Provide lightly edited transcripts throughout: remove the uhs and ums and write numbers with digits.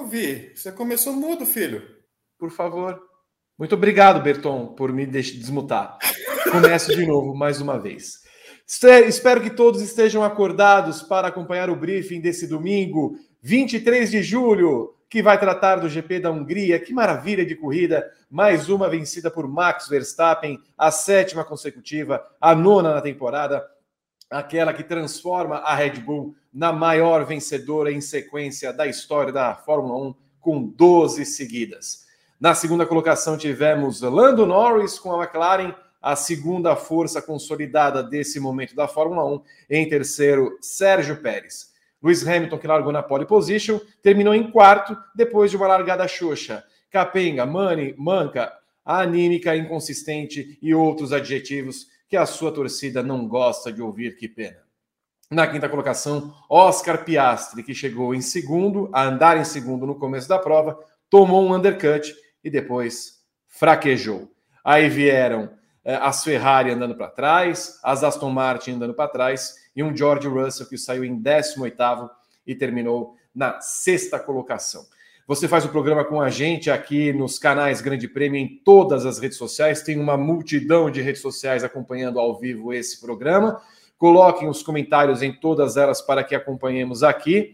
Ô, Vi, você começou mudo, filho. Por favor. Muito obrigado, Berton, por me desmutar. Começo de novo, mais uma vez. Espero que todos estejam acordados para acompanhar o briefing desse domingo, 23 de julho, que vai tratar do GP da Hungria. Que maravilha de corrida! Mais uma vencida por Max Verstappen, a 7ª consecutiva, a 9ª na temporada, aquela que transforma a Red Bull na maior vencedora em sequência da história da Fórmula 1, com 12 seguidas. Na segunda colocação tivemos Lando Norris com a McLaren, a segunda força consolidada desse momento da Fórmula 1. Em terceiro, Sérgio Pérez. Lewis Hamilton, que largou na pole position, terminou em quarto, depois de uma largada xoxa. Capenga, manca, anímica, inconsistente e outros adjetivos que a sua torcida não gosta de ouvir, que pena. Na quinta colocação, Oscar Piastri, que chegou em segundo, a andar em segundo no começo da prova, tomou um undercut e depois fraquejou. Aí vieram as Ferrari andando para trás, as Aston Martin andando para trás e um George Russell que saiu em 18º e terminou na 6ª colocação. Você faz o programa com a gente aqui nos canais Grande Prêmio em todas as redes sociais. Tem uma multidão de redes sociais acompanhando ao vivo esse programa. Coloquem os comentários em todas elas para que acompanhemos aqui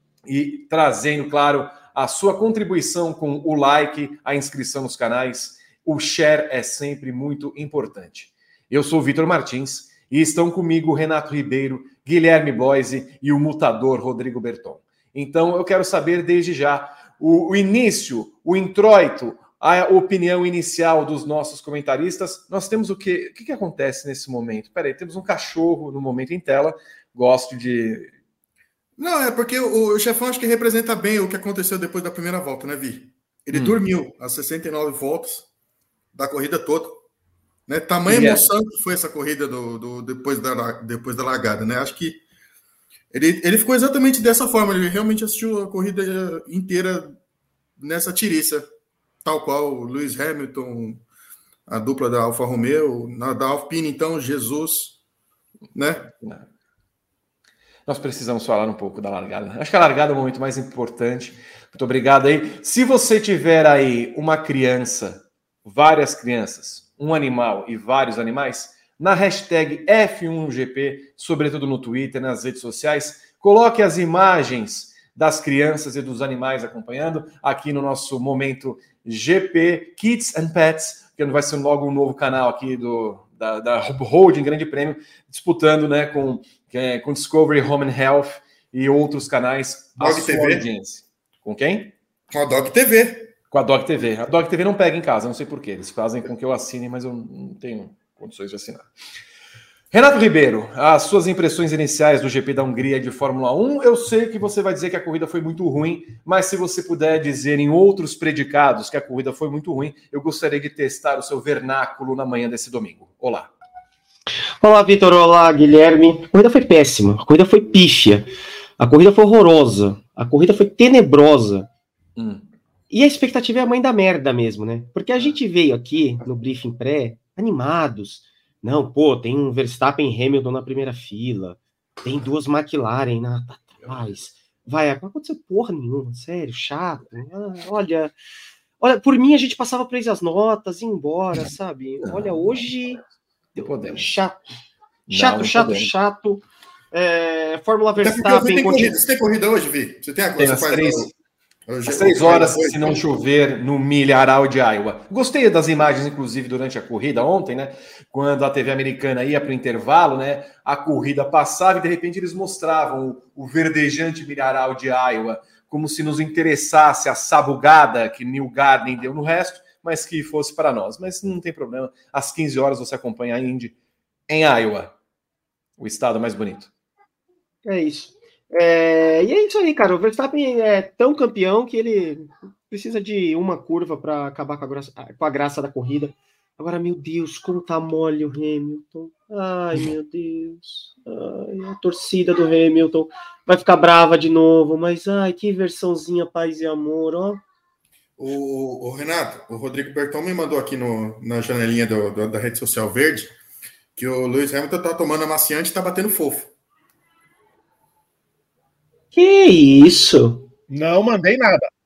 e trazendo, claro, a sua contribuição com o like, a inscrição nos canais. O share é sempre muito importante. Eu sou o Vitor Martins e estão comigo Renato Ribeiro, Guilherme Bloise e o mutador Rodrigo Berton. Então eu quero saber desde já o início, o introito, a opinião inicial dos nossos comentaristas. Nós temos o quê? O que acontece nesse momento? Peraí, temos um cachorro no momento em tela. Gosto de... Não, é porque o chefão acho que representa bem o que aconteceu depois da primeira volta, né, Vi? Ele dormiu as 69 voltas da corrida toda. Né? Tamanha emoção que foi essa corrida depois da largada, né? Acho que ele ficou exatamente dessa forma. Ele realmente assistiu a corrida inteira nessa tiriça, tal qual o Lewis Hamilton, a dupla da Alfa Romeo, da Alpine, então, Jesus, né? Nós precisamos falar um pouco da largada. Acho que a largada é o momento mais importante. Muito obrigado aí. Se você tiver aí uma criança, várias crianças, um animal e vários animais, na hashtag F1GP, sobretudo no Twitter, nas redes sociais, coloque as imagens das crianças e dos animais acompanhando aqui no nosso momento GP Kids and Pets, que vai ser logo um novo canal aqui da Holding Grande Prêmio, disputando, né, com Discovery Home and Health e outros canais. Dog TV. Audiência. Com quem? Com a Dog TV. Com a Dog TV. A Dog TV não pega em casa, não sei porquê. Eles fazem com que eu assine, mas eu não tenho condições de assinar. Renato Ribeiro, as suas impressões iniciais do GP da Hungria de Fórmula 1. Eu sei que você vai dizer que a corrida foi muito ruim, mas se você puder dizer em outros predicados que a corrida foi muito ruim, eu gostaria de testar o seu vernáculo na manhã desse domingo. Olá. Olá, Vitor. Olá, Guilherme. A corrida foi péssima, a corrida foi pífia, a corrida foi horrorosa, a corrida foi tenebrosa. E a expectativa é a mãe da merda mesmo, né? Porque a gente veio aqui no briefing pré animados. Não, pô, tem um Verstappen e Hamilton na primeira fila, tem duas McLaren atrás. Não aconteceu porra nenhuma, sério, chato. Olha, por mim a gente passava por as notas e ia embora, sabe? Olha, hoje... Chato. Fórmula Verstappen... Você tem corrida hoje, Vi? Você tem às 3 horas, se não chover, no milharal de Iowa. Gostei das imagens, inclusive, durante a corrida ontem, né? Quando a TV americana ia para o intervalo, né? A corrida passava e, de repente, eles mostravam o verdejante milharal de Iowa, como se nos interessasse a sabugada que New Garden deu no resto, mas que fosse para nós. Mas não tem problema. Às 15 horas você acompanha a Indy em Iowa, o estado mais bonito. É isso. E é isso aí, cara. O Verstappen é tão campeão que ele precisa de uma curva para acabar com a graça da corrida. Agora, meu Deus, como tá mole o Hamilton. Ai, meu Deus. Ai, a torcida do Hamilton vai ficar brava de novo. Mas, ai, que versãozinha paz e amor, ó. O Renato, o Rodrigo Berton me mandou aqui na janelinha da rede social verde que o Lewis Hamilton tá tomando amaciante e tá batendo fofo. Que isso? Não mandei nada.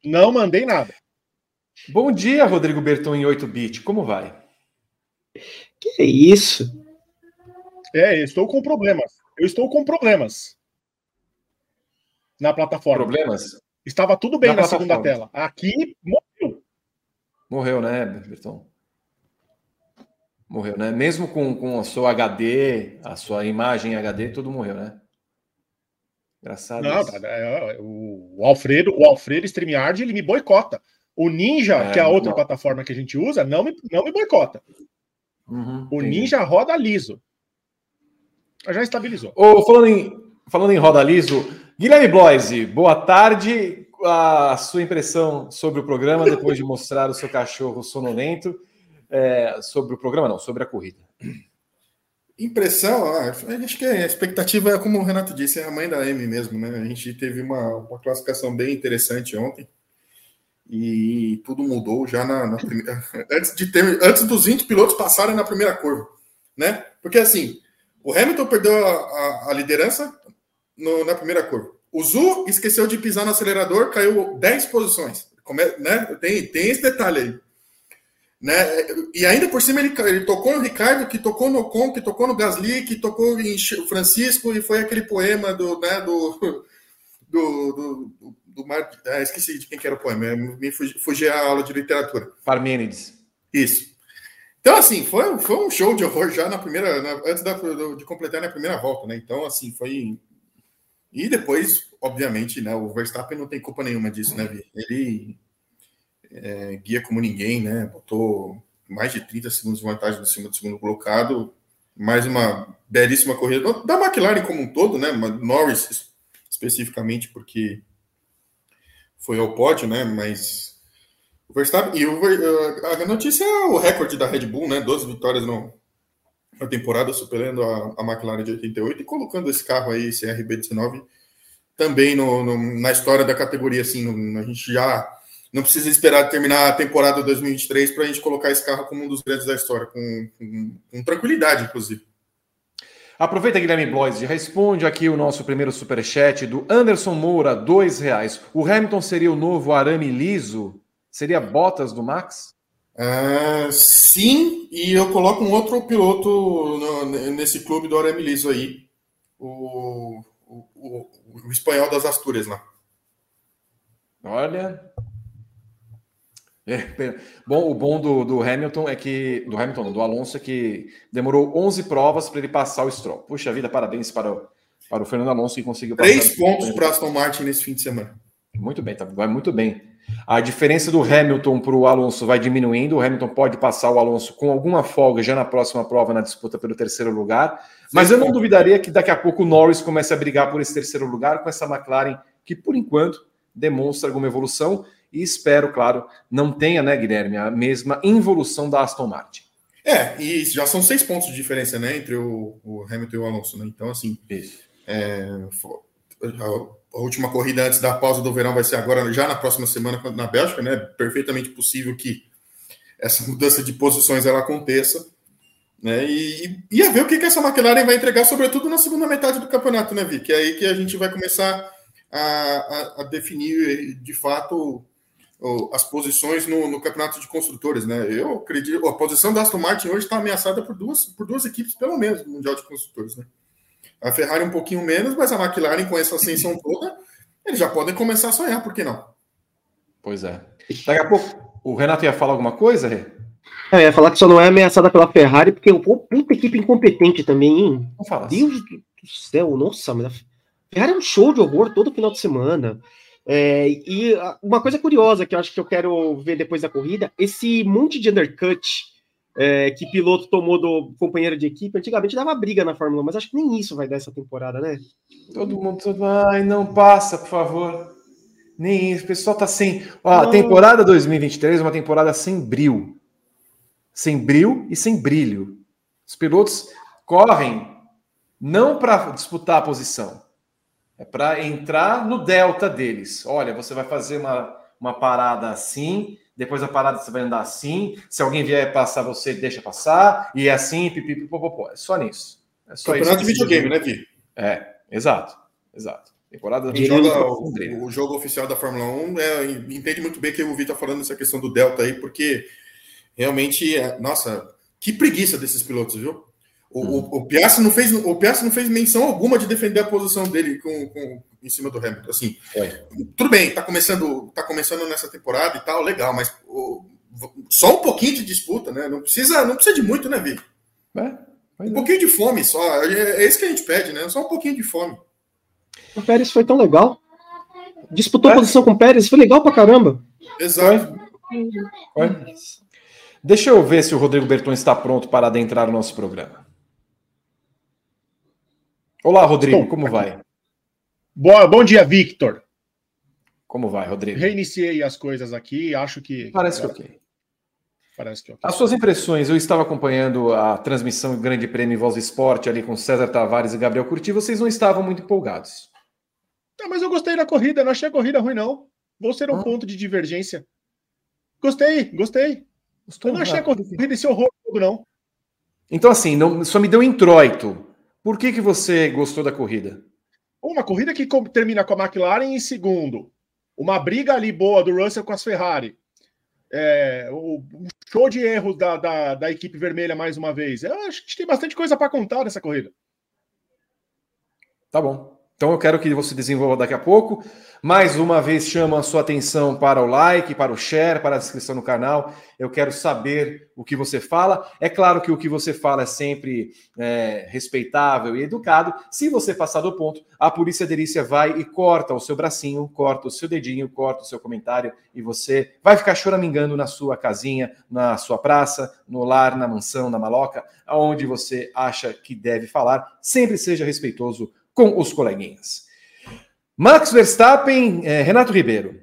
Não mandei nada. Bom dia, Rodrigo Berton em 8-bit. Como vai? Que é isso? Estou com problemas. Eu estou com problemas na plataforma. Problemas? Estava tudo bem na segunda tela. Aqui, morreu. Morreu, né, Berton? Morreu, né? Mesmo com o seu HD, a sua imagem HD, tudo morreu, né? Engraçado. Não, o Alfredo StreamYard, ele me boicota. O Ninja, que é a outra plataforma que a gente usa, não me boicota. O Ninja roda liso. Já estabilizou. Falando em roda liso, Guilherme Bloise, boa tarde. A sua impressão sobre o programa, depois de mostrar o seu cachorro sonolento, sobre o programa, não, sobre a corrida. Impressão, acho que a expectativa é, como o Renato disse, é a mãe da M mesmo, né? A gente teve uma classificação bem interessante ontem e tudo mudou já na primeira. Antes dos 20 pilotos passarem na primeira curva, né? Porque assim, o Hamilton perdeu a liderança na primeira curva. O Zhu esqueceu de pisar no acelerador, caiu 10 posições. Né? Tem esse detalhe aí. Né? E ainda por cima ele tocou no Ricardo, que tocou no Ocon, que tocou no Gasly, que tocou em Francisco, e foi aquele poema do esqueci de quem que era o poema, me fugi a aula de literatura. Parmênides. Isso. Então, assim, foi um show de horror já na primeira, antes de completar na primeira volta, né? Então, assim, foi. E depois, obviamente, né? O Verstappen não tem culpa nenhuma disso, né, Vi? Ele guia como ninguém, né? Botou mais de 30 segundos de vantagem em cima do segundo colocado. Mais uma belíssima corrida da McLaren como um todo, né? Norris especificamente, porque foi ao pódio, né? Mas o Verstappen. E a notícia é o recorde da Red Bull, né? 12 vitórias na temporada, superando a McLaren de 88 e colocando esse carro aí, esse RB19, também na história da categoria. Assim, a gente já não precisa esperar terminar a temporada 2023 para a gente colocar esse carro como um dos grandes da história, com tranquilidade, inclusive. Aproveita, Guilherme Bloise, responde aqui o nosso primeiro superchat do Anderson Moura, R$2. O Hamilton seria o novo arame liso? Seria Bottas do Max? Sim, e eu coloco um outro piloto nesse clube do arame liso aí, o espanhol das Astúrias lá. Olha... o bom do Hamilton é que... Do Hamilton, não, do Alonso, é que demorou 11 provas para ele passar o Stroll. Puxa vida, parabéns para o Fernando Alonso, que conseguiu passar. 3 pontos para Aston Martin nesse fim de semana. Muito bem, vai muito bem. A diferença do Hamilton para o Alonso vai diminuindo. O Hamilton pode passar o Alonso com alguma folga já na próxima prova, na disputa pelo terceiro lugar. Mas eu não duvidaria que daqui a pouco o Norris comece a brigar por esse terceiro lugar com essa McLaren, que por enquanto demonstra alguma evolução. E espero, claro, não tenha, né, Guilherme, a mesma involução da Aston Martin. E já são 6 pontos de diferença, né, entre o Hamilton e o Alonso, né? Então, assim, a última corrida antes da pausa do verão vai ser agora, já na próxima semana, na Bélgica, né? Perfeitamente possível que essa mudança de posições ela aconteça, né? E a ver o que essa McLaren vai entregar, sobretudo na segunda metade do campeonato, né, Vi? Que é aí que a gente vai começar a definir, de fato, as posições no campeonato de construtores, né? Eu acredito, a posição da Aston Martin hoje está ameaçada por duas equipes, pelo menos, no Mundial de Construtores, né? A Ferrari um pouquinho menos, mas a McLaren, com essa ascensão toda, eles já podem começar a sonhar, por que não? Pois é. Daqui a pouco, o Renato ia falar alguma coisa, Rê? Eu ia falar que só não é ameaçada pela Ferrari, porque puta equipe incompetente também, hein? Não fala assim. Deus do céu, nossa, mas a Ferrari é um show de horror todo final de semana. E uma coisa curiosa que eu acho que eu quero ver depois da corrida, esse monte de undercut que piloto tomou do companheiro de equipe, antigamente dava briga na Fórmula 1, mas acho que nem isso vai dar essa temporada, né? Todo mundo vai, não passa, por favor. Nem isso, o pessoal tá sem... a temporada 2023 é uma temporada sem brilho. Sem brilho e sem brilho. Os pilotos correm não para disputar a posição, é para entrar no delta deles. Olha, você vai fazer uma parada assim, depois a parada você vai andar assim, se alguém vier passar você, deixa passar, e é assim, pipipipopopó. É só nisso. É só campeonato isso. De videogame, né, Vi? Exato. Temporada quem joga o jogo oficial da Fórmula 1 entende muito bem que o Vitor tá falando dessa questão do Delta aí, porque realmente, nossa, que preguiça desses pilotos, viu? O Piastri não fez menção alguma de defender a posição dele em cima do Hamilton. Assim, tudo bem, tá começando nessa temporada e tal, legal, mas só um pouquinho de disputa, né? Não precisa de muito, né, Vi? Um pouquinho de fome só. É isso que a gente pede, né? Só um pouquinho de fome. O Pérez foi tão legal. Disputou posição com o Pérez, foi legal pra caramba. Exato. Deixa eu ver se o Rodrigo Berton está pronto para adentrar o nosso programa. Olá, Rodrigo, como vai? Bom dia, Victor. Como vai, Rodrigo? Reiniciei as coisas aqui, acho que... Parece que ok. Parece que ok. As suas impressões, eu estava acompanhando a transmissão do Grande Prêmio Voz Esporte ali com César Tavares e Gabriel Curti, vocês não estavam muito empolgados. Não, mas eu gostei da corrida, não achei a corrida ruim, não. Vou ser um ponto de divergência. Gostei. Eu não achei a corrida esse horror todo, não. Então, assim, só me deu introito. Por que você gostou da corrida? Uma corrida que termina com a McLaren em segundo. Uma briga ali boa do Russell com as Ferrari. O show de erros da equipe vermelha mais uma vez. Eu acho que tem bastante coisa para contar dessa corrida. Tá bom. Então eu quero que você desenvolva daqui a pouco. Mais uma vez chamo a sua atenção para o like, para o share, para a inscrição no canal. Eu quero saber o que você fala. É claro que o que você fala é sempre respeitável e educado. Se você passar do ponto, a Polícia Delícia vai e corta o seu bracinho, corta o seu dedinho, corta o seu comentário e você vai ficar choramingando na sua casinha, na sua praça, no lar, na mansão, na maloca, aonde você acha que deve falar. Sempre seja respeitoso com os coleguinhas. Max Verstappen, Renato Ribeiro.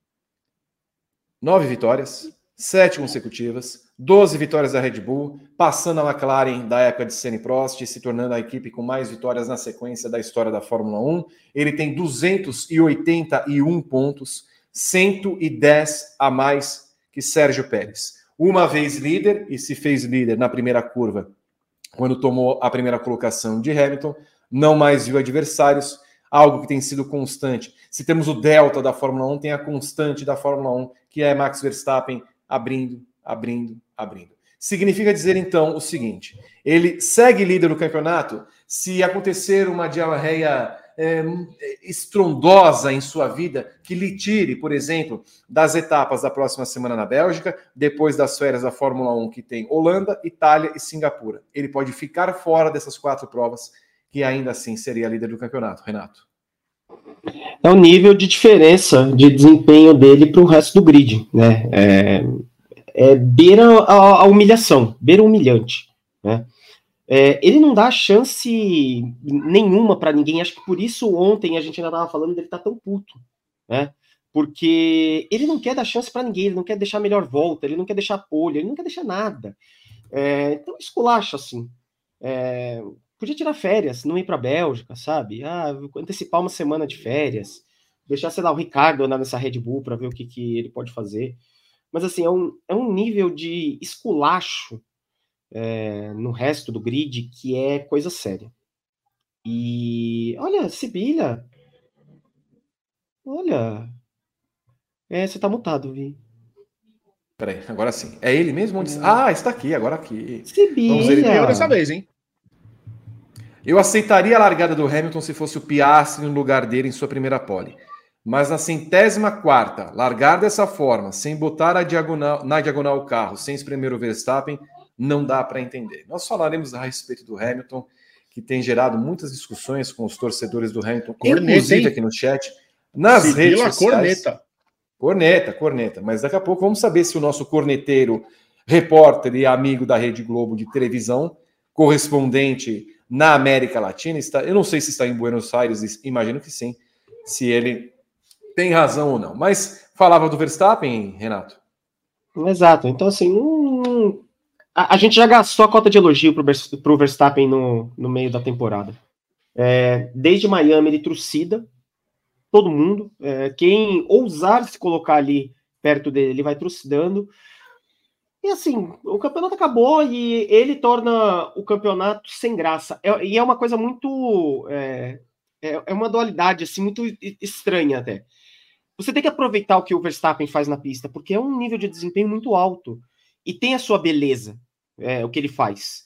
9 vitórias, 7 consecutivas, 12 vitórias da Red Bull, passando a McLaren da época de Senna e Prost, se tornando a equipe com mais vitórias na sequência da história da Fórmula 1. Ele tem 281 pontos, 110 a mais que Sérgio Pérez. Uma vez líder, e se fez líder na primeira curva, quando tomou a primeira colocação de Hamilton, não mais viu adversários, algo que tem sido constante. Se temos o delta da Fórmula 1, tem a constante da Fórmula 1, que é Max Verstappen abrindo. Significa dizer, então, o seguinte: ele segue líder do campeonato se acontecer uma diarreia estrondosa em sua vida, que lhe tire, por exemplo, das etapas da próxima semana na Bélgica, depois das férias da Fórmula 1, que tem Holanda, Itália e Singapura. Ele pode ficar fora dessas 4 provas, que ainda assim seria líder do campeonato, Renato. É o nível de diferença de desempenho dele para o resto do grid, né? Beira a humilhação, beira humilhante, né? Ele não dá chance nenhuma para ninguém. Acho que por isso ontem a gente ainda estava falando dele tá tão puto, né? Porque ele não quer dar chance para ninguém, ele não quer deixar a melhor volta, ele não quer deixar pole, ele não quer deixar nada. Então esculacha assim. Podia tirar férias, não ir para a Bélgica, sabe? Antecipar uma semana de férias, deixar, sei lá, o Ricardo andar nessa Red Bull para ver o que ele pode fazer. Mas, assim, é um nível de esculacho no resto do grid que é coisa séria. E, olha, Sibila, olha, você tá mutado, Vi. Peraí, agora sim. É ele mesmo? Está aqui, agora aqui. Sibila. Vamos ver, ele ganhou dessa vez, hein? Eu aceitaria a largada do Hamilton se fosse o Piastri no lugar dele em sua primeira pole. Mas na 104ª, largar dessa forma, sem botar na diagonal o carro, sem espremer o Verstappen, não dá para entender. Nós falaremos a respeito do Hamilton, que tem gerado muitas discussões com os torcedores do Hamilton, inclusive aqui no chat, nas redes sociais. Corneta. Mas daqui a pouco vamos saber se o nosso corneteiro, repórter e amigo da Rede Globo de televisão, correspondente na América Latina, eu não sei se está em Buenos Aires, imagino que sim, se ele tem razão ou não. Mas falava do Verstappen, Renato? Exato. Então, assim, a gente já gastou a cota de elogio para o Verstappen no meio da temporada. Desde Miami ele trucida todo mundo. Quem ousar se colocar ali perto dele, ele vai trucidando. E assim, o campeonato acabou e ele torna o campeonato sem graça. E é uma coisa muito é uma dualidade assim muito estranha até. Você tem que aproveitar o que o Verstappen faz na pista, porque é um nível de desempenho muito alto e tem a sua beleza, o que ele faz.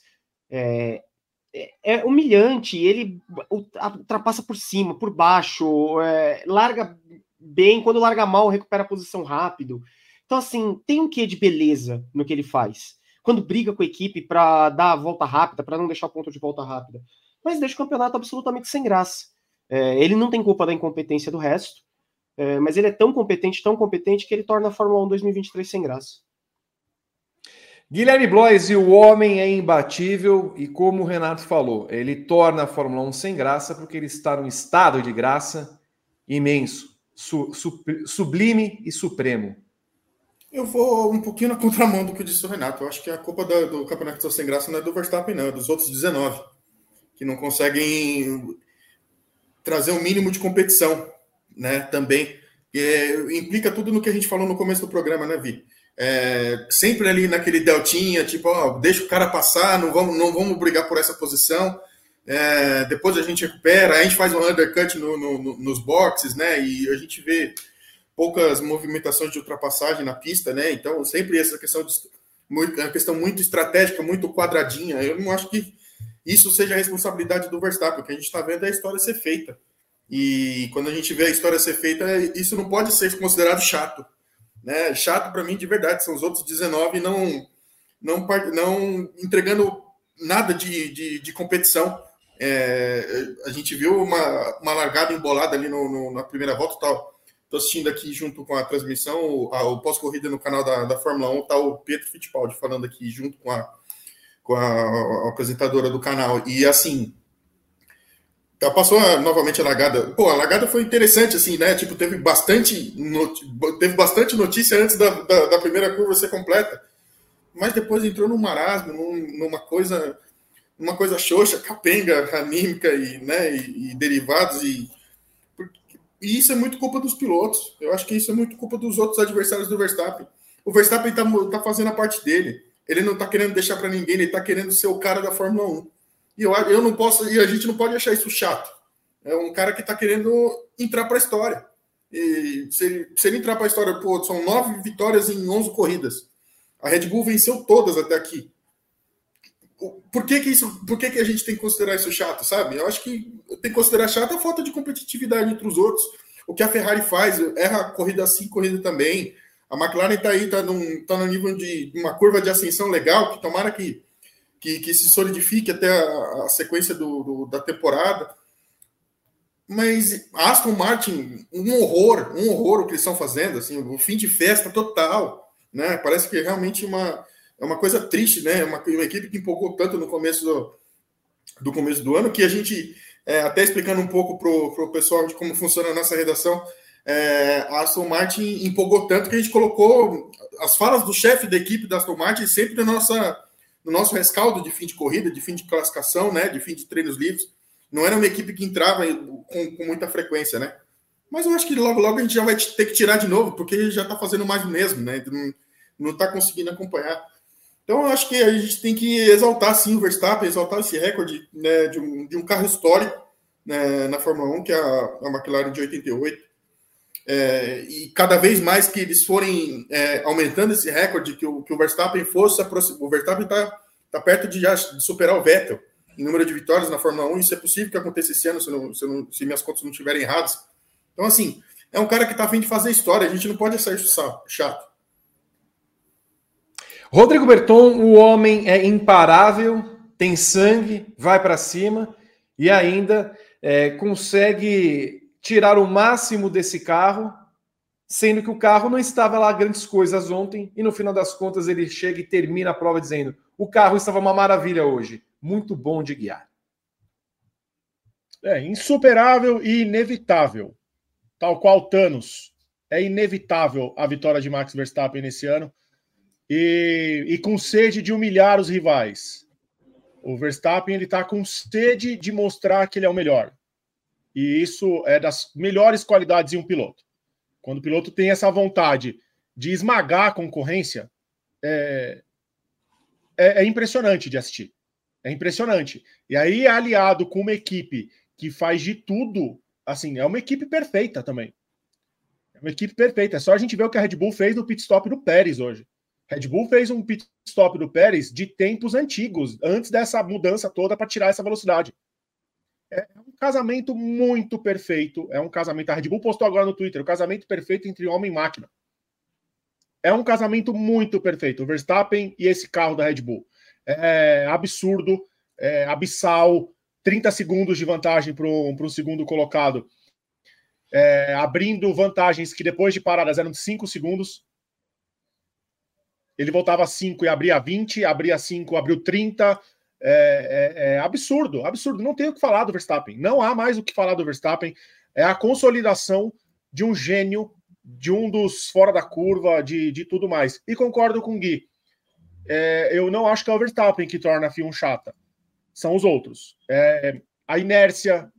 É humilhante, ele ultrapassa por cima, por baixo, larga bem, quando larga mal, recupera a posição rápido. Então, assim, tem um quê de beleza no que ele faz. Quando briga com a equipe para dar a volta rápida, para não deixar o ponto de volta rápida. Mas deixa o campeonato absolutamente sem graça. Ele não tem culpa da incompetência do resto, mas ele é tão competente que ele torna a Fórmula 1 2023 sem graça. Guilherme Blois, o homem é imbatível e, como o Renato falou, ele torna a Fórmula 1 sem graça porque ele está num estado de graça imenso, sublime e supremo. Eu vou um pouquinho na contramão do que disse o Renato. Eu acho que a culpa do campeonato sem graça não é do Verstappen, não, é dos outros 19, que não conseguem trazer um mínimo de competição, né, também. Implica tudo no que a gente falou no começo do programa, né, Vi? Sempre ali naquele deltinha, tipo, deixa o cara passar, não vamos brigar por essa posição, depois a gente recupera, a gente faz um undercut nos boxes, né, e a gente vê poucas movimentações de ultrapassagem na pista, né, então sempre essa questão uma questão muito estratégica, muito quadradinha. Eu não acho que isso seja a responsabilidade do Verstappen. O que a gente está vendo é a história ser feita, e quando a gente vê a história ser feita, isso não pode ser considerado chato, né? Chato para mim de verdade são os outros 19 não entregando nada de competição. A gente viu uma largada embolada ali na primeira volta. Estou assistindo aqui junto com a transmissão, o pós-corrida no canal da Fórmula 1, tá o Pietro Fittipaldi falando aqui junto com a apresentadora do canal. E assim, passou novamente a largada. Pô, a largada foi interessante, assim, né? Tipo, teve bastante notícia antes da primeira curva ser completa. Mas depois entrou num marasmo, numa coisa xoxa, capenga, anímica e derivados. E isso é muito culpa dos pilotos. Eu acho que isso é muito culpa dos outros adversários do Verstappen. O Verstappen tá fazendo a parte dele. Ele não tá querendo deixar para ninguém, ele tá querendo ser o cara da Fórmula 1. E eu não posso, e a gente não pode achar isso chato. É um cara que está querendo entrar para a história. E se ele entrar para a história, pô, são 9 vitórias em 11 corridas. A Red Bull venceu todas até aqui. Por que a gente tem que considerar isso chato, sabe? Eu acho que tem que considerar chato a falta de competitividade entre os outros. O que a Ferrari faz, erra corrida assim, corrida também. A McLaren está aí, tá no nível de uma curva de ascensão legal, que tomara que se solidifique até a sequência da temporada. Mas Aston Martin, um horror o que eles estão fazendo, assim, o fim de festa total, né? Parece que realmente é uma coisa triste, né? Uma equipe que empolgou tanto no começo do ano, que a gente, até explicando um pouco para o pessoal de como funciona a nossa redação, a Aston Martin empolgou tanto que a gente colocou as falas do chefe da equipe da Aston Martin sempre no nosso rescaldo de fim de corrida, de fim de classificação, né, de fim de treinos livres. Não era uma equipe que entrava com muita frequência, né? Mas eu acho que logo a gente já vai ter que tirar de novo, porque ele já está fazendo mais do mesmo, né? Não está conseguindo acompanhar. Então eu acho que a gente tem que exaltar, sim, o Verstappen, exaltar esse recorde, né, de um carro histórico, né, na Fórmula 1, que é a McLaren de 88. E cada vez mais que eles forem aumentando esse recorde, que o Verstappen fosse aproximar. O Verstappen está perto de superar o Vettel em número de vitórias na Fórmula 1. Isso é possível que aconteça esse ano, se minhas contas não estiverem erradas. Então, assim, é um cara que está a fim de fazer história. A gente não pode achar isso chato. Rodrigo Berton, o homem é imparável, tem sangue, vai para cima e ainda consegue tirar o máximo desse carro, sendo que o carro não estava lá grandes coisas ontem, e no final das contas ele chega e termina a prova dizendo: o carro estava uma maravilha hoje, muito bom de guiar. Insuperável e inevitável, tal qual Thanos. É inevitável a vitória de Max Verstappen nesse ano, e com sede de humilhar os rivais. O Verstappen está com sede de mostrar que ele é o melhor. E isso é das melhores qualidades em um piloto. Quando o piloto tem essa vontade de esmagar a concorrência, é impressionante de assistir. É impressionante. E aí, aliado com uma equipe que faz de tudo. Assim, é uma equipe perfeita também. É uma equipe perfeita. É só a gente ver o que a Red Bull fez no pit stop do Pérez hoje. Red Bull fez um pit stop do Pérez de tempos antigos, antes dessa mudança toda para tirar essa velocidade. É um casamento muito perfeito. É um casamento. A Red Bull postou agora no Twitter, o casamento perfeito entre homem e máquina. É um casamento muito perfeito. O Verstappen e esse carro da Red Bull. É absurdo, é abissal. 30 segundos de vantagem para o segundo colocado. Abrindo vantagens que depois de paradas eram de 5 segundos. Ele voltava a 5 e abria 20, abria 5, abriu 30. Absurdo, absurdo. Não tem o que falar do Verstappen. Não há mais o que falar do Verstappen. É a consolidação de um gênio, de um dos fora da curva, de tudo mais. E concordo com o Gui. Eu não acho que é o Verstappen que torna a F1 chata. São os outros. A inércia,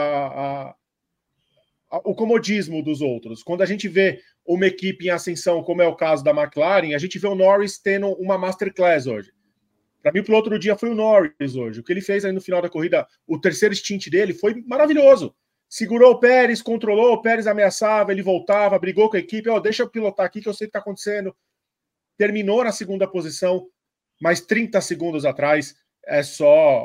o comodismo dos outros. Quando a gente vê uma equipe em ascensão, como é o caso da McLaren, a gente vê o Norris tendo uma masterclass hoje. Para mim, pelo outro dia, foi o Norris hoje. O que ele fez aí no final da corrida, o terceiro stint dele, foi maravilhoso. Segurou o Pérez, controlou, o Pérez ameaçava, ele voltava, brigou com a equipe. Deixa eu pilotar aqui que eu sei o que está acontecendo. Terminou na segunda posição, mas 30 segundos atrás é só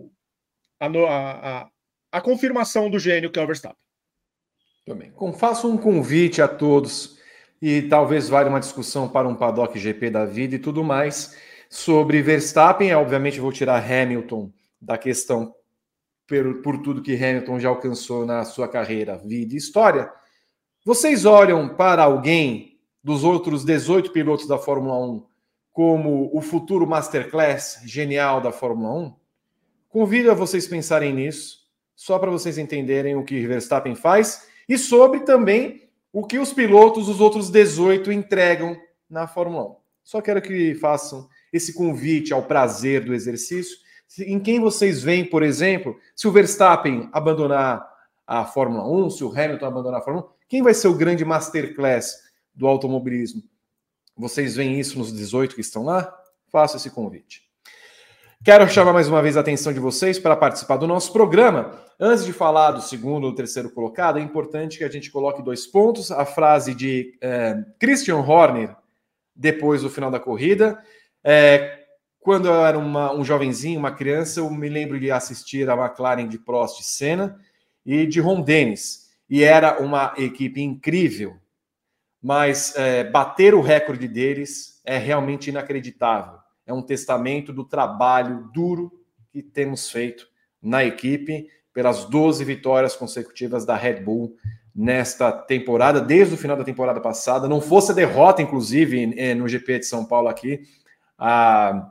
a confirmação do gênio que é o Verstappen. Também. Faço um convite a todos, e talvez valha uma discussão para um paddock GP da vida e tudo mais, sobre Verstappen. Obviamente vou tirar Hamilton da questão por tudo que Hamilton já alcançou na sua carreira, vida e história. Vocês olham para alguém dos outros 18 pilotos da Fórmula 1 como o futuro masterclass genial da Fórmula 1? Convido a vocês pensarem nisso, só para vocês entenderem o que Verstappen faz e sobre também o que os pilotos, os outros 18, entregam na Fórmula 1. Só quero que façam esse convite ao prazer do exercício. Em quem vocês veem, por exemplo, se o Verstappen abandonar a Fórmula 1, se o Hamilton abandonar a Fórmula 1, quem vai ser o grande masterclass do automobilismo? Vocês veem isso nos 18 que estão lá? Faço esse convite. Quero chamar mais uma vez a atenção de vocês para participar do nosso programa. Antes de falar do segundo ou terceiro colocado, é importante que a gente coloque 2 pontos. A frase de Christian Horner, depois do final da corrida. Quando eu era um jovenzinho, uma criança, eu me lembro de assistir a McLaren de Prost e Senna e de Ron Dennis. E era uma equipe incrível. Mas bater o recorde deles é realmente inacreditável. É um testamento do trabalho duro que temos feito na equipe pelas 12 vitórias consecutivas da Red Bull nesta temporada, desde o final da temporada passada. Não fosse a derrota, inclusive, no GP de São Paulo aqui, a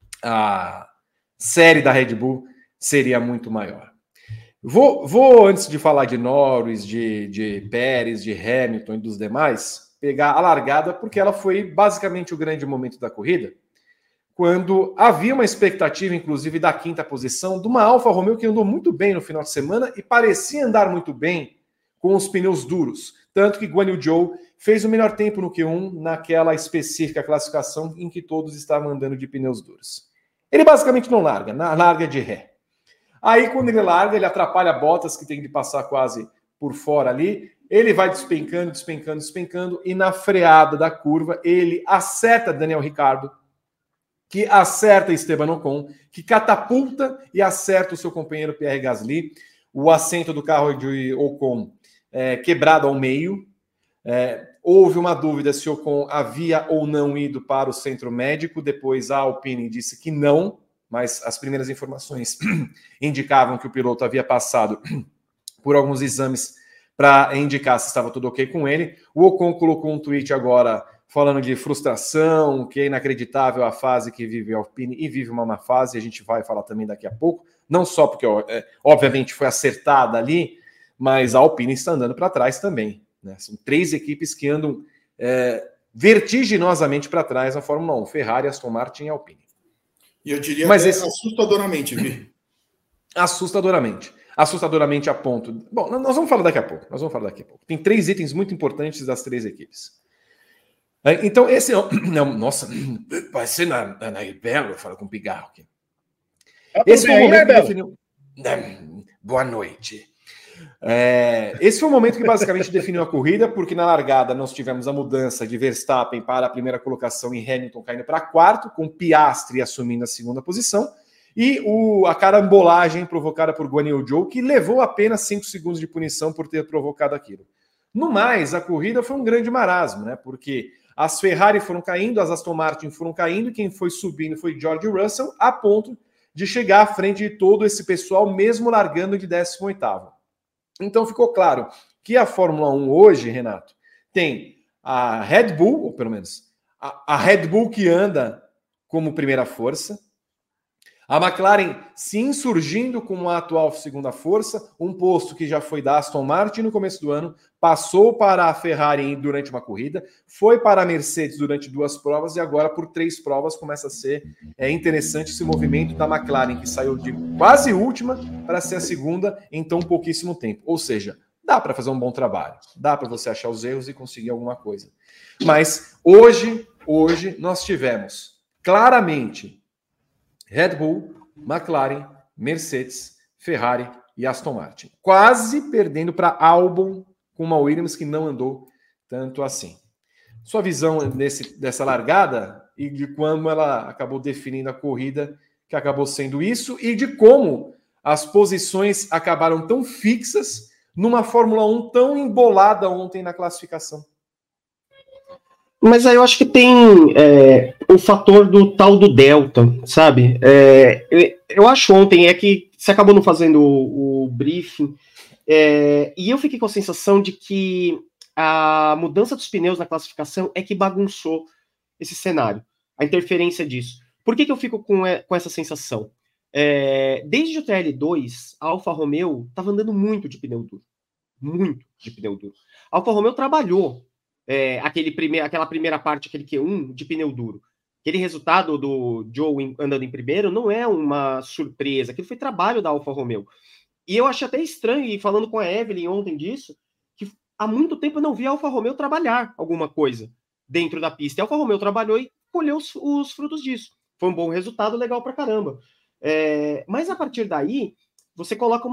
série da Red Bull seria muito maior. Vou, antes de falar de Norris, de Pérez, de Hamilton e dos demais, pegar a largada, porque ela foi basicamente o grande momento da corrida, quando havia uma expectativa, inclusive, da 5ª posição, de uma Alfa Romeo que andou muito bem no final de semana e parecia andar muito bem com os pneus duros. Tanto que Guan Yu Zhou fez o melhor tempo no Q1 naquela específica classificação em que todos estavam andando de pneus duros. Ele basicamente não larga, larga de ré. Aí, quando ele larga, ele atrapalha Bottas, que tem de passar quase por fora ali. Ele vai despencando, e na freada da curva, ele acerta Daniel Ricciardo, que acerta Esteban Ocon, que catapulta e acerta o seu companheiro Pierre Gasly. O assento do carro de Ocon quebrado ao meio. Houve uma dúvida se Ocon havia ou não ido para o centro médico. Depois a Alpine disse que não, mas as primeiras informações indicavam que o piloto havia passado por alguns exames para indicar se estava tudo ok com ele. O Ocon colocou um tweet agora falando de frustração, que é inacreditável a fase que vive a Alpine, e vive uma má fase, a gente vai falar também daqui a pouco, não só porque, obviamente, foi acertada ali, mas a Alpine está andando para trás também. Né? São 3 equipes que andam vertiginosamente para trás na Fórmula 1, Ferrari, Aston Martin e Alpine. E eu diria assustadoramente, Vi. Assustadoramente a ponto... Bom, nós vamos falar daqui a pouco. Tem 3 itens muito importantes das 3 equipes. Então, esse nossa, vai ser na Ibelo, eu falo com pigarro aqui. Esse foi o momento que definiu. Boa noite. Esse foi o momento que basicamente definiu a corrida, porque na largada nós tivemos a mudança de Verstappen para a primeira colocação e Hamilton caindo para quarto, com Piastri assumindo a segunda posição, e a carambolagem provocada por Guan Yu Zhou, que levou apenas 5 segundos de punição por ter provocado aquilo. No mais, a corrida foi um grande marasmo, né? Porque as Ferrari foram caindo, as Aston Martin foram caindo, e quem foi subindo foi George Russell, a ponto de chegar à frente de todo esse pessoal, mesmo largando de 18º. Então ficou claro que a Fórmula 1 hoje, Renato, tem a Red Bull, ou pelo menos a Red Bull que anda como primeira força, a McLaren se insurgindo como a atual segunda força, um posto que já foi da Aston Martin no começo do ano, passou para a Ferrari durante uma corrida, foi para a Mercedes durante 2 provas e agora por 3 provas começa a ser interessante esse movimento da McLaren, que saiu de quase última para ser a segunda em tão pouquíssimo tempo. Ou seja, dá para fazer um bom trabalho, dá para você achar os erros e conseguir alguma coisa. Mas hoje nós tivemos claramente Red Bull, McLaren, Mercedes, Ferrari e Aston Martin. Quase perdendo para Albon com uma Williams que não andou tanto assim. Sua visão dessa largada e de como ela acabou definindo a corrida, que acabou sendo isso, e de como as posições acabaram tão fixas numa Fórmula 1 tão embolada ontem na classificação. Mas aí eu acho que tem o fator do tal do Delta, sabe? Eu acho ontem que você acabou não fazendo o briefing, e eu fiquei com a sensação de que a mudança dos pneus na classificação é que bagunçou esse cenário, a interferência disso. Por que eu fico com essa sensação? Desde o TL2, a Alfa Romeo estava andando muito de pneu duro. Muito de pneu duro. A Alfa Romeo trabalhou aquela primeira parte, aquele Q1 de pneu duro. Aquele resultado do Joe andando em primeiro não é uma surpresa, aquilo foi trabalho da Alfa Romeo. E eu achei até estranho, e falando com a Evelyn ontem disso, que há muito tempo eu não vi a Alfa Romeo trabalhar alguma coisa dentro da pista. E a Alfa Romeo trabalhou e colheu os frutos disso. Foi um bom resultado, legal pra caramba. Mas a partir daí, você coloca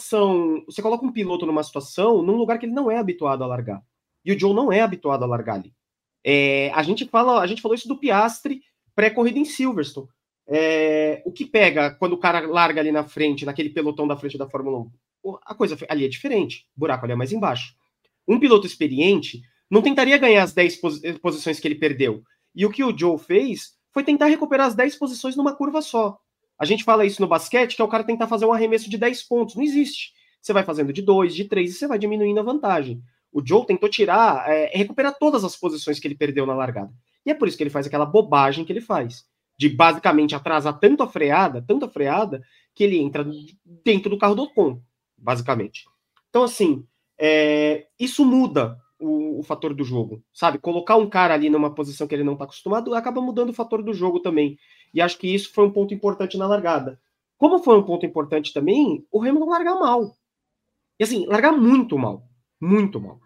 um piloto numa situação, num lugar que ele não é habituado a largar. E o Joe não é habituado a largar ali. A gente falou isso do Piastri pré-corrida em Silverstone. O que pega quando o cara larga ali na frente, naquele pelotão da frente da Fórmula 1? A coisa ali é diferente. O buraco ali é mais embaixo. Um piloto experiente não tentaria ganhar as 10 posições que ele perdeu. E o que o Joe fez foi tentar recuperar as 10 posições numa curva só. A gente fala isso no basquete, que é o cara tentar fazer um arremesso de 10 pontos. Não existe. Você vai fazendo de 2, de 3 e você vai diminuindo a vantagem. O Joe tentou recuperar todas as posições que ele perdeu na largada. E é por isso que ele faz aquela bobagem que ele faz. De basicamente atrasar tanto a freada, que ele entra dentro do carro do Ocon, basicamente. Então, assim, isso muda o fator do jogo, sabe? Colocar um cara ali numa posição que ele não está acostumado acaba mudando o fator do jogo também. E acho que isso foi um ponto importante na largada. Como foi um ponto importante também, o Hamilton largar mal. E assim, largar muito mal. Muito mal.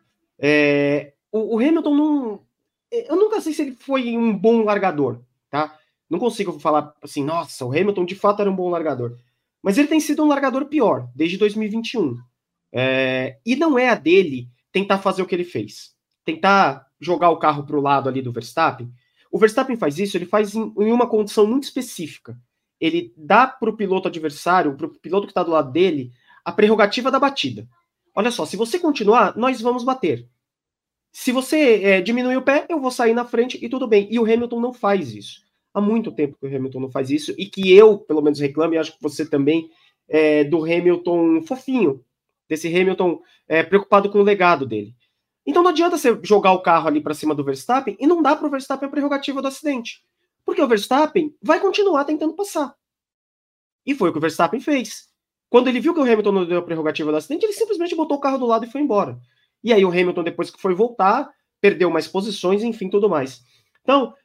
O Hamilton não... Eu nunca sei se ele foi um bom largador, tá? Não consigo falar assim, nossa, o Hamilton de fato era um bom largador. Mas ele tem sido um largador pior, desde 2021. E não é a dele tentar fazer o que ele fez. Tentar jogar o carro para o lado ali do Verstappen. O Verstappen faz isso, ele faz em uma condição muito específica. Ele dá para o piloto adversário, para o piloto que está do lado dele, a prerrogativa da batida. Olha só, se você continuar, nós vamos bater. Se você diminuir o pé, eu vou sair na frente e tudo bem. E o Hamilton não faz isso. Há muito tempo que o Hamilton não faz isso e que eu, pelo menos, reclamo, e acho que você também, do Hamilton fofinho, desse Hamilton preocupado com o legado dele. Então não adianta você jogar o carro ali para cima do Verstappen e não dá para o Verstappen a prerrogativa do acidente. Porque o Verstappen vai continuar tentando passar. E foi o que o Verstappen fez. Quando ele viu que o Hamilton não deu a prerrogativa do acidente, ele simplesmente botou o carro do lado e foi embora. E aí o Hamilton, depois que foi voltar, perdeu mais posições, enfim, tudo mais. Então,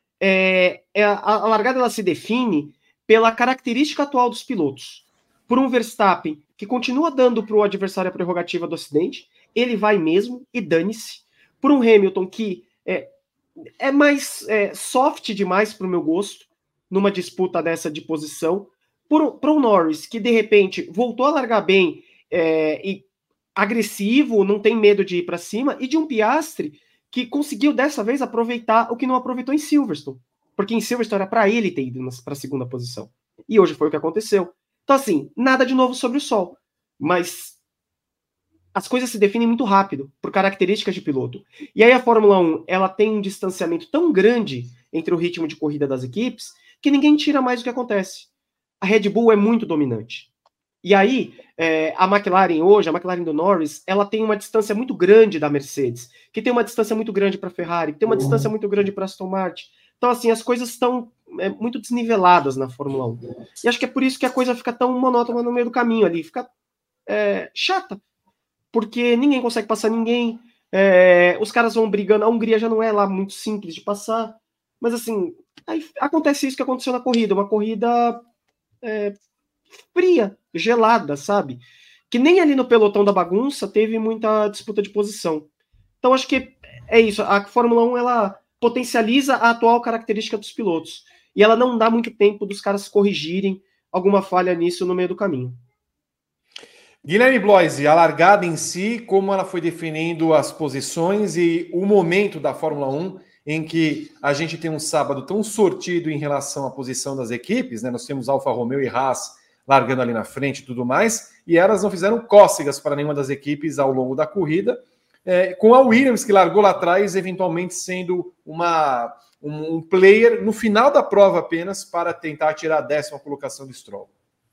a largada ela se define pela característica atual dos pilotos. Por um Verstappen que continua dando para o adversário a prerrogativa do acidente, ele vai mesmo e dane-se. Por um Hamilton que é mais soft demais para o meu gosto, numa disputa dessa de posição. Por um Norris que, de repente, voltou a largar bem e agressivo, não tem medo de ir para cima, e de um Piastri que conseguiu dessa vez aproveitar o que não aproveitou em Silverstone, porque em Silverstone era para ele ter ido para a segunda posição, e hoje foi o que aconteceu. Então assim, nada de novo sobre o sol, mas as coisas se definem muito rápido, por características de piloto. E aí a Fórmula 1, ela tem um distanciamento tão grande entre o ritmo de corrida das equipes, que ninguém tira mais o que acontece. A Red Bull é muito dominante. E aí, a McLaren hoje, a McLaren do Norris, ela tem uma distância muito grande da Mercedes, que tem uma distância muito grande para a Ferrari, que tem uma distância muito grande para a Aston Martin. Então, assim, as coisas estão muito desniveladas na Fórmula 1. E acho que é por isso que a coisa fica tão monótona no meio do caminho ali, fica chata, porque ninguém consegue passar ninguém, os caras vão brigando, a Hungria já não é lá muito simples de passar, mas assim, aí acontece isso que aconteceu na corrida, uma corrida fria, gelada, sabe? Que nem ali no pelotão da bagunça teve muita disputa de posição. Então acho que é isso, a Fórmula 1 ela potencializa a atual característica dos pilotos, e ela não dá muito tempo dos caras corrigirem alguma falha nisso no meio do caminho. Guilherme Bloise, a largada em si, como ela foi definindo as posições e o momento da Fórmula 1 em que a gente tem um sábado tão sortido em relação à posição das equipes, né? Nós temos Alfa Romeo e Haas largando ali na frente e tudo mais, e elas não fizeram cócegas para nenhuma das equipes ao longo da corrida, com a Williams, que largou lá atrás, eventualmente sendo um player no final da prova apenas para tentar tirar a 10ª colocação do Stroll.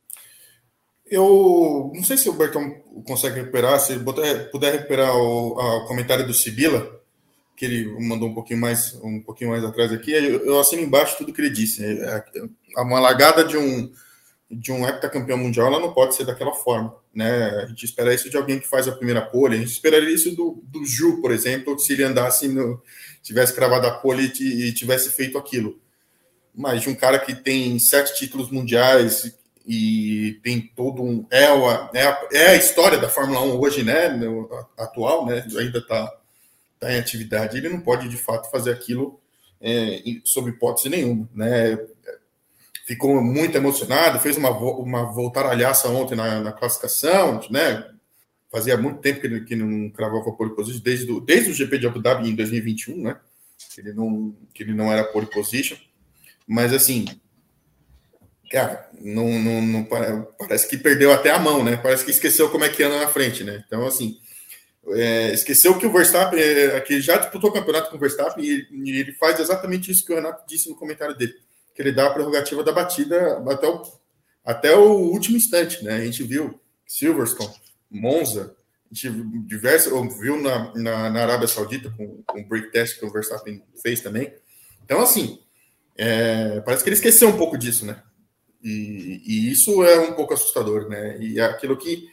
Eu não sei se o Bertão consegue recuperar, se puder recuperar o comentário do Sibila, que ele mandou um pouquinho mais atrás aqui, eu assino embaixo tudo que ele disse. Uma largada de um heptacampeão mundial, ela não pode ser daquela forma, né? A gente espera isso de alguém que faz a primeira pole, a gente esperaria isso do Ju, por exemplo, se ele andasse, tivesse cravado a pole e tivesse feito aquilo. Mas de um cara que tem 7 títulos mundiais e tem todo é a história da Fórmula 1 hoje, né? Atual, né? Ainda está em atividade, ele não pode de fato fazer aquilo sob hipótese nenhuma, né? Ficou muito emocionado, fez uma voltaralhaça ontem na classificação, né? Fazia muito tempo que ele não cravava pole position, desde o GP de Abu Dhabi em 2021, né? Que ele não era pole position, mas assim, cara, não parece que perdeu até a mão, né? Parece que esqueceu como é que anda na frente, né? Então, assim, esqueceu que o Verstappen, que já disputou o campeonato com o Verstappen, e ele faz exatamente isso que o Renato disse no comentário dele, que ele dá a prerrogativa da batida até o último instante, né? A gente viu Silverstone, Monza, a gente viu na Arábia Saudita com o break test que o Verstappen fez também. Então, assim, parece que ele esqueceu um pouco disso, né? E isso é um pouco assustador, né? E é aquilo que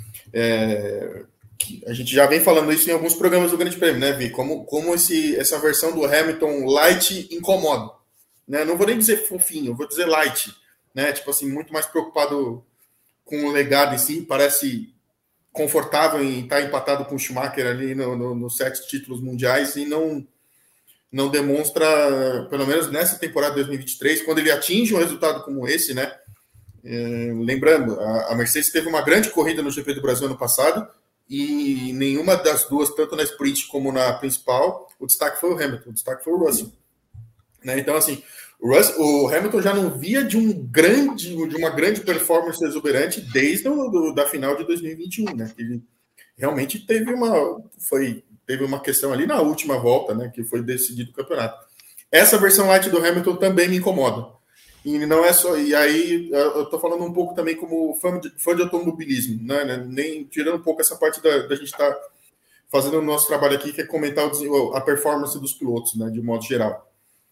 a gente já vem falando isso em alguns programas do Grande Prêmio, né, Vi? Como essa versão do Hamilton light incomoda, né? Não vou nem dizer fofinho, vou dizer light, né? Tipo assim, muito mais preocupado com o legado em si, parece confortável em estar empatado com o Schumacher ali nos 7 títulos mundiais e não demonstra, pelo menos nessa temporada de 2023, quando ele atinge um resultado como esse, né? Lembrando, a Mercedes teve uma grande corrida no GP do Brasil ano passado e nenhuma das duas, tanto na sprint como na principal, o destaque foi o Hamilton, o destaque foi o Russell, né? Então, assim, o Hamilton já não via de uma grande performance exuberante desde da final de 2021, né? Ele realmente teve uma questão ali na última volta, né, que foi decidido o campeonato. Essa versão light do Hamilton também me incomoda. E não é só. E aí eu tô falando um pouco também como fã de automobilismo, né? Nem tirando um pouco essa parte da gente estar fazendo o nosso trabalho aqui, que é comentar a performance dos pilotos, né, de modo geral.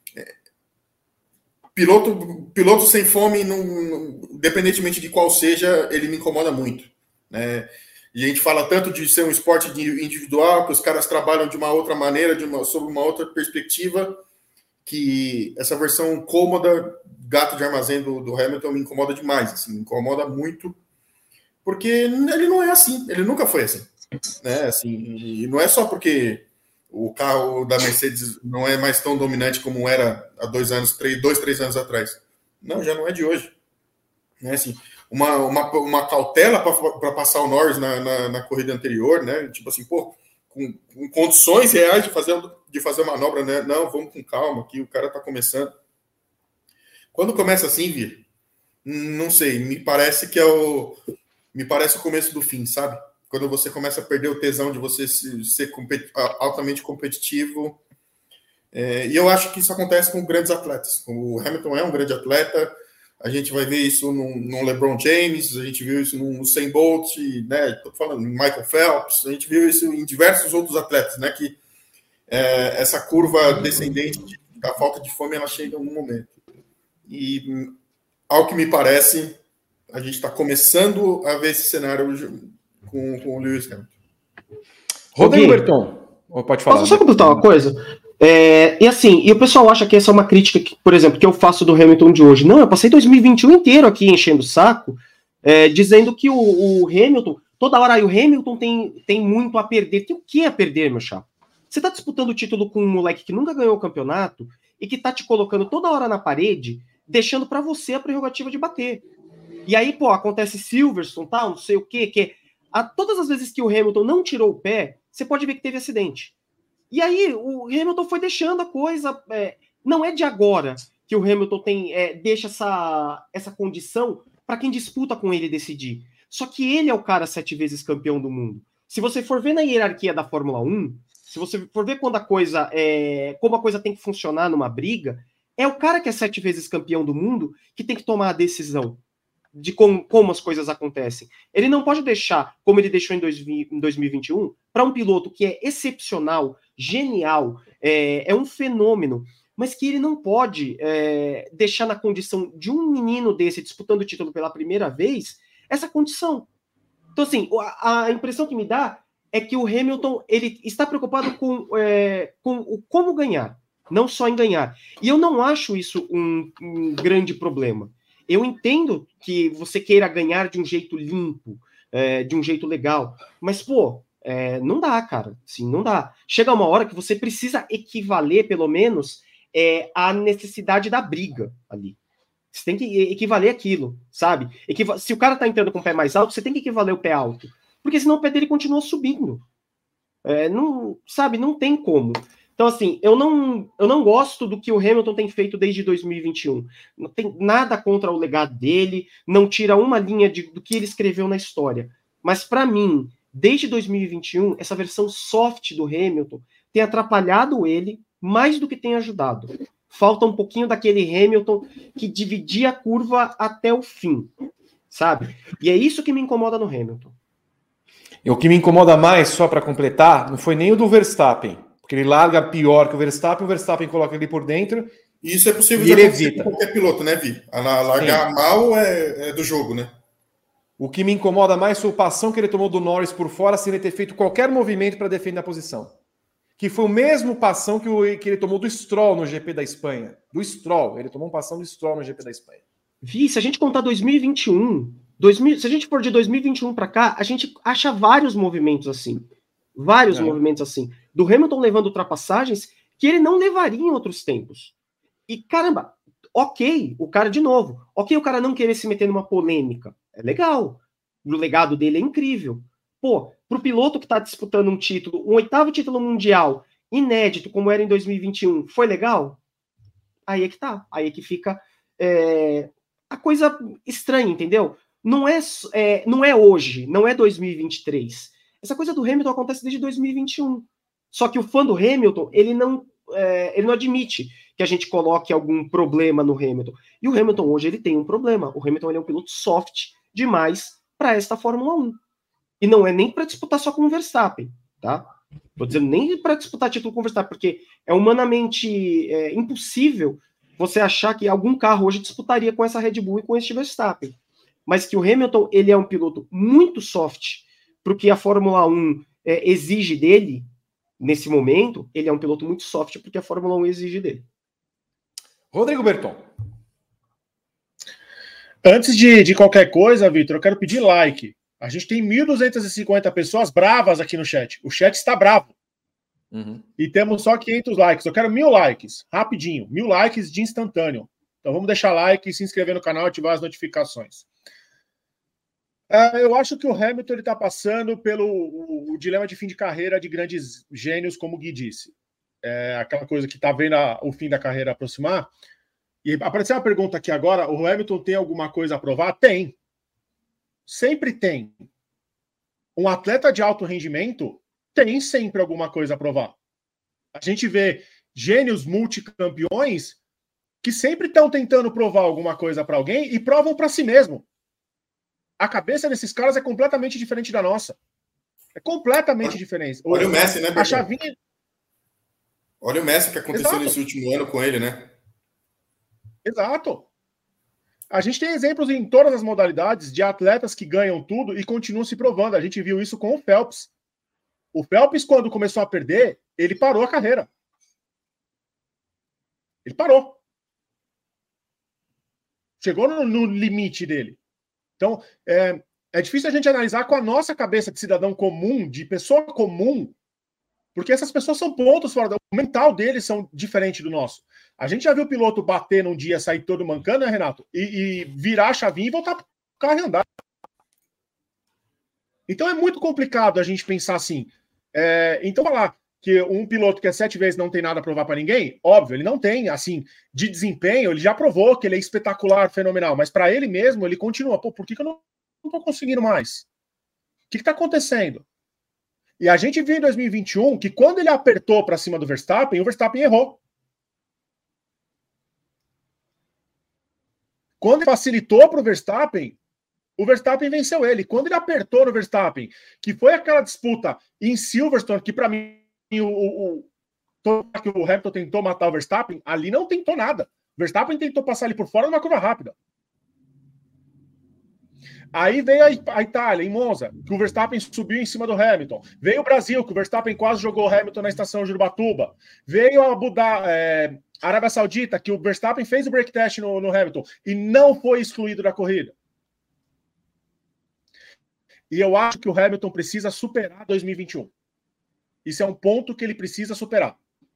Piloto sem fome, independentemente de qual seja, ele me incomoda muito, né? E a gente fala tanto de ser um esporte individual, que os caras trabalham de uma outra maneira, sob uma outra perspectiva, que essa versão cômoda, gato de armazém do Hamilton me incomoda demais, assim, me incomoda muito, porque ele não é assim, ele nunca foi assim, né? Assim, e não é só porque o carro da Mercedes não é mais tão dominante como era há 2, 3 anos atrás. Não, já não é de hoje. Né? Assim, uma cautela para passar o Norris na corrida anterior, né? Tipo assim, pô, com condições reais de fazer uma manobra, né? Não, vamos com calma, que o cara está começando. Quando começa assim, Vi, não sei, me parece o começo do fim, sabe? Quando você começa a perder o tesão de você ser altamente competitivo. E eu acho que isso acontece com grandes atletas. O Hamilton é um grande atleta, a gente vai ver isso no LeBron James, a gente viu isso no Usain Bolt, né? Tô falando em Michael Phelps, a gente viu isso em diversos outros atletas, né? Que essa curva descendente da falta de fome, ela chega em um momento. E, ao que me parece, a gente está começando a ver esse cenário com o Lewis Hamilton. Rodrigo Berton, pode falar. Posso só completar uma coisa? E o pessoal acha que essa é uma crítica, por exemplo, que eu faço do Hamilton de hoje. Não, eu passei 2021 inteiro aqui enchendo o saco, dizendo que o Hamilton, toda hora aí, o Hamilton tem muito a perder. Tem o que a perder, meu chapa? Você tá disputando o título com um moleque que nunca ganhou o campeonato e que tá te colocando toda hora na parede, deixando para você a prerrogativa de bater. E aí, pô, acontece Silverstone, tal, não sei o quê, todas as vezes que o Hamilton não tirou o pé, você pode ver que teve acidente. E aí, o Hamilton foi deixando a coisa... não é de agora que o Hamilton deixa essa condição para quem disputa com ele decidir. Só que ele é o cara 7 vezes campeão do mundo. Se você for ver na hierarquia da Fórmula 1, se você for ver como a coisa tem que funcionar numa briga, é o cara que é 7 vezes campeão do mundo que tem que tomar a decisão de como as coisas acontecem. Ele não pode deixar, como ele deixou em 2021, para um piloto que é excepcional, genial, é um fenômeno, mas que ele não pode deixar na condição de um menino desse disputando o título pela primeira vez, essa condição. Então, assim, a impressão que me dá é que o Hamilton ele está preocupado com o como ganhar, não só em ganhar. E eu não acho isso um grande problema. Eu entendo que você queira ganhar de um jeito limpo, de um jeito legal, mas, pô, não dá, cara. Sim, não dá. Chega uma hora que você precisa equivaler, pelo menos, à necessidade da briga ali. Você tem que equivaler aquilo, sabe? Se o cara tá entrando com o pé mais alto, você tem que equivaler o pé alto. Porque senão o pé dele continua subindo. Não tem como. Então, assim, eu não gosto do que o Hamilton tem feito desde 2021. Não tem nada contra o legado dele, não tira uma linha do que ele escreveu na história. Mas, para mim, desde 2021, essa versão soft do Hamilton tem atrapalhado ele mais do que tem ajudado. Falta um pouquinho daquele Hamilton que dividia a curva até o fim, sabe? E é isso que me incomoda no Hamilton. E o que me incomoda mais, só para completar, não foi nem o do Verstappen. Porque ele larga pior que o Verstappen coloca ele por dentro. E isso é possível de acontecer com qualquer piloto, né, Vi? Largar mal é do jogo, né? O que me incomoda mais foi o passão que ele tomou do Norris por fora, sem ele ter feito qualquer movimento para defender a posição. Que foi o mesmo passão que ele tomou do Stroll no GP da Espanha. Do Stroll. Ele tomou um passão do Stroll no GP da Espanha. Vi, se a gente contar 2021, se a gente for de 2021 para cá, a gente acha vários movimentos assim. Movimentos assim. Do Hamilton levando ultrapassagens que ele não levaria em outros tempos. E, caramba, ok, o cara não querer se meter numa polêmica. É legal. O legado dele é incrível. Pô, pro piloto que tá disputando um 8º título mundial, inédito, como era em 2021, foi legal? Aí é que tá. Aí é que fica a coisa estranha, entendeu? Não é hoje, não é 2023. Essa coisa do Hamilton acontece desde 2021. Só que o fã do Hamilton, ele não admite que a gente coloque algum problema no Hamilton. E o Hamilton hoje, ele tem um problema. O Hamilton ele é um piloto soft demais para esta Fórmula 1. E não é nem para disputar só com o Verstappen, tá? Tô dizendo nem para disputar título com o Verstappen, porque é humanamente impossível você achar que algum carro hoje disputaria com essa Red Bull e com este Verstappen. Mas que o Hamilton, ele é um piloto muito soft para o que a Fórmula 1 exige dele, nesse momento, ele é um piloto muito soft porque a Fórmula 1 exige dele. Rodrigo Berton. Antes de qualquer coisa, Vitor, eu quero pedir like. A gente tem 1.250 pessoas bravas aqui no chat. O chat está bravo. Uhum. E temos só 500 likes. Eu quero 1.000 likes, rapidinho. 1.000 likes de instantâneo. Então vamos deixar like, se inscrever no canal e ativar as notificações. Eu acho que o Hamilton está passando pelo o dilema de fim de carreira de grandes gênios, como o Gui disse. Aquela coisa que está vendo o fim da carreira aproximar. E apareceu uma pergunta aqui agora: o Hamilton tem alguma coisa a provar? Tem. Sempre tem. Um atleta de alto rendimento tem sempre alguma coisa a provar. A gente vê gênios multicampeões que sempre estão tentando provar alguma coisa para alguém e provam para si mesmo. A cabeça desses caras é completamente diferente da nossa. É completamente diferente. Olha o Messi, né, Bertão? A chavinha... Olha o Messi que aconteceu nesse último ano com ele, né? Exato. A gente tem exemplos em todas as modalidades de atletas que ganham tudo e continuam se provando. A gente viu isso com o Phelps. O Phelps, quando começou a perder, ele parou a carreira. Ele parou. Chegou no limite dele. Então, é difícil a gente analisar com a nossa cabeça de cidadão comum, de pessoa comum, porque essas pessoas são pontos fora. O mental deles são diferente do nosso. A gente já viu o piloto bater num dia, sair todo mancando, né, Renato? E virar a chavinha e voltar pro carro e andar. Então é muito complicado a gente pensar assim. Então, falar que um piloto que é 7 vezes não tem nada a provar para ninguém, óbvio, ele não tem, assim, de desempenho, ele já provou que ele é espetacular, fenomenal, mas para ele mesmo, ele continua, por que eu não tô conseguindo mais? O que está acontecendo? E a gente viu em 2021 que quando ele apertou para cima do Verstappen, o Verstappen errou. Quando ele facilitou para o Verstappen venceu ele. Quando ele apertou no Verstappen, que foi aquela disputa em Silverstone, que para mim que o Hamilton tentou matar o Verstappen, ali não tentou nada. O Verstappen tentou passar ele por fora numa curva rápida. Aí veio a Itália, em Monza, que o Verstappen subiu em cima do Hamilton. Veio o Brasil, que o Verstappen quase jogou o Hamilton na estação de Ubatuba. Veio a Arábia Saudita, que o Verstappen fez o break test no Hamilton e não foi excluído da corrida. E eu acho que o Hamilton precisa superar 2021. Isso é um ponto que ele precisa superar.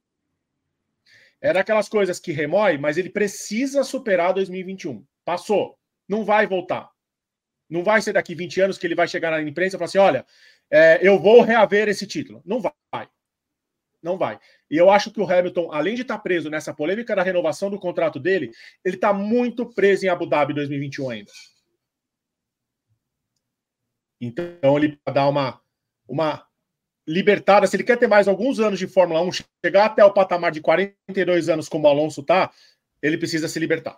É daquelas coisas que remói, mas ele precisa superar 2021. Passou. Não vai voltar. Não vai ser daqui 20 anos que ele vai chegar na imprensa e falar assim, olha, eu vou reaver esse título. Não vai. Não vai. E eu acho que o Hamilton, além de estar preso nessa polêmica da renovação do contrato dele, ele está muito preso em Abu Dhabi 2021 ainda. Então ele vai dar uma libertada, se ele quer ter mais alguns anos de Fórmula 1, chegar até o patamar de 42 anos como o Alonso está, ele precisa se libertar.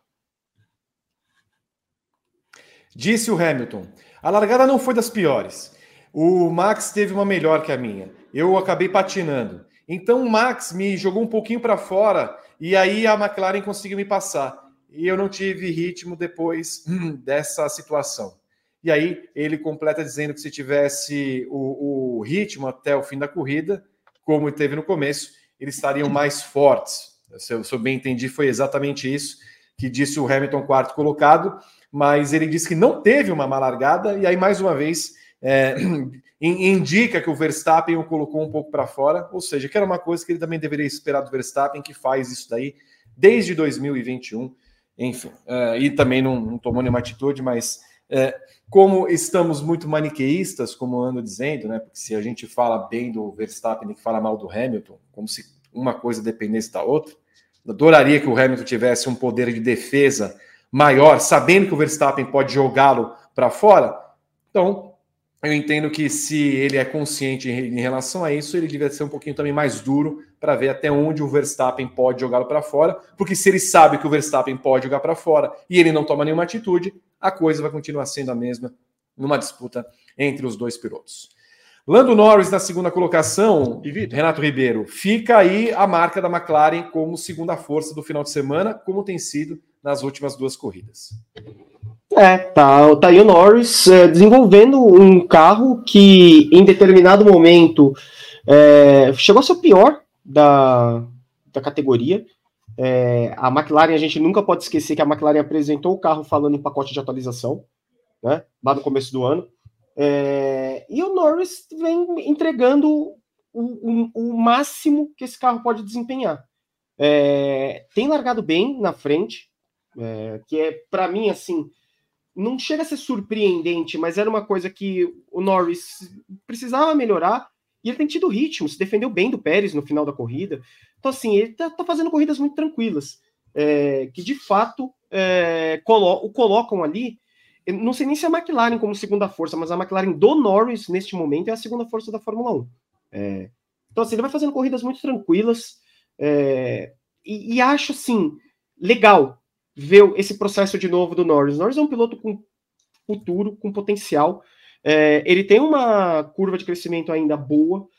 Disse o Hamilton, a largada não foi das piores. O Max teve uma melhor que a minha. Eu acabei patinando. Então o Max me jogou um pouquinho para fora e aí a McLaren conseguiu me passar. E eu não tive ritmo depois dessa situação. E aí ele completa dizendo que se tivesse o ritmo até o fim da corrida, como teve no começo, eles estariam mais fortes. Se eu bem entendi, foi exatamente isso que disse o Hamilton, quarto colocado, mas ele disse que não teve uma má largada, e aí mais uma vez indica que o Verstappen o colocou um pouco para fora, ou seja, que era uma coisa que ele também deveria esperar do Verstappen, que faz isso daí desde 2021, enfim, e também não tomou nenhuma atitude, mas... como estamos muito maniqueístas, como eu ando dizendo, né? Porque se a gente fala bem do Verstappen e fala mal do Hamilton, como se uma coisa dependesse da outra, eu adoraria que o Hamilton tivesse um poder de defesa maior, sabendo que o Verstappen pode jogá-lo para fora. Então, eu entendo que se ele é consciente em relação a isso, ele devia ser um pouquinho também mais duro para ver até onde o Verstappen pode jogá-lo para fora, porque se ele sabe que o Verstappen pode jogar para fora e ele não toma nenhuma atitude, a coisa vai continuar sendo a mesma numa disputa entre os dois pilotos. Lando Norris na segunda colocação, Renato Ribeiro, fica aí a marca da McLaren como segunda força do final de semana, como tem sido nas últimas duas corridas. Tá aí o Norris desenvolvendo um carro que em determinado momento chegou a ser o pior da categoria. A McLaren, a gente nunca pode esquecer que a McLaren apresentou o carro falando em pacote de atualização, né, lá no começo do ano. E o Norris vem entregando o máximo que esse carro pode desempenhar. Tem largado bem na frente, que para mim, assim, não chega a ser surpreendente, mas era uma coisa que o Norris precisava melhorar, e ele tem tido ritmo, se defendeu bem do Pérez no final da corrida. Então, assim, ele tá fazendo corridas muito tranquilas, que de fato o colocam ali. Eu não sei nem se é a McLaren como segunda força, mas a McLaren do Norris, neste momento, é a segunda força da Fórmula 1. Então, assim, ele vai fazendo corridas muito tranquilas, e acho, assim, legal ver esse processo de novo do Norris. O Norris é um piloto com futuro, com potencial. Ele tem uma curva de crescimento ainda boa.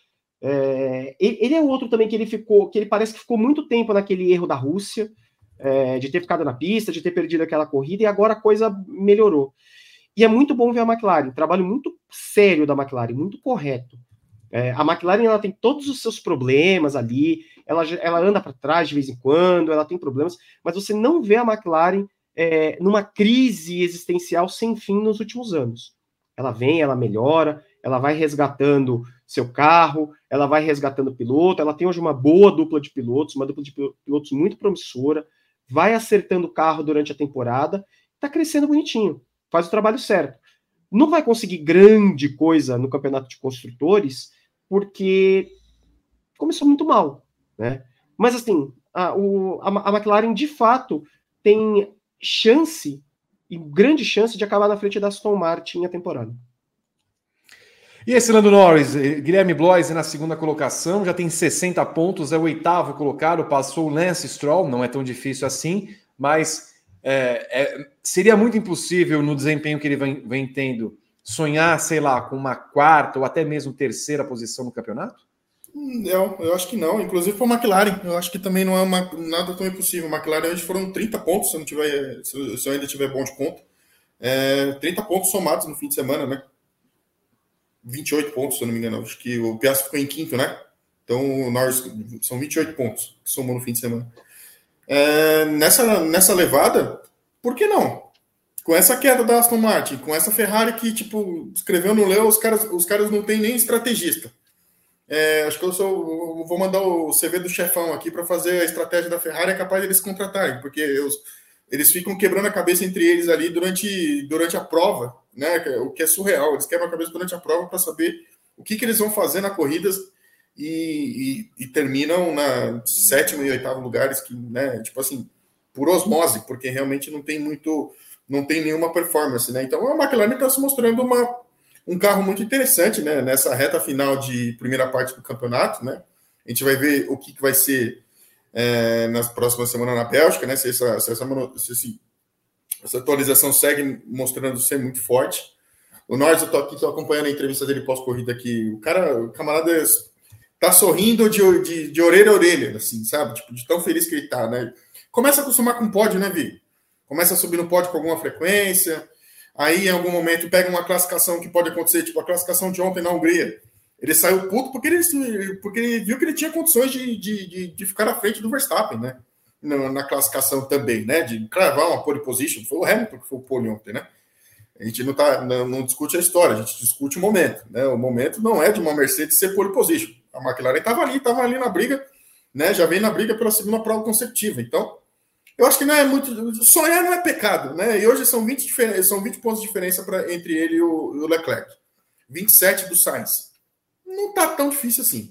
Ele é outro também que ele parece que ficou muito tempo naquele erro da Rússia, de ter ficado na pista, de ter perdido aquela corrida, e agora a coisa melhorou. E é muito bom ver a McLaren, trabalho muito sério da McLaren, muito correto. A McLaren, ela tem todos os seus problemas ali, ela anda para trás de vez em quando, ela tem problemas, mas você não vê a McLaren numa crise existencial sem fim nos últimos anos. Ela vem, ela melhora, ela vai resgatando seu carro, ela vai resgatando piloto, ela tem hoje uma boa dupla de pilotos, uma dupla de pilotos muito promissora, vai acertando o carro durante a temporada, tá crescendo bonitinho, faz o trabalho certo. Não vai conseguir grande coisa no campeonato de construtores, porque começou muito mal, né? Mas, assim, a McLaren, de fato, tem chance, e grande chance, de acabar na frente da Aston Martin a temporada. E esse Lando Norris, Guilherme Blois na segunda colocação, já tem 60 pontos, é o 8º colocado, passou o Lance Stroll, não é tão difícil assim, mas seria muito impossível no desempenho que ele vem tendo sonhar, sei lá, com uma 4ª ou até mesmo 3ª posição no campeonato? Eu acho que não, inclusive para a McLaren, eu acho que também não é nada tão impossível. A McLaren hoje foram 30 pontos, se eu ainda tiver bom de conta, 30 pontos somados no fim de semana, né? 28 pontos, se eu não me engano. Acho que o Piastri ficou em quinto, né? Então o Norris são 28 pontos que somou no fim de semana. Nessa levada, por que não? Com essa queda da Aston Martin, com essa Ferrari que, tipo, escreveu no Leo, os caras não tem nem estrategista. Acho que eu vou mandar o CV do chefão aqui para fazer a estratégia da Ferrari, é capaz de eles contratarem, porque eles ficam quebrando a cabeça entre eles ali durante a prova, né? O que é surreal. Eles quebram a cabeça durante a prova para saber o que eles vão fazer na corrida e terminam na 7º e 8º lugares, que, né, tipo assim, por osmose, porque realmente não tem nenhuma performance, né? Então a McLaren está se mostrando um carro muito interessante, né? Nessa reta final de primeira parte do campeonato, né? A gente vai ver o que vai ser nas próximas semanas na Bélgica, né? Se essa atualização segue mostrando ser muito forte. O Norris, eu tô acompanhando a entrevista dele pós-corrida aqui. O camarada tá sorrindo de orelha a orelha, assim, sabe? Tipo, de tão feliz que ele tá, né? Começa a acostumar com o pódio, né, Vi? Começa a subir no pódio com alguma frequência. Aí, em algum momento, pega uma classificação que pode acontecer, tipo a classificação de ontem na Hungria. Ele saiu puto porque ele viu que ele tinha condições de ficar à frente do Verstappen, né? Na classificação também, né? De cravar uma pole position. Foi o Hamilton que foi o pole ontem, né? A gente não discute a história, a gente discute o momento, né? O momento não é de uma Mercedes ser pole position. A McLaren estava ali na briga, né? Já vem na briga pela segunda prova consecutiva. Então, eu acho que não é muito... Sonhar não é pecado, né? E hoje são 20 pontos de diferença entre ele e o Leclerc. 27 do Sainz. Não tá tão difícil assim.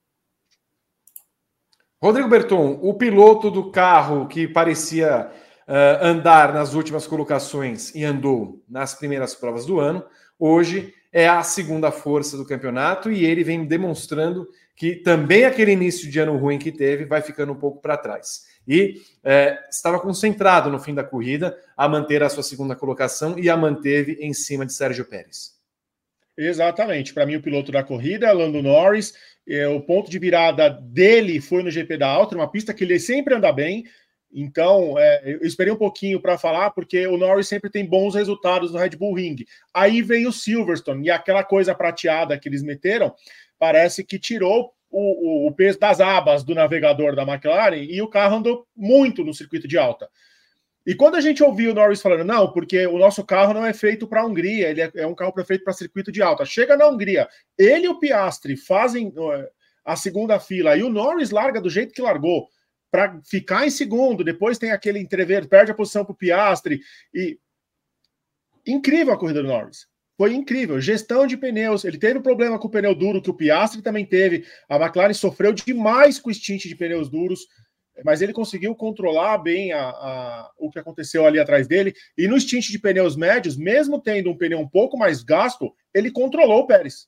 Rodrigo Berton, o piloto do carro que parecia andar nas últimas colocações e andou nas primeiras provas do ano, hoje é a segunda força do campeonato e ele vem demonstrando que também aquele início de ano ruim que teve vai ficando um pouco para trás. E estava concentrado no fim da corrida a manter a sua segunda colocação e a manteve em cima de Sérgio Pérez. Exatamente. Para mim, o piloto da corrida é Lando Norris. O ponto de virada dele foi no GP da Áustria, uma pista que ele sempre anda bem. Então, eu esperei um pouquinho para falar, porque o Norris sempre tem bons resultados no Red Bull Ring. Aí veio o Silverstone, e aquela coisa prateada que eles meteram, parece que tirou o peso das abas do navegador da McLaren, e o carro andou muito no circuito de alta. E quando a gente ouviu o Norris falando, não, porque o nosso carro não é feito para a Hungria, ele é um carro feito para circuito de alta. Chega na Hungria, ele e o Piastri fazem a segunda fila, e o Norris larga do jeito que largou, para ficar em segundo, depois tem aquele entrever, perde a posição para o Piastri, e incrível a corrida do Norris. Foi incrível. Gestão de pneus. Ele teve problema com o pneu duro, que o Piastri também teve. A McLaren sofreu demais com o stint de pneus duros, mas ele conseguiu controlar bem o que aconteceu ali atrás dele. E no stint de pneus médios, mesmo tendo um pneu um pouco mais gasto, ele controlou o Pérez.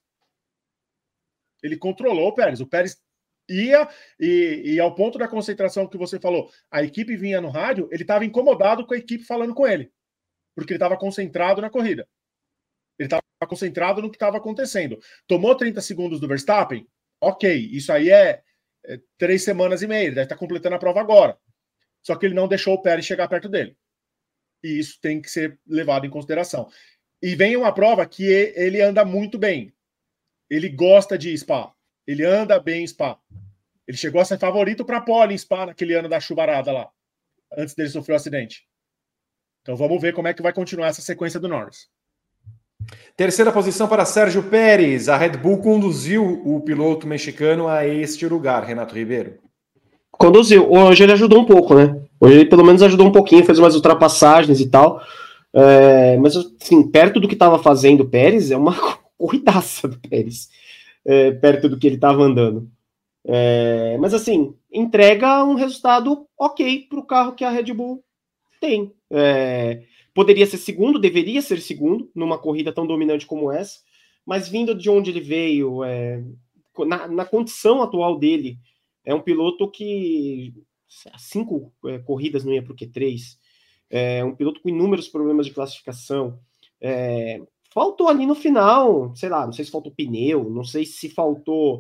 O Pérez ia, e ao ponto da concentração que você falou, a equipe vinha no rádio, ele estava incomodado com a equipe falando com ele, porque ele estava concentrado na corrida. Ele estava concentrado no que estava acontecendo. Tomou 30 segundos do Verstappen? Ok, isso aí é 3 semanas e meia, ele deve estar completando a prova agora. Só que ele não deixou o Pérez chegar perto dele. E isso tem que ser levado em consideração. E vem uma prova que ele anda muito bem. Ele gosta de Spa. Ele anda bem em Spa. Ele chegou a ser favorito para a pole em Spa naquele ano da chuvarada lá, antes dele sofrer o acidente. Então vamos ver como é que vai continuar essa sequência do Norris. Terceira posição para Sérgio Pérez. A Red Bull conduziu o piloto mexicano a este lugar, Renato Ribeiro. Conduziu. Hoje ele ajudou um pouco, né? Hoje ele pelo menos ajudou um pouquinho, fez umas ultrapassagens e tal. Mas, assim, perto do que estava fazendo o Pérez, é uma corridaça do Pérez. Perto do que ele estava andando. Mas, assim, entrega um resultado ok para o carro que a Red Bull tem. Poderia ser segundo, deveria ser segundo, numa corrida tão dominante como essa, mas vindo de onde ele veio, na condição atual dele, é um piloto que 5 corridas não ia para o Q3, um piloto com inúmeros problemas de classificação, faltou ali no final, sei lá, não sei se faltou pneu, não sei se faltou,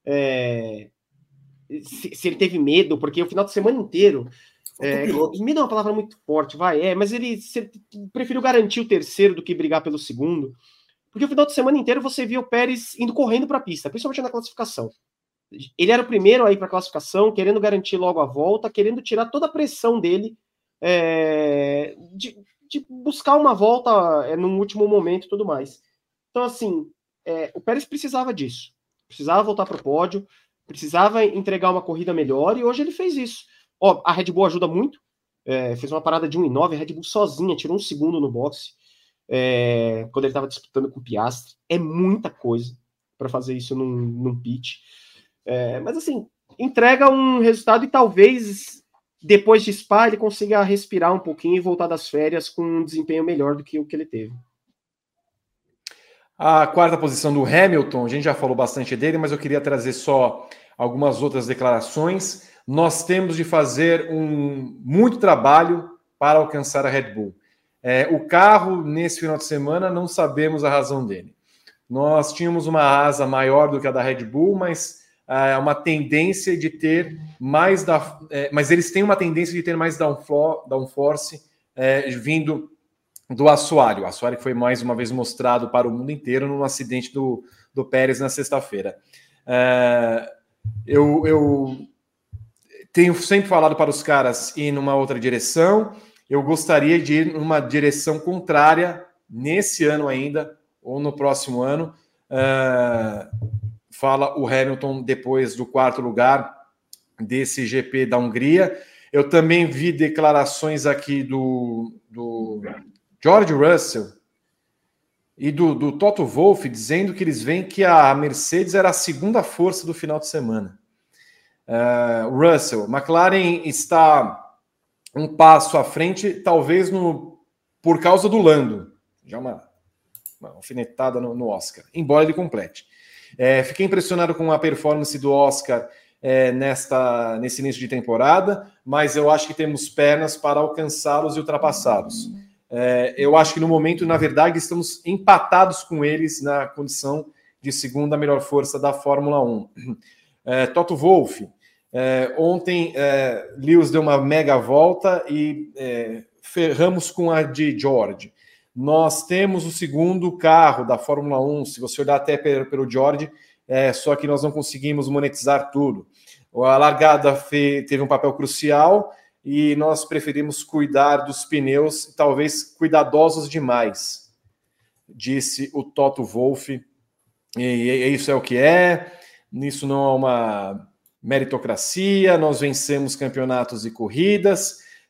se ele teve medo, porque o final de semana inteiro, medo é uma palavra muito forte, mas ele preferiu garantir o terceiro do que brigar pelo segundo, porque o final de semana inteiro você via o Pérez indo correndo para a pista, principalmente na classificação. Ele era o primeiro aí para a classificação, querendo garantir logo a volta, querendo tirar toda a pressão dele de buscar uma volta no último momento e tudo mais. Então, assim, o Pérez precisava disso, precisava voltar para o pódio, precisava entregar uma corrida melhor, e hoje ele fez isso. A Red Bull ajuda muito, fez uma parada de 1,9, a Red Bull sozinha tirou 1 segundo no boxe, quando ele estava disputando com o Piastri. É muita coisa para fazer isso num pit. Mas, assim, entrega um resultado, e talvez depois de Spa ele consiga respirar um pouquinho e voltar das férias com um desempenho melhor do que o que ele teve. A quarta posição do Hamilton, a gente já falou bastante dele, mas eu queria trazer só algumas outras declarações. Nós temos de fazer muito trabalho para alcançar a Red Bull. O carro, nesse final de semana, não sabemos a razão dele. Nós tínhamos uma asa maior do que a da Red Bull, mas uma tendência de ter mais mas eles têm uma tendência de ter mais downforce vindo do assoalho. O assoalho que foi mais uma vez mostrado para o mundo inteiro num acidente do Pérez na sexta-feira. Eu tenho sempre falado para os caras ir numa outra direção. Eu gostaria de ir numa direção contrária nesse ano ainda, ou no próximo ano. Fala o Hamilton depois do 4º lugar desse GP da Hungria. Eu também vi declarações aqui do George Russell e do Toto Wolff dizendo que eles veem que a Mercedes era a segunda força do final de semana. Russell, McLaren está um passo à frente, talvez por causa do Lando. Já uma alfinetada no Oscar, embora ele complete. Fiquei impressionado com a performance do Oscar nesse início de temporada, mas eu acho que temos pernas para alcançá-los e ultrapassá-los. Eu acho que no momento, na verdade, estamos empatados com eles na condição de segunda melhor força da Fórmula 1. Toto Wolff, ontem Lewis deu uma mega volta e ferramos com a de George. Nós temos o segundo carro da Fórmula 1, se você olhar até pelo George, só que nós não conseguimos monetizar tudo. A largada teve um papel crucial e nós preferimos cuidar dos pneus, talvez cuidadosos demais, disse o Toto Wolff. E isso é o que é. Isso não é uma meritocracia, nós vencemos campeonatos e corridas,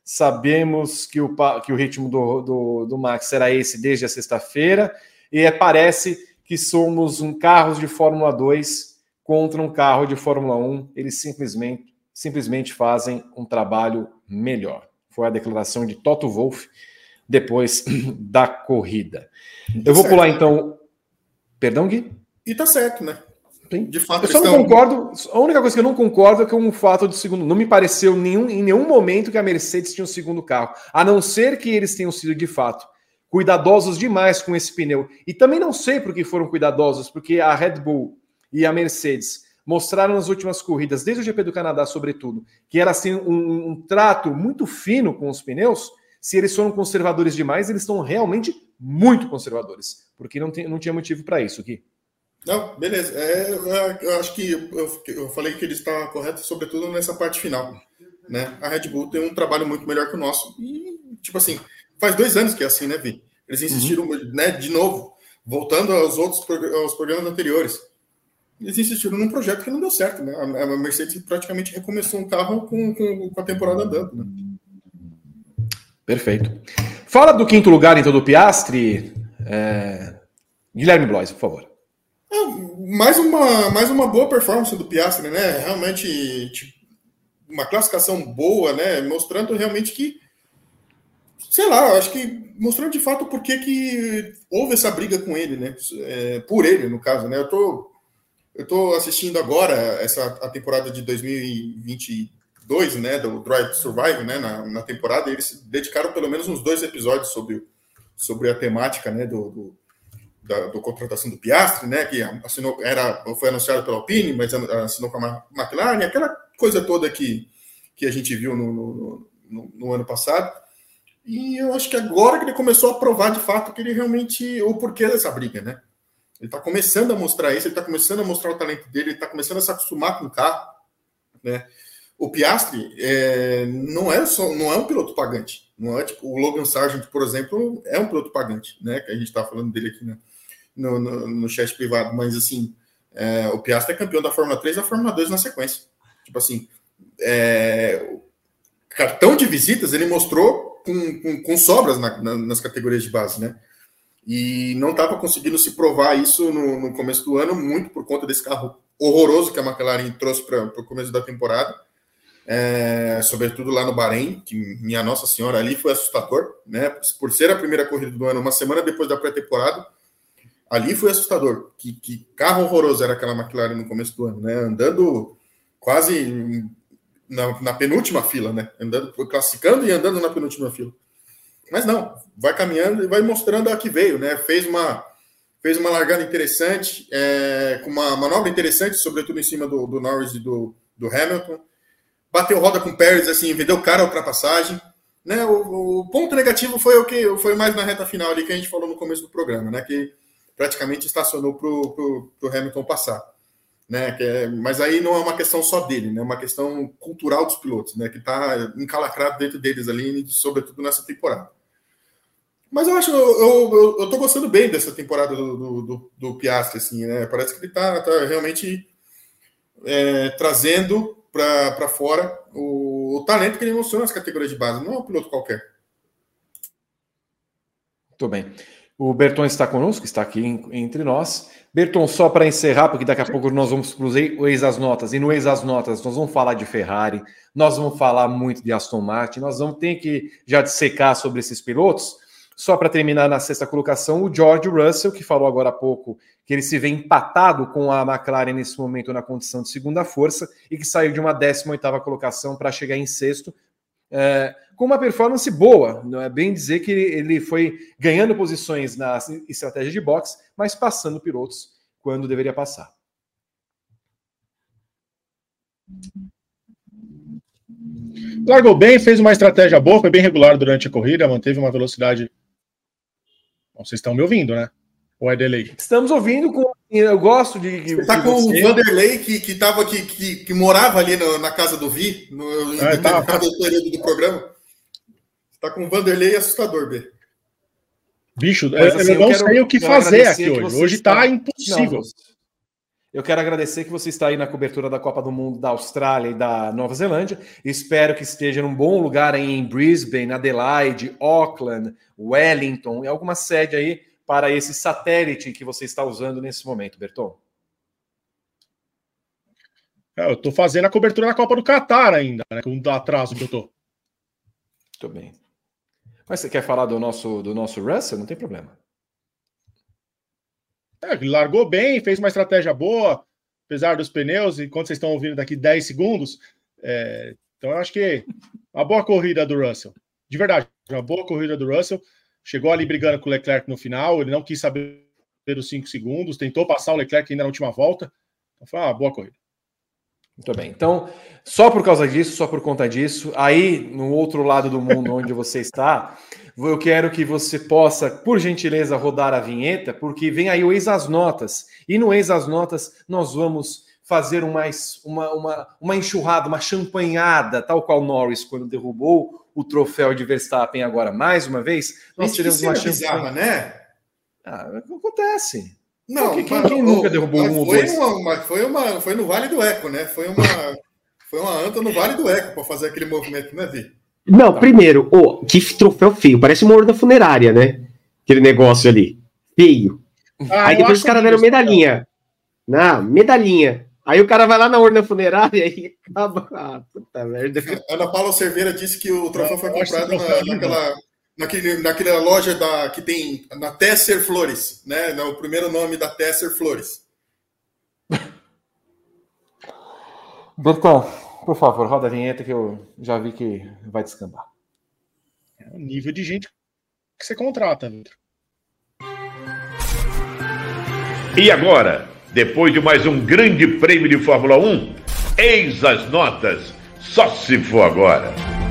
Sabemos que o ritmo do Max será esse desde a sexta-feira, e parece que somos um carro de Fórmula 2 contra um carro de Fórmula 1. Eles simplesmente fazem um trabalho melhor. Foi a declaração de Toto Wolff depois da corrida. Eu vou pular então... Perdão, Gui? E tá certo, né? De fato, eu só não concordo. A única coisa que eu não concordo é com o fato do segundo. Não me pareceu em nenhum momento que a Mercedes tinha um segundo carro, a não ser que eles tenham sido de fato cuidadosos demais com esse pneu. E também não sei por que foram cuidadosos, porque a Red Bull e a Mercedes mostraram nas últimas corridas, desde o GP do Canadá, sobretudo, que elas têm um trato muito fino com os pneus. Se eles foram conservadores demais, eles estão realmente muito conservadores, porque não tinha motivo para isso, Gui. Não, beleza. Eu acho que eu falei que ele está correto, sobretudo nessa parte final, né? A Red Bull tem um trabalho muito melhor que o nosso. E, tipo assim, faz 2 anos que é assim, né, Vi? Eles insistiram, né, de novo, voltando aos programas anteriores. Eles insistiram num projeto que não deu certo, né? A Mercedes praticamente recomeçou um carro com a temporada andando, né? Perfeito. Fala do 5º lugar, então, do Piastri. Guilherme Blois, por favor. Mais uma boa performance do Piastri, né? Realmente, tipo, uma classificação boa, né? Mostrando realmente que, sei lá, acho que mostrando de fato por que houve essa briga com ele, né? Por ele, no caso, né? Eu tô assistindo agora a temporada de 2022, né? Do Drive to Survive, né? Na temporada, eles dedicaram pelo menos uns 2 episódios sobre a temática, né? Da contratação do Piastri, né, que foi anunciado pela Alpine, mas assinou com a McLaren, aquela coisa toda que a gente viu no ano passado. E eu acho que agora que ele começou a provar de fato que ele realmente, o porquê dessa briga, né? Ele está começando a mostrar isso, ele está começando a mostrar o talento dele, ele está começando a se acostumar com o carro, né? O Piastri não é um piloto pagante, não é tipo o Logan Sargent, por exemplo, é um piloto pagante, né? Que a gente está falando dele aqui, né? No chat privado, mas assim, o Piastri é campeão da Fórmula 3 e da Fórmula 2 na sequência. Tipo assim, cartão de visitas ele mostrou com sobras nas categorias de base, né? E não estava conseguindo se provar isso no começo do ano, muito por conta desse carro horroroso que a McLaren trouxe para o começo da temporada, sobretudo lá no Bahrein, que, minha Nossa Senhora, ali foi assustador, né? Por ser a primeira corrida do ano, uma semana depois da pré-temporada, ali foi assustador. Que carro horroroso era aquela McLaren no começo do ano, né? Andando quase na penúltima fila, né? Classificando e andando na penúltima fila. Mas não, vai caminhando e vai mostrando a que veio, né? Fez uma largada interessante, com uma manobra interessante, sobretudo em cima do Norris e do Hamilton. Bateu roda com o Pérez, assim, vendeu cara a ultrapassagem. Né? O ponto negativo foi mais na reta final ali que a gente falou no começo do programa, né? Que praticamente estacionou para o Hamilton passar. Né? Mas aí não é uma questão só dele, né? É uma questão cultural dos pilotos, né? Que está encalacrado dentro deles ali, sobretudo nessa temporada. Mas eu acho, eu tô gostando bem dessa temporada do Piastri, assim, né? Parece que ele tá realmente trazendo para fora o talento que ele mostrou nas categorias de base. Não é um piloto qualquer. Muito bem. O Berton está conosco, está aqui entre nós. Berton, só para encerrar, porque daqui a pouco nós vamos para o Ex as Notas, e no Ex as Notas nós vamos falar de Ferrari, nós vamos falar muito de Aston Martin, nós vamos ter que já dissecar sobre esses pilotos. Só para terminar na 6ª colocação, o George Russell, que falou agora há pouco que ele se vê empatado com a McLaren nesse momento na condição de segunda força e que saiu de uma 18ª colocação para chegar em 6º, com uma performance boa. Não é bem dizer que ele foi ganhando posições na estratégia de boxe, mas passando pilotos quando deveria passar. Largou bem, fez uma estratégia boa, foi bem regular durante a corrida, manteve uma velocidade. Bom, vocês estão me ouvindo, né? Ou é delay? Estamos ouvindo. Eu gosto de. Você está com o Vanderlei que morava ali na casa do Vi, no determinado período do programa. Você está com o Vanderlei assustador, B. Bicho, assim, eu não sei o que fazer aqui hoje. Hoje está impossível. eu quero agradecer que você está aí na cobertura da Copa do Mundo da Austrália e da Nova Zelândia. Espero que esteja num bom lugar aí em Brisbane, Adelaide, Auckland, Wellington, e alguma sede aí para esse satélite que você está usando nesse momento, Berton. Eu estou fazendo a cobertura da Copa do Catar ainda, né? Com o atraso que eu tô. Muito bem. Mas você quer falar do nosso Russell? Não tem problema. Ele largou bem, fez uma estratégia boa, apesar dos pneus, e quando vocês estão ouvindo daqui 10 segundos. Então eu acho que uma boa corrida do Russell. De verdade, uma boa corrida do Russell. Chegou ali brigando com o Leclerc no final, ele não quis saber dos 5 segundos, tentou passar o Leclerc ainda na última volta. Então foi uma boa corrida. Muito bem. Então, só por causa disso, só por conta disso, aí no outro lado do mundo onde você está, eu quero que você possa, por gentileza, rodar a vinheta, porque vem aí o Eis as Notas. E no Eis as Notas nós vamos fazer uma enxurrada, uma champanhada, tal qual Norris quando derrubou o troféu de Verstappen agora mais uma vez. Nós teremos uma champanhada, bizarra, né? Acontece. Não, quem nunca derrubou um ou dois? Foi no Vale do Eco, né? Foi uma anta no Vale do Eco para fazer aquele movimento, né, Vi? Não, primeiro, que troféu feio. Parece uma urna funerária, né? Aquele negócio ali. Feio. Aí depois os caras deram medalhinha. Não, medalhinha. Aí o cara vai lá na urna funerária e acaba. Puta merda. Ana Paula Cerveira disse que o troféu foi comprado naquela loja que tem na Tesser Flores, né? O primeiro nome da Tesser Flores. Berton, por favor, roda a vinheta que eu já vi que vai descambar. É o nível de gente que você contrata, Vitor. E agora, depois de mais um grande prêmio de Fórmula 1, eis as notas, só se for agora.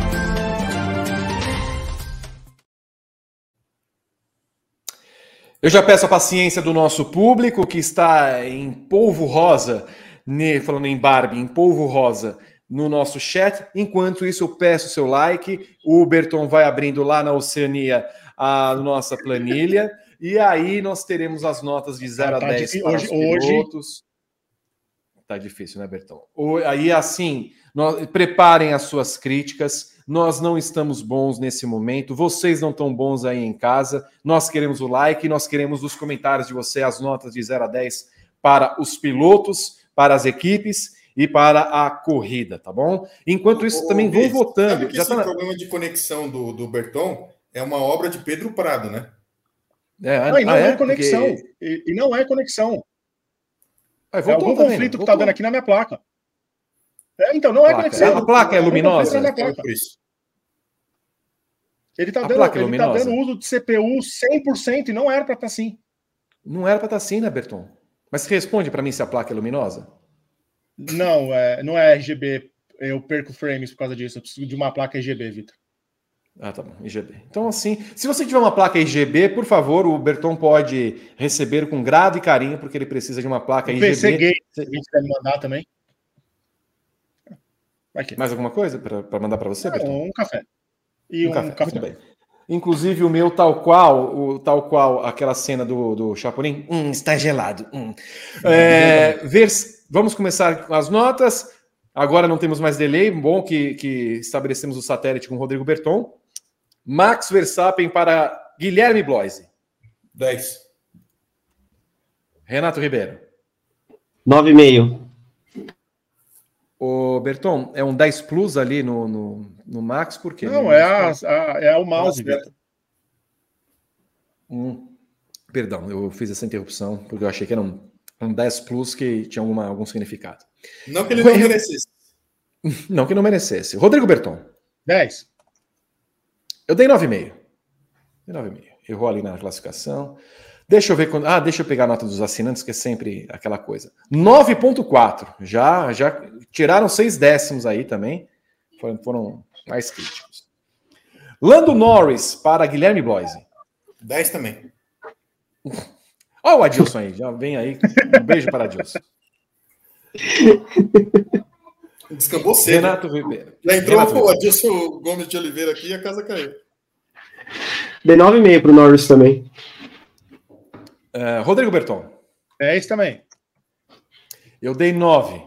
Eu já peço a paciência do nosso público que está em polvo rosa, falando em Barbie, em polvo rosa, no nosso chat. Enquanto isso, eu peço o seu like. O Berton vai abrindo lá na Oceania a nossa planilha. E aí nós teremos as notas de 0 a 10 para os pilotos. Tá difícil, né, Berton? Aí, assim, preparem as suas críticas. Nós não estamos bons nesse momento. Vocês não estão bons aí em casa. Nós queremos o like, nós queremos os comentários de você, as notas de 0 a 10 para os pilotos, para as equipes e para a corrida, tá bom? Enquanto isso, também vão votando. Sabe que esse problema de conexão do Berton é uma obra de Pedro Prado, né? Não é conexão. Porque... E não é conexão. É algum conflito que tá dando aqui na minha placa. Então, não é conexão. A placa é luminosa? Ele tá dando uso de CPU 100% e não era para estar assim. Não era para estar assim, né, Berton? Mas responde para mim se a placa é luminosa. Não é RGB. Eu perco frames por causa disso. Eu preciso de uma placa RGB, Vitor. Ah, tá bom, RGB. Então, assim, se você tiver uma placa RGB, por favor, o Berton pode receber com grado e carinho, porque ele precisa de uma placa RGB. PC Gay, a gente deve mandar também. Mais alguma coisa para mandar para você, Berton? Um café. E um café. Muito bem. Inclusive o meu tal qual aquela cena do Chapolin. Está gelado. Vamos começar com as notas. Agora não temos mais delay. Bom que estabelecemos o satélite com o Rodrigo Berton. Max Verstappen para Guilherme Bloise. 10. Renato Ribeiro. 9,5. O Berton, é um 10 Plus ali no Max, por quê? Não, é o mouse, Vitor. Perdão, eu fiz essa interrupção, porque eu achei que era um 10 Plus que tinha algum significado. Não que ele não merecesse. Não que não merecesse. Rodrigo Berton. 10. Eu dei 9,5. Errou ali na classificação. Deixa eu ver quando. Deixa eu pegar a nota dos assinantes, que é sempre aquela coisa. 9,4. Já tiraram 6 décimos aí também. Foram mais críticos. Lando Norris para Guilherme Bloise. 10 também. Olha o Adilson aí. Já vem aí. Um beijo para Adilson. Descambou cedo. Renato Ribeiro. Já entrou o Adilson Gomes de Oliveira aqui e a casa caiu. Dei 9,5 para o Norris também. Rodrigo Berton. 10 também. Eu dei 9.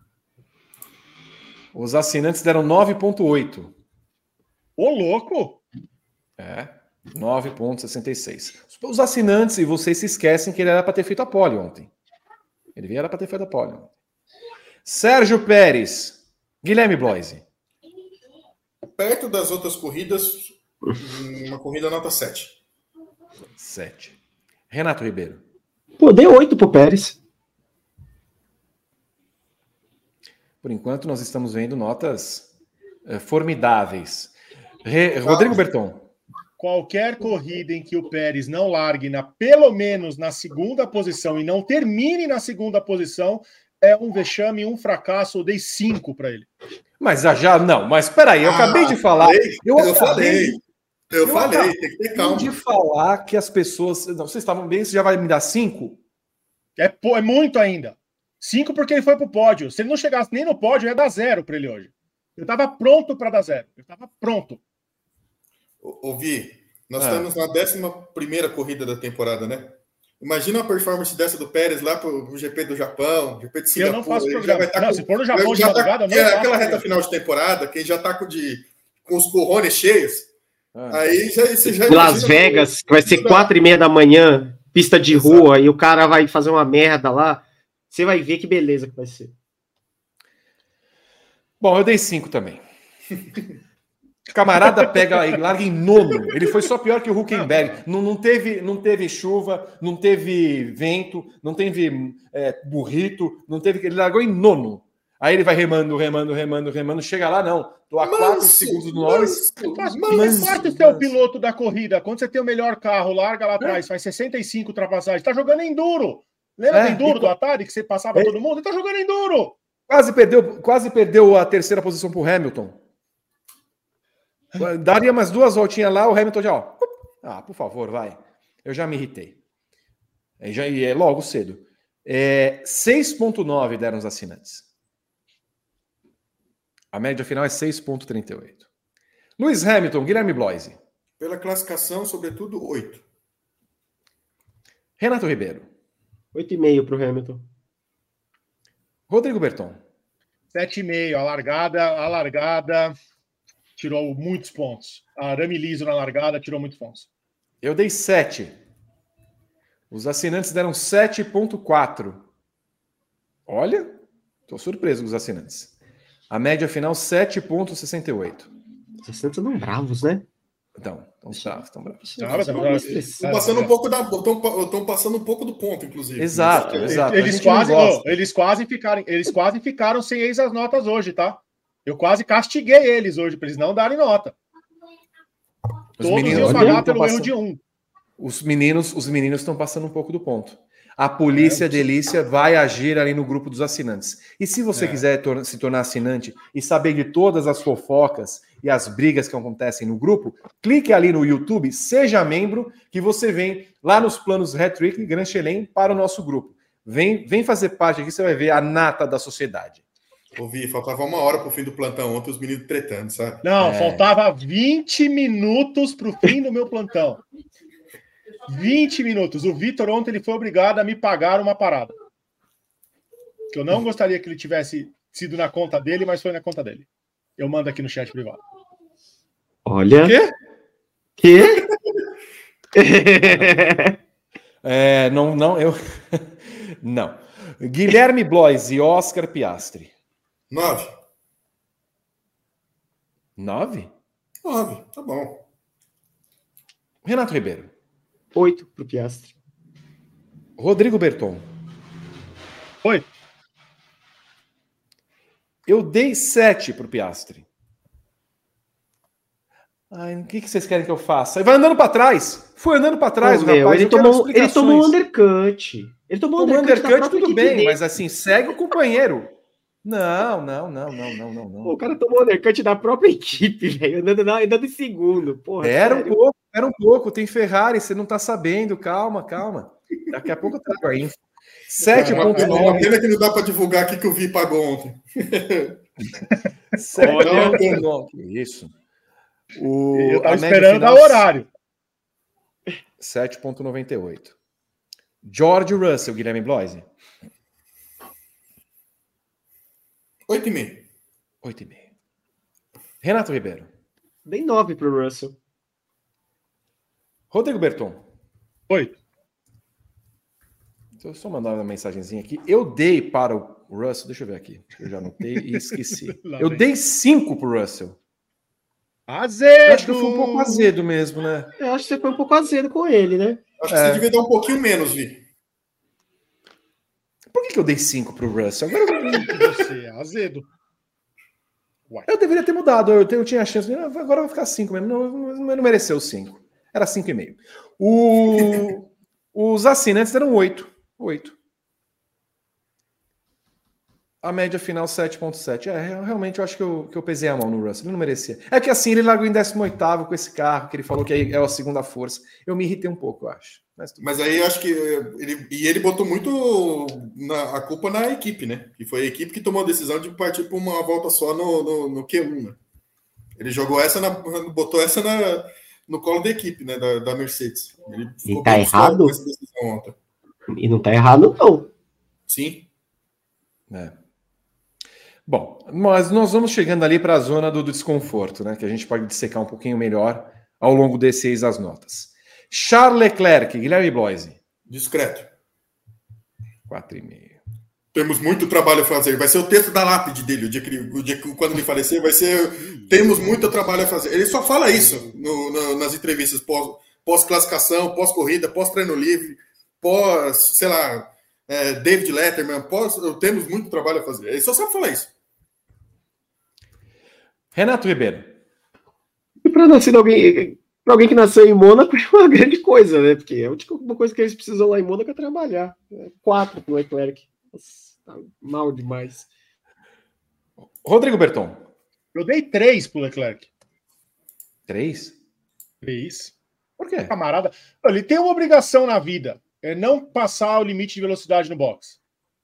Os assinantes deram 9,8. Ô, louco! 9,66. Os assinantes, e vocês se esquecem que ele era para ter feito a pole ontem. Ele era para ter feito a pole ontem. Sérgio Pérez. Guilherme Bloise. Perto das outras corridas, uma corrida nota 7. 7. Renato Ribeiro. Pô, dei 8 pro Pérez. Por enquanto, nós estamos vendo notas formidáveis. Rodrigo Berton. Qualquer corrida em que o Pérez não largue pelo menos na segunda posição e não termine na segunda posição é um vexame, um fracasso. Eu dei 5 para ele. Mas não, mas peraí, eu acabei de falar. Eu falei, tem que ter calma. De falar que as pessoas. Não, vocês estavam bem, você já vai me dar 5? É muito ainda. 5 porque ele foi pro pódio. Se ele não chegasse nem no pódio, ia dar 0 para ele hoje. Eu tava pronto para dar 0. Eu tava pronto. Vi, nós estamos na 11ª corrida da temporada, né? Imagina a performance dessa do Pérez lá pro GP do Japão, GP de Singapura. Eu não faço programa. Se for no Japão de madrugada, não faço. Aquela reta final de temporada, quem já tá com os corrones cheios, aí você já Las Vegas, que vai ser 4h30 da manhã, pista de rua, e o cara vai fazer uma merda lá. Você vai ver que beleza que vai ser. Bom, eu dei 5 também. Camarada pega e larga em 9º. Ele foi só pior que o Hülkenberg. Não teve chuva, não teve vento, não teve burrito, não teve. Ele largou em 9º. Aí ele vai remando. Chega lá, não. Tô a 4 segundos do Norris. Mas parte ser o piloto da corrida. Quando você tem o melhor carro, larga lá atrás, faz 65 ultrapassagens. Tá jogando enduro. Lembra do enduro do Atari que você passava todo mundo? Ele tá jogando enduro. Quase perdeu a terceira posição pro Hamilton. Daria umas 2 voltinhas lá, o Hamilton já, por favor, vai. Eu já me irritei. É logo cedo. 6,9 deram os assinantes. A média final é 6,38. Lewis Hamilton, Guilherme Bloise. Pela classificação, sobretudo, 8. Renato Ribeiro. 8,5 pro Hamilton. Rodrigo Berton. 7,5. A largada tirou muitos pontos. A arame liso na largada tirou muitos pontos. Eu dei 7. Os assinantes deram 7,4. Olha, estou surpreso com os assinantes. A média final, 7,68. Os assinantes estão bravos, né? Estão bravos. Estão passando um pouco estão passando um pouco do ponto, inclusive. Exato. Eles quase ficaram sem ex as notas hoje, tá? Eu quase castiguei eles hoje para eles não darem nota. Todos iam pagar pelo erro de 1. Os meninos estão passando um pouco do ponto. A polícia delícia vai agir ali no grupo dos assinantes. E se você quiser se tornar assinante e saber de todas as fofocas e as brigas que acontecem no grupo, clique ali no YouTube, seja membro, que você vem lá nos planos Hat-Trick e Grand Chelem para o nosso grupo. Vem fazer parte aqui, você vai ver a nata da sociedade. Ouvi, faltava 1 hora pro fim do plantão ontem, os meninos tretando, sabe? Não, faltava 20 minutos pro fim do meu plantão. 20 minutos. O Vitor ontem ele foi obrigado a me pagar uma parada. Que eu não gostaria que ele tivesse sido na conta dele, mas foi na conta dele. Eu mando aqui no chat privado. Olha. Quê? Não. Guilherme Bloise e Oscar Piastri. 9. 9? 9, tá bom. Renato Ribeiro. 8 pro Piastri. Rodrigo Berton. 8. Eu dei 7 pro Piastri. Ai, o que vocês querem que eu faça? Vai andando para trás. Foi andando para trás, o rapaz. Ele tomou um undercut. Ele tomou um undercut, tudo bem, mas assim, segue o companheiro. Não. O cara tomou o undercut da própria equipe, velho, andando em segundo. Porra, Espera um pouco. Tem Ferrari, você não tá sabendo. Calma. Daqui a pouco eu trago a info. 7,9. Uma pena que não dá para divulgar aqui que o Vi pagou ontem. 7,9. Isso. Eu tava esperando dar horário. 7,98. George Russell, Guilherme Bloise. 8,5. 8,5. Renato Ribeiro. Dei 9 pro Russell. Rodrigo Berton. 8. Deixa eu só mandar uma mensagenzinha aqui. Eu dei para o Russell, deixa eu ver aqui. Eu já anotei e esqueci. Eu dei 5 pro Russell. Azedo! Eu acho que eu fui um pouco azedo mesmo, né? Eu acho que você foi um pouco azedo com ele, né? Acho que você devia dar um pouquinho menos, Vi. Por que eu dei 5 pro Russell? Agora Você é azedo. eu deveria ter mudado. Eu tinha a chance. Agora vai ficar 5 mesmo. Não mereceu 5. Era 5,5. Os assinantes deram 8. 8. A média final 7,7. Realmente eu acho que eu pesei a mão no Russell. Ele não merecia. É que assim, ele largou em 18º com esse carro, que ele falou que é a segunda força. Eu me irritei um pouco, eu acho. Mas aí eu acho que ele botou muito a culpa na equipe, né? Que foi a equipe que tomou a decisão de partir por uma volta só no Q1, né? Ele jogou botou essa no colo da equipe, né? Da Mercedes. Ele ficou tá errado? Com essa decisão ontem. E não tá errado, não. Sim. Bom, mas nós vamos chegando ali para a zona do desconforto, né? Que a gente pode dissecar um pouquinho melhor ao longo desse eis as notas. Charles Leclerc, Guilherme Bloise. Discreto. 4,5. Temos muito trabalho a fazer. Vai ser o texto da lápide dele. O dia que quando ele falecer, vai ser. Temos muito trabalho a fazer. Ele só fala isso nas entrevistas pós-classificação, pós-corrida, pós-treino livre, sei lá, David Letterman. Temos muito trabalho a fazer. Ele só sabe falar isso. Renato Ribeiro. E para nascer alguém que nasceu em Mônaco é uma grande coisa, né? Porque a única coisa que eles precisam lá em Mônaco é trabalhar. 4 pro Leclerc. Nossa, tá mal demais. Rodrigo Berton. Eu dei 3 pro Leclerc. 3? 3. Por quê? Camarada, ele tem uma obrigação na vida. É não passar o limite de velocidade no box.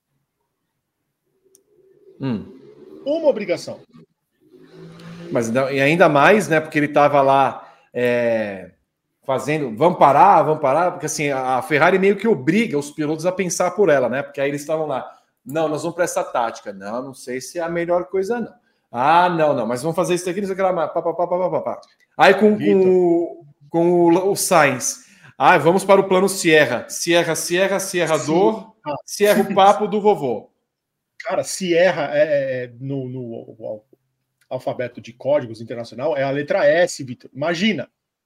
Uma obrigação. Mas e ainda mais, né? Porque ele estava lá fazendo. Vamos parar, porque assim, a Ferrari meio que obriga os pilotos a pensar por ela, né? Porque aí eles estavam lá. Não, nós vamos para essa tática. Não sei se é a melhor coisa, não. Ah, não, mas vamos fazer isso aqui, não sei o que lá. Aí com o Sainz. Ah, vamos para o plano Sierra. Sierra do. Sierra o papo do vovô. Cara, Sierra no alfabeto de códigos internacional é a letra S, Vitor. Imagina.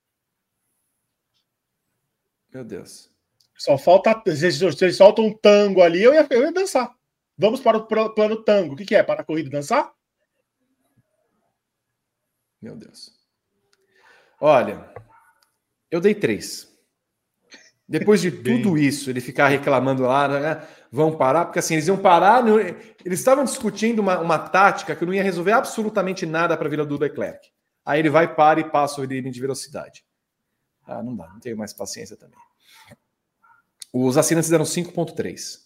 Meu Deus. Só falta. Se eles soltam um tango ali, eu ia dançar. Vamos para o plano tango. O que é? Para a corrida dançar? Meu Deus. Olha, eu dei 3. Depois de tudo isso, ele ficar reclamando lá, né? Vão parar, porque assim, eles iam parar, eles estavam discutindo uma tática que não ia resolver absolutamente nada para a vida do Leclerc. Aí ele vai, para e passa o limite de velocidade. Ah, não dá, não tenho mais paciência também. Os assinantes deram 5,3.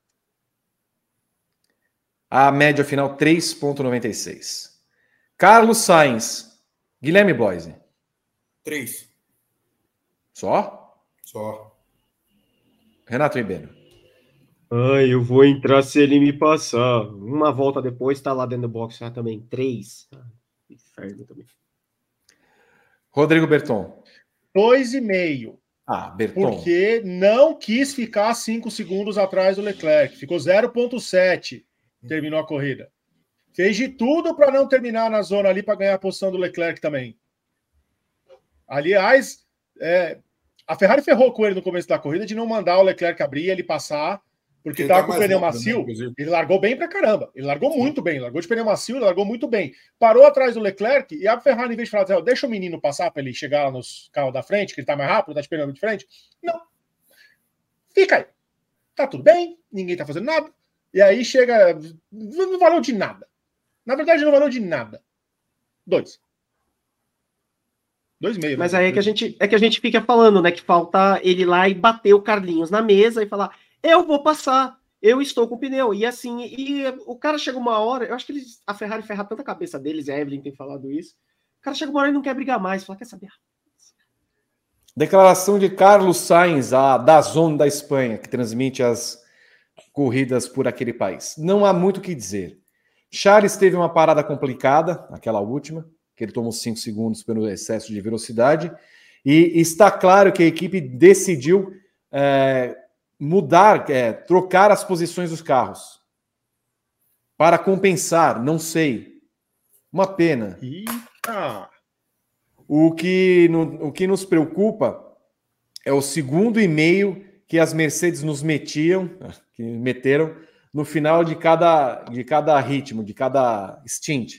A média final, 3,96. Carlos Sainz, Guilherme Bloise. 3. Só? Só. Renato Ribeiro. Ai, eu vou entrar se ele me passar. Uma volta depois, tá lá dentro do box já também. 3. Inferno também. Rodrigo Berton. 2,5. Berton. Porque não quis ficar 5 segundos atrás do Leclerc. Ficou 0,7. Terminou a corrida. Fez de tudo para não terminar na zona ali para ganhar a posição do Leclerc também. Aliás, a Ferrari ferrou com ele no começo da corrida de não mandar o Leclerc abrir, ele passar, porque estava com o pneu macio. Ele largou bem pra caramba. Ele largou muito bem. Largou de pneu macio, ele largou muito bem. Parou atrás do Leclerc e a Ferrari, em vez de falar, deixa o menino passar para ele chegar lá nos carros da frente, que ele tá mais rápido, tá de pneu de frente. Não. Fica aí. Tá tudo bem, ninguém tá fazendo nada. E aí chega... Não valeu de nada. Na verdade, não valeu de nada. 2. 2,5. Mas aí é que a gente fica falando, né? Que falta ele lá e bater o Carlinhos na mesa e falar: eu vou passar, eu estou com o pneu. E assim, o cara chega uma hora, eu acho que a Ferrari ferra tanta cabeça deles, a Evelyn tem falado isso. O cara chega uma hora e não quer brigar mais, fala: quer saber? Declaração de Carlos Sainz, da DAZN da Espanha, que transmite as corridas por aquele país. Não há muito o que dizer. Charles teve uma parada complicada, aquela última, que ele tomou 5 segundos pelo excesso de velocidade, e está claro que a equipe decidiu trocar as posições dos carros para compensar, não sei. Uma pena. Eita. O que nos preocupa é o 2,5 que as Mercedes nos meteram no final de cada ritmo, de cada stint.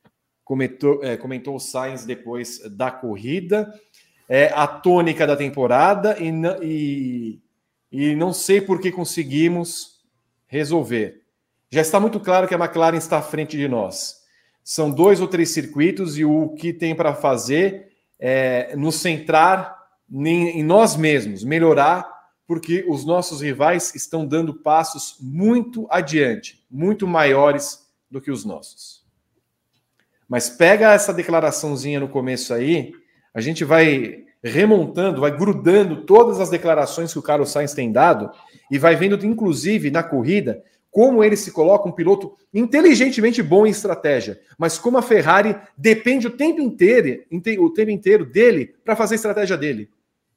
Comentou o Sainz depois da corrida. É a tônica da temporada e não sei por que conseguimos resolver. Já está muito claro que a McLaren está à frente de nós. São 2 ou 3 circuitos e o que tem para fazer é nos centrar em nós mesmos, melhorar, porque os nossos rivais estão dando passos muito adiante, muito maiores do que os nossos. Mas pega essa declaraçãozinha no começo aí, a gente vai remontando, vai grudando todas as declarações que o Carlos Sainz tem dado e vai vendo, inclusive, na corrida, como ele se coloca um piloto inteligentemente bom em estratégia, mas como a Ferrari depende o tempo inteiro dele para fazer a estratégia dele.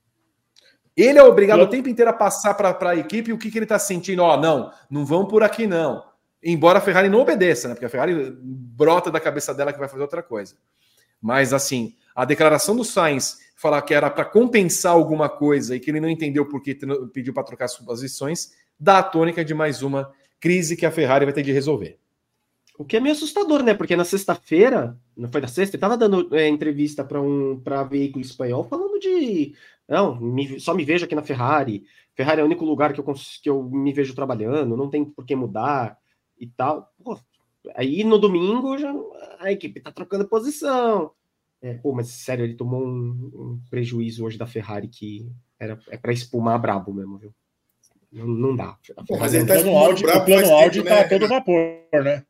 Ele é obrigado o tempo inteiro a passar para a equipe o que ele está sentindo. Não vão por aqui não. Embora a Ferrari não obedeça, né? Porque a Ferrari brota da cabeça dela que vai fazer outra coisa. Mas, assim, a declaração do Sainz falar que era para compensar alguma coisa e que ele não entendeu porque pediu para trocar as posições, dá a tônica de mais uma crise que a Ferrari vai ter de resolver. O que é meio assustador, né? Porque na sexta-feira, não foi na sexta, ele estava dando entrevista para veículo espanhol falando de... Não, só me vejo aqui na Ferrari. Ferrari é o único lugar que eu me vejo trabalhando, não tem por que mudar e tal. Pô, aí no domingo já a equipe tá trocando posição. Mas sério, ele tomou um prejuízo hoje da Ferrari que é para espumar brabo mesmo, viu? Não dá. Mas ele tá o plano Audi tá todo vapor, né?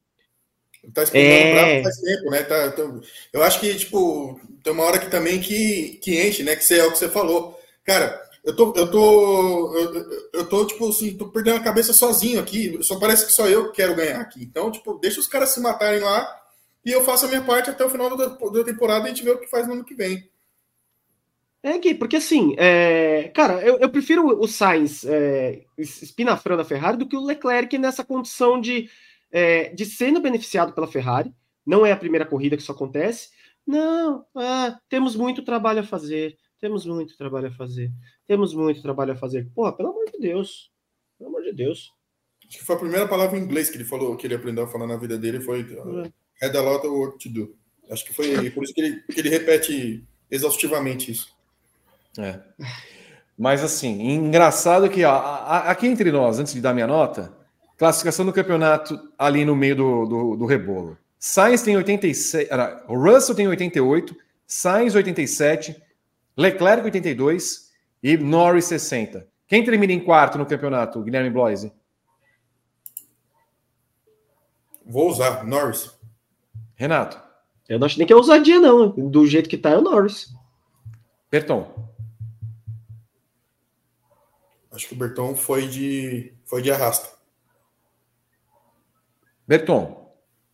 Tá espumando bravo faz tempo, né? Eu acho que, tipo, tem uma hora que também que enche, né? Que é o que você falou. Cara, eu tô tipo assim, tô perdendo a cabeça sozinho aqui. Só parece que só eu quero ganhar aqui. Então, tipo, deixa os caras se matarem lá e eu faço a minha parte até o final da temporada e a gente vê o que faz no ano que vem. Gui, porque assim, cara, eu prefiro o Sainz espinafrando a Ferrari do que o Leclerc nessa condição de sendo beneficiado pela Ferrari. Não é a primeira corrida que isso acontece. Não, temos muito trabalho a fazer. Porra, pelo amor de Deus. Acho que foi a primeira palavra em inglês que ele falou, que ele aprendeu a falar na vida dele, foi had a lot of work to do. Acho que foi por isso que ele repete exaustivamente isso. Mas assim, engraçado que aqui entre nós, antes de dar minha nota, classificação do campeonato ali no meio do rebolo. Sainz tem 86, Russell tem 88, Sainz 87, Leclerc 82 e Norris 60. Quem termina em quarto no campeonato, Guilherme Bloise? Vou usar, Norris. Renato? Eu não acho nem que é ousadia, não. Do jeito que tá, é o Norris. Berton? Acho que o Berton foi de arrasta. Berton?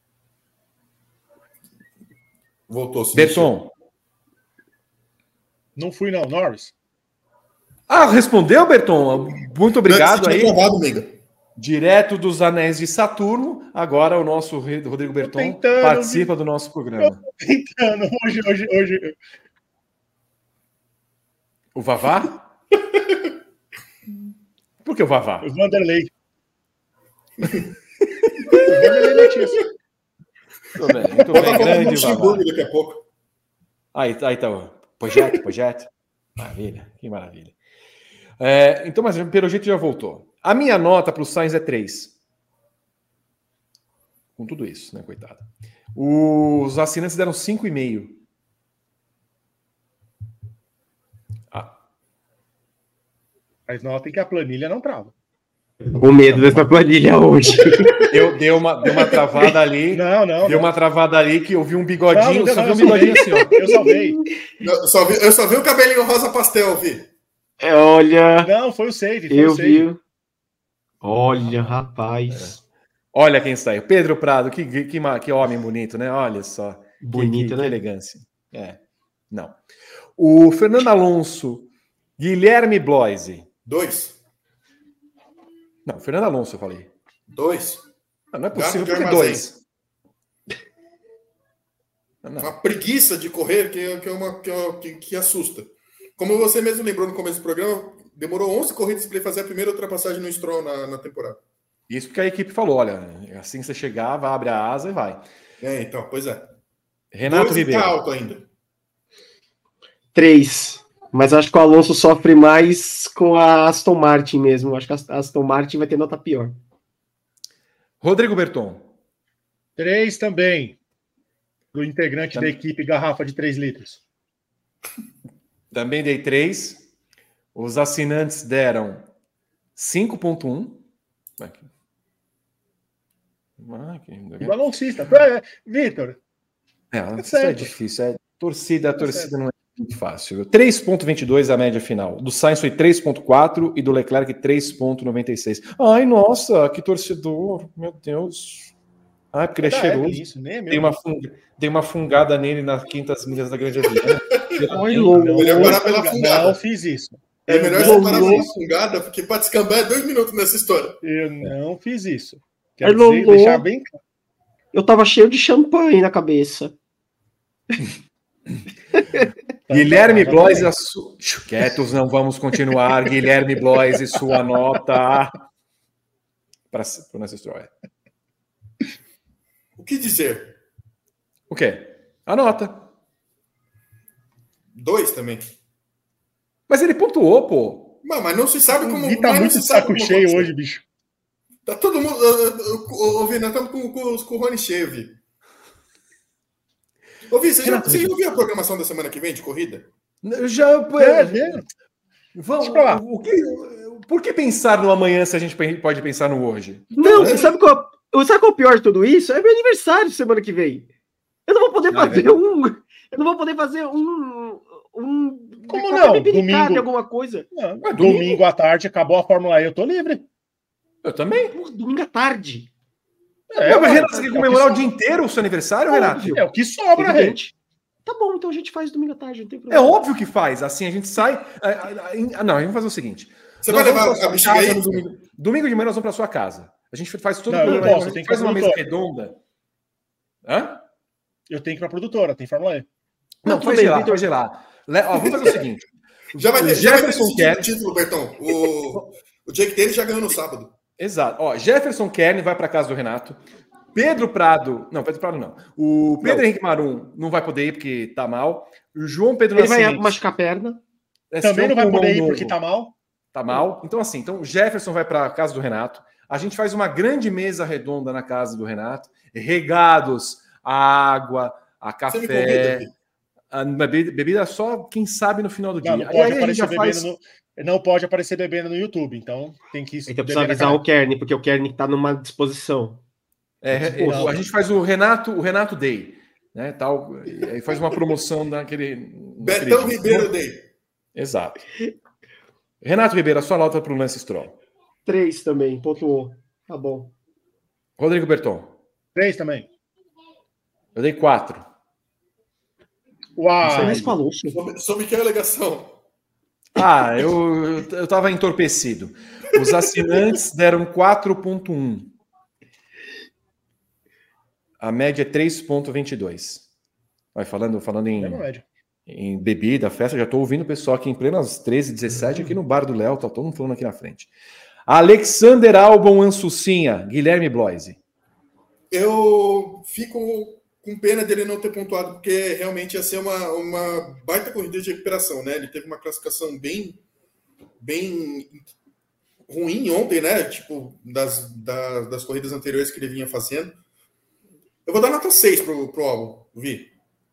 Voltou, sim. Berton? Não fui, não. Norris. Respondeu, Berton? Muito obrigado aí. Gravado, amiga. Direto dos Anéis de Saturno, agora o nosso Rodrigo Berton participa do nosso programa. Eu tô tentando, hoje. O Vavá? Por que o Vavá? O Vanderlei. O Vanderlei Letícia. Muito bem, grande Vavá. Daqui a pouco. Aí tá. Projeto. Maravilha, que maravilha. Então, mas pelo jeito já voltou. A minha nota para o Sainz é 3. Com tudo isso, né, coitado. Os assinantes deram 5,5. Mas notem que a planilha não trava. Com medo dessa planilha hoje. Deu uma travada ali. Deu uma travada ali que eu vi um bigodinho. Só vi um bigodinho assim, ó. Eu salvei. Eu só vi o cabelinho rosa pastel, vi. Olha. Não, foi o save. Eu vi. Olha, rapaz. Olha quem está aí. Pedro Prado, que homem bonito, né? Olha só. Bonito, né? Que elegância. Não. O Fernando Alonso, Guilherme Bloise. 2. Não, Fernando Alonso, eu falei. 2. Não é possível, porque 2. Uma preguiça de correr que assusta. Como você mesmo lembrou no começo do programa, demorou 11 corridas para ele fazer a primeira ultrapassagem no Stroll na temporada. Isso porque a equipe falou, olha, assim que você chegar, vai, abre a asa e vai. Então, pois é. Renato Ribeiro. Tá alto ainda. 3. Mas acho que o Alonso sofre mais com a Aston Martin mesmo. Acho que a Aston Martin vai ter nota pior. Rodrigo Berton. 3 também. Do integrante da equipe garrafa de 3 litros. Também dei 3. Os assinantes deram 5.1. O baloncista. Vitor. Isso é difícil. Torcida não é muito fácil. 3.22 a média final. Do Sainz foi 3.4 e do Leclerc 3.96. Ai, nossa, que torcedor. Meu Deus. Ai, porque ele é cheiroso. Isso, né? Dei uma fungada nele nas 500 milhas da Grande Aviana. Não fiz isso. É melhor você parar pela fungada, porque pode descambar 2 minutos nessa história. Eu não fiz isso. Quero dizer, deixar bem claro. Eu tava cheio de champanhe na cabeça. Guilherme Bloise, quietos, não vamos continuar. Guilherme Bloise, sua nota para o nosso história. O que dizer? O quê? A nota. 2 também. Mas ele pontuou, pô. Mas não se sabe como... Ele tá muito saco cheio hoje, bicho. Tá todo mundo... Nós estamos com o Rony cheio, Vi. Ô, Vi, você já ouviu a programação da semana que vem de corrida? Eu já... Vamos... Por que pensar no amanhã se a gente pode pensar no hoje? Não, sabe qual é o pior de tudo isso? É meu aniversário semana que vem. Eu não vou poder fazer Eu não vou poder fazer Como não? Domingo. Alguma coisa. Não, domingo à tarde acabou a Fórmula E, eu tô livre. Eu também. Domingo à tarde. Mas Renato, você quer comemorar o dia inteiro o seu aniversário, Renato? É o que sobra, gente. Tá bom, então a gente faz domingo à tarde, não tem problema. É óbvio que faz. Assim, a gente sai... Não, vamos fazer o seguinte. Você vai levar a bexiga aí? Domingo de manhã nós vamos para sua casa. A gente faz tudo. Não, eu posso, tem que faz uma mesa redonda. Hã? Eu tenho que ir para a produtora, tem Fórmula E. Não, faz lá. Vamos fazer o seguinte. Já vai ter título, Bertão. O Jake Taylor já ganhou no sábado. Exato. Jefferson Kern vai para casa do Renato. Pedro Prado não. O Pedro Henrique Marum não vai poder ir porque tá mal. O João Pedro Nascimento. Ele vai machucar a perna. Também não vai poder ir porque tá mal. Tá mal. Então, assim, o Jefferson vai para casa do Renato. A gente faz uma grande mesa redonda na casa do Renato. Regados, a água, a café. A bebida só, quem sabe, no final do dia. Não pode aparecer bebendo no YouTube, então tem que... Então precisa avisar o Kern, porque o Kern tá numa disposição. A gente faz o Renato Day, né? Tal, e faz uma promoção naquele Betão Ribeiro Day. Exato. Renato Ribeiro, a sua nota para o Lance Stroll. 3 também, pontuou. Tá bom. Rodrigo Berton. 3 também. Eu dei 4. Uau! Sobre que alegação? Eu estava entorpecido. Os assinantes deram 4.1. A média é 3.22. Falando em bebida, festa, já estou ouvindo o pessoal aqui em plenas 13h17 aqui no bar do Léo, tá todo mundo falando aqui na frente. Alexander Albon Ansucinha, Guilherme Bloise. Eu fico com pena dele não ter pontuado, porque realmente ia ser uma baita corrida de recuperação, né? Ele teve uma classificação bem ruim ontem, né? Tipo, das corridas anteriores que ele vinha fazendo. Eu vou dar nota 6 pro Albon, Vi.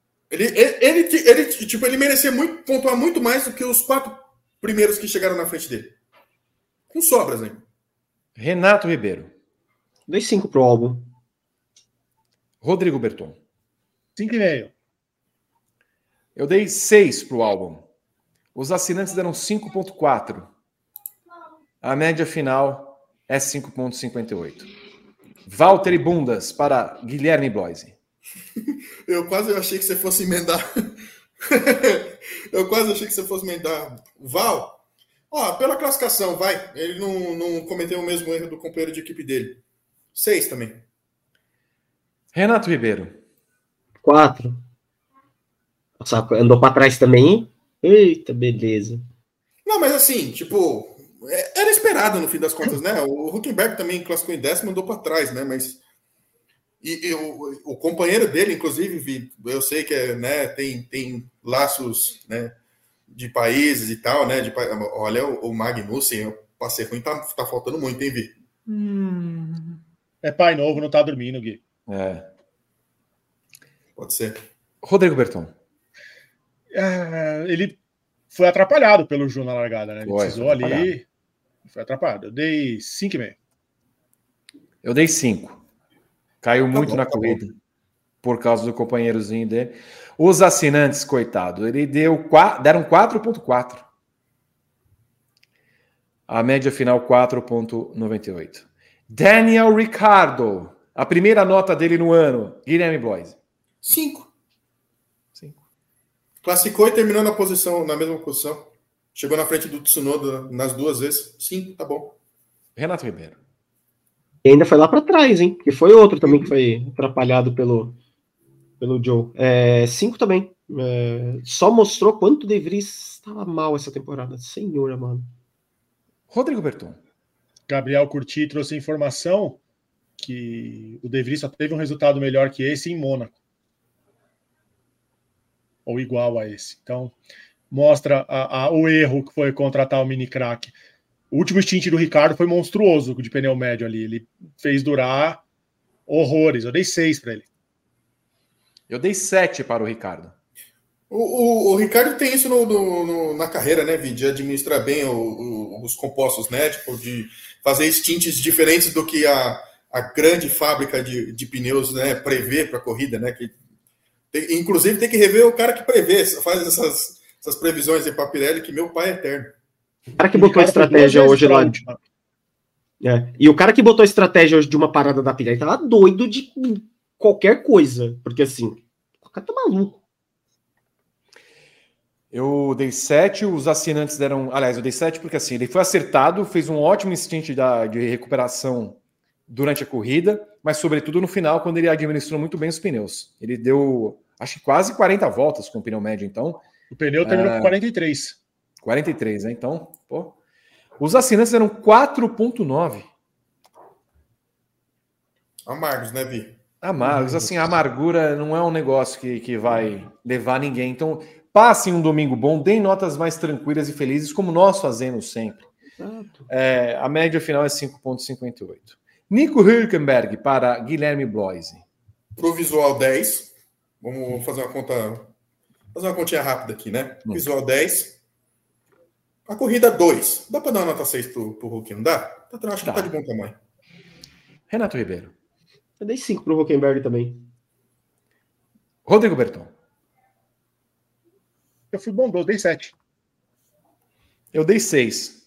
Ele merecia pontuar muito mais do que os 4 primeiros que chegaram na frente dele. Com sobras, né? Renato Ribeiro. Dei 5 pro Albon. Rodrigo Berton. 5,5. Eu dei 6 pro Albon. Os assinantes deram 5.4. A média final é 5.58. Valtteri Bundas para Guilherme Bloise. Eu quase achei que você fosse emendar. Eu quase achei que você fosse emendar. Val, pela classificação, vai. Ele não cometeu o mesmo erro do companheiro de equipe dele. 6 também. Renato Ribeiro. 4. Nossa, andou para trás também. Eita, beleza. Não, mas assim, tipo, era esperado no fim das contas, né? O Hülkenberg também classificou em 10º, andou para trás, né? Mas o companheiro dele, inclusive, eu sei que né, tem laços, né, de países e tal, né? Olha, o Magnussen, o passe ruim tá faltando muito, hein, Vi? É pai novo, não tá dormindo, Gui. Pode ser. Rodrigo Berton. Ele foi atrapalhado pelo Ju na largada, né? Ele precisou ali. Foi atrapalhado. Eu dei 5,5. Eu dei 5. Caiu muito na corrida. Por causa do companheirozinho dele. Os assinantes, coitado, ele deram 4,4. A média final, 4,98. Daniel Ricciardo. A primeira nota dele no ano. Guilherme Bloise. 5. Classificou e terminou na mesma posição. Chegou na frente do Tsunoda nas 2 vezes. 5, tá bom. Renato Ribeiro. E ainda foi lá para trás, hein? Que foi outro também que foi atrapalhado pelo Joe. 5 também. Só mostrou quanto o De Vries estava mal essa temporada. Senhora, mano. Rodrigo Berton. Gabriel Curti trouxe informação que o De Vries só teve um resultado melhor que esse em Mônaco. Ou igual a esse. Então, mostra o erro que foi contratar o mini crack. O último stint do Ricardo foi monstruoso de pneu médio ali. Ele fez durar horrores. Eu dei 6 para ele. Eu dei 7 para o Ricardo. O Ricardo tem isso na carreira, né, Vi? De administrar bem os compostos, né? Tipo, de fazer stints diferentes do que a grande fábrica de pneus, né, prevê para a corrida, né? Inclusive tem que rever o cara que prevê, faz essas previsões de Pirelli, que meu pai é eterno. O cara que botou a estratégia hoje lá. E o cara que botou a estratégia hoje de uma parada da Pirelli tava doido de qualquer coisa. Porque assim, o cara tá maluco. Eu dei 7, os assinantes deram. Aliás, eu dei 7 porque assim, ele foi acertado, fez um ótimo stint de recuperação durante a corrida, mas sobretudo no final, quando ele administrou muito bem os pneus. Ele deu, acho que quase 40 voltas com o pneu médio, então. O pneu terminou com 43. 43, né? Então, pô. Os assinantes eram 4,9. Amargos, né, Vi? Amargos. Assim, a amargura não é um negócio que vai levar ninguém. Então, passem um domingo bom, deem notas mais tranquilas e felizes, como nós fazemos sempre. A média final é 5,58. Nico Hülkenberg para Guilherme Bloise. Pro visual 10. Vamos fazer uma continha rápida aqui, né? Visual 10. A corrida 2. Dá para dar uma nota 6 pro Hulk, não dá? Acho que tá de bom tamanho. Renato Ribeiro. Eu dei 5 pro Hülkenberg também. Rodrigo Berton. Eu fui bondoso, dei 7. Eu dei 6.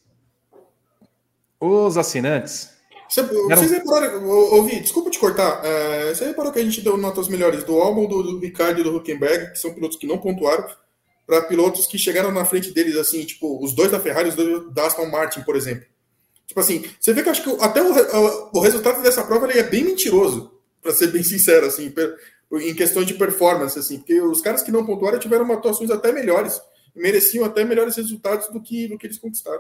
Os assinantes... Vocês repararam, ouvi, desculpa te cortar, você reparou que a gente deu notas melhores do Albon, do Ricardo e do Hülkenberg, que são pilotos que não pontuaram, para pilotos que chegaram na frente deles, assim, tipo, os 2 da Ferrari e os 2 da Aston Martin, por exemplo. Tipo assim, você vê que eu acho que até o resultado dessa prova ele é bem mentiroso, para ser bem sincero, assim, em questões de performance, assim, porque os caras que não pontuaram tiveram atuações até melhores, mereciam até melhores resultados do que eles conquistaram.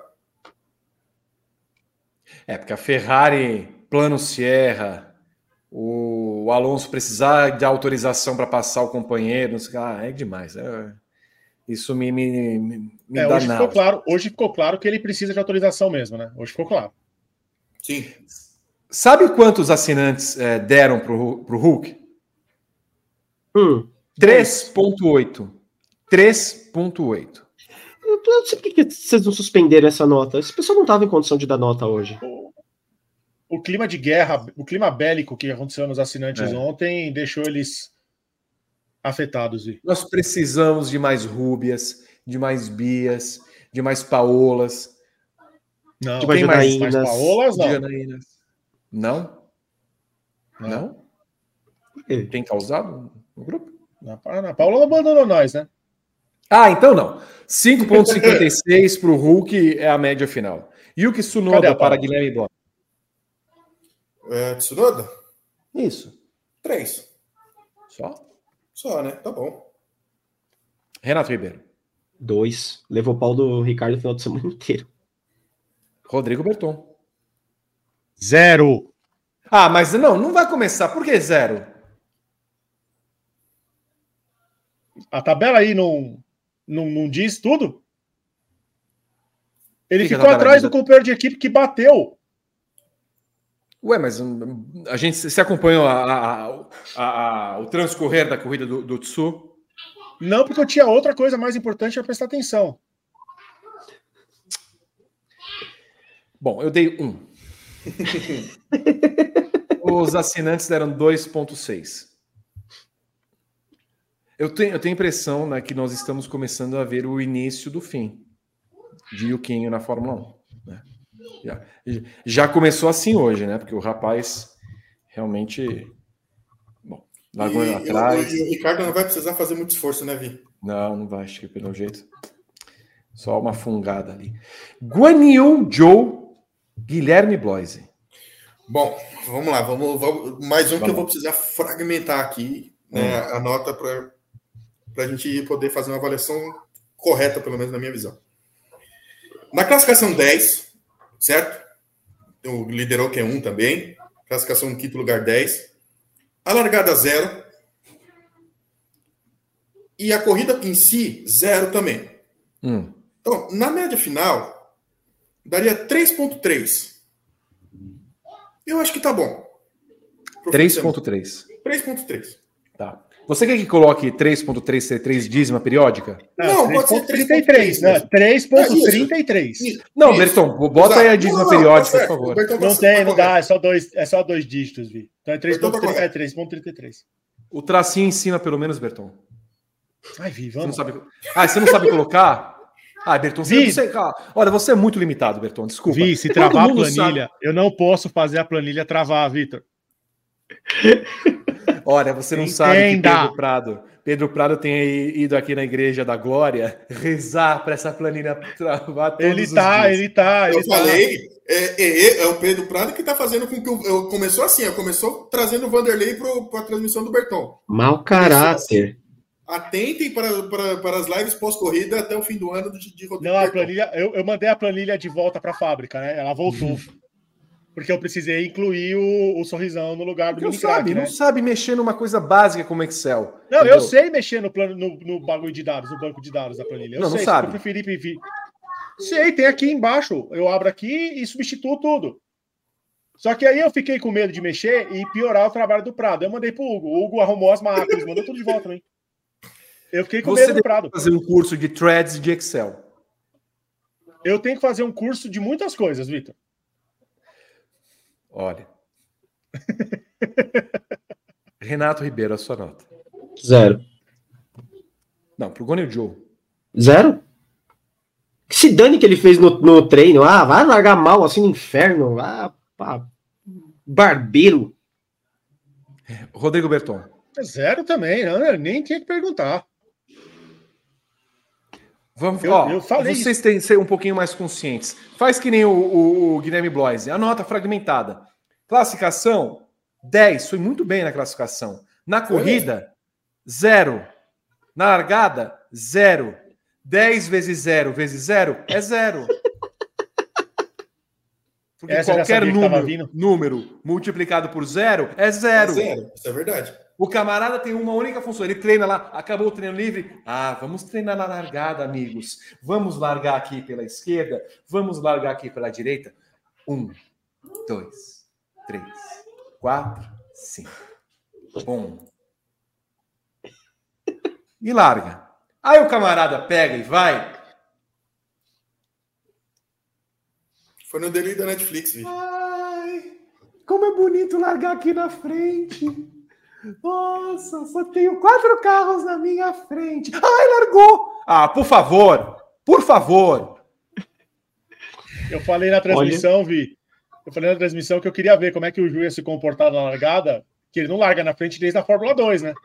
Porque a Ferrari, plano Sierra, o Alonso precisar de autorização para passar o companheiro, é demais. Isso me dá hoje nada. Hoje ficou claro que ele precisa de autorização mesmo, né? Hoje ficou claro. Sim. Sabe quantos assinantes deram pro Hulk? 3,8. 3,8. Eu não sei por que vocês não suspenderam essa nota. Esse pessoal não estava em condição de dar nota hoje. O clima de guerra, o clima bélico que aconteceu nos assinantes ontem deixou eles afetados. Nós precisamos de mais Rúbias, de mais Bias, de mais Paolas. Não, de mais Paolas, não. Não? Não? Tem causado no grupo? A Paula não abandonou nós, né? Ah, então não. 5,56 para o Hulk é a média final. Yuki Tsunoda para Guilherme Bloch. Tsunoda? Isso. 3. Só, né? Tá bom. Renato Ribeiro. 2. Levou pau do Ricardo o final de semana inteiro. Rodrigo Berton. 0. Ah, mas não vai começar. Por que 0? A tabela aí não diz tudo? Ele ficou atrás do companheiro de equipe que bateu. Ué, mas a gente se acompanhou o transcorrer da corrida do Tsu? Não, porque eu tinha outra coisa mais importante para prestar atenção. Bom, eu dei 1. Os assinantes deram 2,6. Eu tenho a impressão, né, que nós estamos começando a ver o início do fim de Yukinho na Fórmula 1. Né? Já começou assim hoje, né? Porque o rapaz realmente... Bom, largou atrás. E o Ricardo não vai precisar fazer muito esforço, né, Vi? Não vai, acho que pelo jeito. Só uma fungada ali. Guan Yu Zhou, Guilherme Bloise. Bom, vamos lá. Vamos mais um que eu vou precisar fragmentar aqui, né, a nota para a gente poder fazer uma avaliação correta, pelo menos na minha visão. Na classificação 10, certo? O liderou que é 1 também. Classificação no quinto lugar 10. A largada 0. E a corrida em si, 0 também. Então, na média final, daria 3,3. Eu acho que tá bom. 3,3. 3,3. Tá. Você quer que coloque 3,3 ser 3 dízima periódica? Não, pode ser 3,33. 3,33. Não, Berton, bota aí a dízima periódica, por favor. Não dá, é só 2 dígitos, Vi. Então é 3,33. O tracinho em cima, pelo menos, Berton. Ai, Vi, vamos. Você não sabe colocar? Ah, Berton, olha, você é muito limitado, Berton, desculpa. Vi, se travar a planilha, eu não posso fazer a planilha travar, Vitor. Olha, você não sabe que Pedro Prado tem ido aqui na Igreja da Glória rezar para essa planilha travar todos os dias. Ele tá. Eu falei, é o Pedro Prado que está fazendo com que começou assim, começou trazendo o Vanderlei para a transmissão do Berton. Mau caráter. Atentem para as lives pós-corrida até o fim do ano de Rodrigo. Não, a planilha, eu mandei a planilha de volta para a fábrica, né? Ela voltou. Porque eu precisei incluir o sorrisão no lugar do mini-crack, né? Não sabe mexer numa coisa básica como Excel. Não, entendeu? Eu sei mexer no bagulho de dados, no banco de dados da planilha. Não sabe. Eu preferi. Sei, tem aqui embaixo. Eu abro aqui e substituo tudo. Só que aí eu fiquei com medo de mexer e piorar o trabalho do Prado. Eu mandei pro Hugo. O Hugo arrumou as máquinas, mandou tudo de volta também. Eu fiquei com medo do Prado. Você fazer um curso de threads de Excel. Eu tenho que fazer um curso de muitas coisas, Vitor. Olha. Renato Ribeiro, a sua nota. 0. Não, pro Guan Yu Zhou. 0? Que se dane que ele fez no treino. Ah, vai largar mal assim no inferno. Barbeiro. Rodrigo Berton. 0 também, não, nem tinha que perguntar. Vamos, eu falei vocês têm que ser um pouquinho mais conscientes. Faz que nem o Guilherme Bloise. A nota fragmentada. Classificação, 10. Foi muito bem na classificação. Na corrida, 0. Na largada, 0. 10 vezes 0 vezes 0 é 0. Porque qualquer número multiplicado por 0 é 0. É 0, isso é verdade. O camarada tem uma única função. Ele treina lá, acabou o treino livre. Vamos treinar na largada, amigos. Vamos largar aqui pela esquerda. Vamos largar aqui pela direita. 1, 2, 3, 4, 5. 1. E larga. Aí o camarada pega e vai. Foi no delírio da Netflix, viu? Ai, como é bonito largar aqui na frente. Nossa, só tenho 4 carros na minha frente. Ai, largou. Por favor. Por favor. Eu falei na transmissão, Vi, Eu falei na transmissão que eu queria ver como é que o Ju ia se comportar na largada, que ele não larga na frente desde a Fórmula 2, né?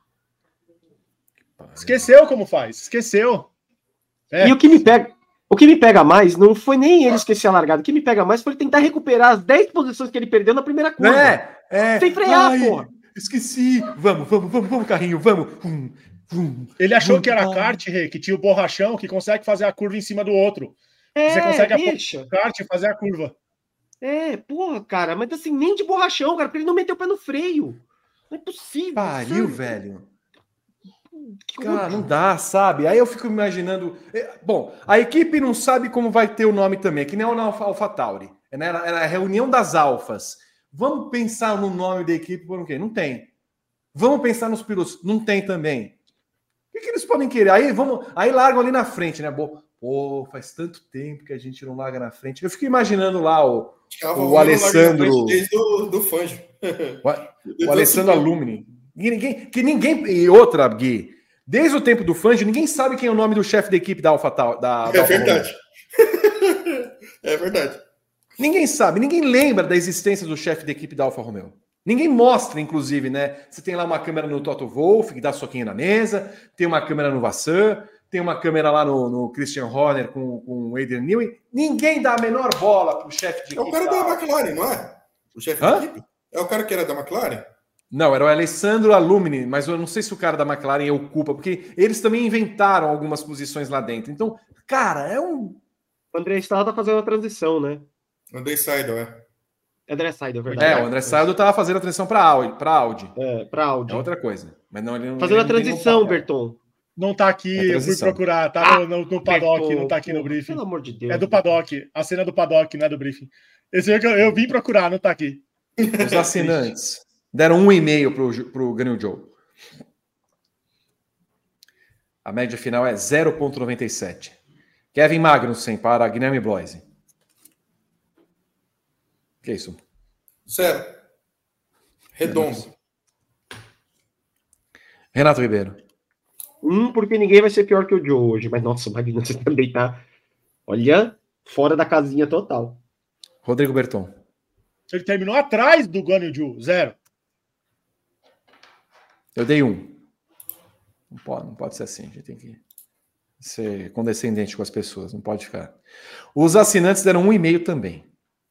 Esqueceu como faz, esqueceu. E o que me pega mais não foi nem ele esquecer a largada. O que me pega mais foi ele tentar recuperar as 10 posições que ele perdeu na primeira curva. Sem frear, porra. Esqueci. Vamos, carrinho, vamos. Ele achou que era kart, Rê, que tinha o borrachão que consegue fazer a curva em cima do outro. Você consegue apontar o kart e fazer a curva. Porra, cara, mas assim, nem de borrachão, cara, porque ele não meteu o pé no freio. Não é possível. Pariu, velho. Cara, não dá, sabe? Aí eu fico imaginando... Bom, a equipe não sabe como vai ter o nome também, que nem o AlphaTauri. Era a reunião das alfas. Vamos pensar no nome da equipe por quê? Não tem. Vamos pensar nos pilotos. Não tem também. O que eles podem querer? Aí largam ali na frente, né? Pô, faz tanto tempo que a gente não larga na frente. Eu fico imaginando lá o Alessandro... Desde do Fangio. O Alessandro Alumni. E outra, Gui, desde o tempo do Fangio, ninguém sabe quem é o nome do chefe da equipe da AlphaTauri. É verdade. É verdade. Ninguém sabe, ninguém lembra da existência do chefe da equipe da Alfa Romeo. Ninguém mostra, inclusive, né? Você tem lá uma câmera no Toto Wolff, que dá soquinho na mesa, tem uma câmera no Vassan, tem uma câmera lá no Christian Horner com o Adrian Newey. Ninguém dá a menor bola pro chefe de equipe. É o cara da McLaren, não é? O chefe da equipe? É o cara que era da McLaren? Não, era o Alessandro Alumni, mas eu não sei se o cara da McLaren ocupa, porque eles também inventaram algumas posições lá dentro. Então, cara, é um... O André Seidel tá fazendo a transição, né? André Seidel, André Seidel, verdade. O André Seidel tava fazendo a transição para Audi. Para Audi. É outra coisa. Mas não, ele não, fazendo a transição, Berton. Não tá aqui, eu fui procurar, tá no paddock, não tá aqui no briefing. Pelo amor de Deus. É do paddock, a cena do paddock, não é do briefing. Esse é que eu vim procurar, não tá aqui. Os assinantes deram 1,5 pro Ganyu Joe. A média final é 0,97. Kevin Magnussen para Guilherme Bloise. Que é isso? 0. Redondo. Renato Ribeiro. Porque ninguém vai ser pior que o Joe hoje. Mas, nossa, o Magnussen também tá... Olha, fora da casinha total. Rodrigo Berton. Ele terminou atrás do Guanyu Zhou, 0. Eu dei 1. Não pode ser assim. A gente tem que ser condescendente com as pessoas. Não pode ficar. Os assinantes deram 1,5 também.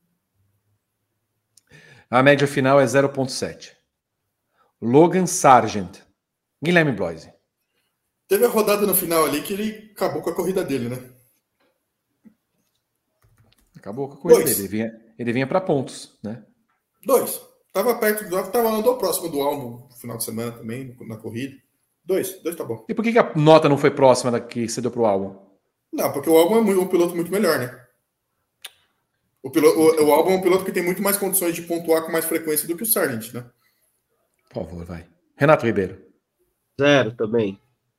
A média final é 0,7. Logan Sargent. Guilherme Bloise. Teve a rodada no final ali que ele acabou com a corrida dele, né? Acabou com a corrida dele. Ele vinha para pontos, né? 2. Tava perto do... Andou próximo do Albon no final de semana também, na corrida. 2 tá bom. E por que a nota não foi próxima da que você deu pro Albon? Não, porque o Albon é um piloto muito melhor, né? O Albon é um piloto que tem muito mais condições de pontuar com mais frequência do que o Sargent, né? Por favor, vai. Renato Ribeiro. 0 também.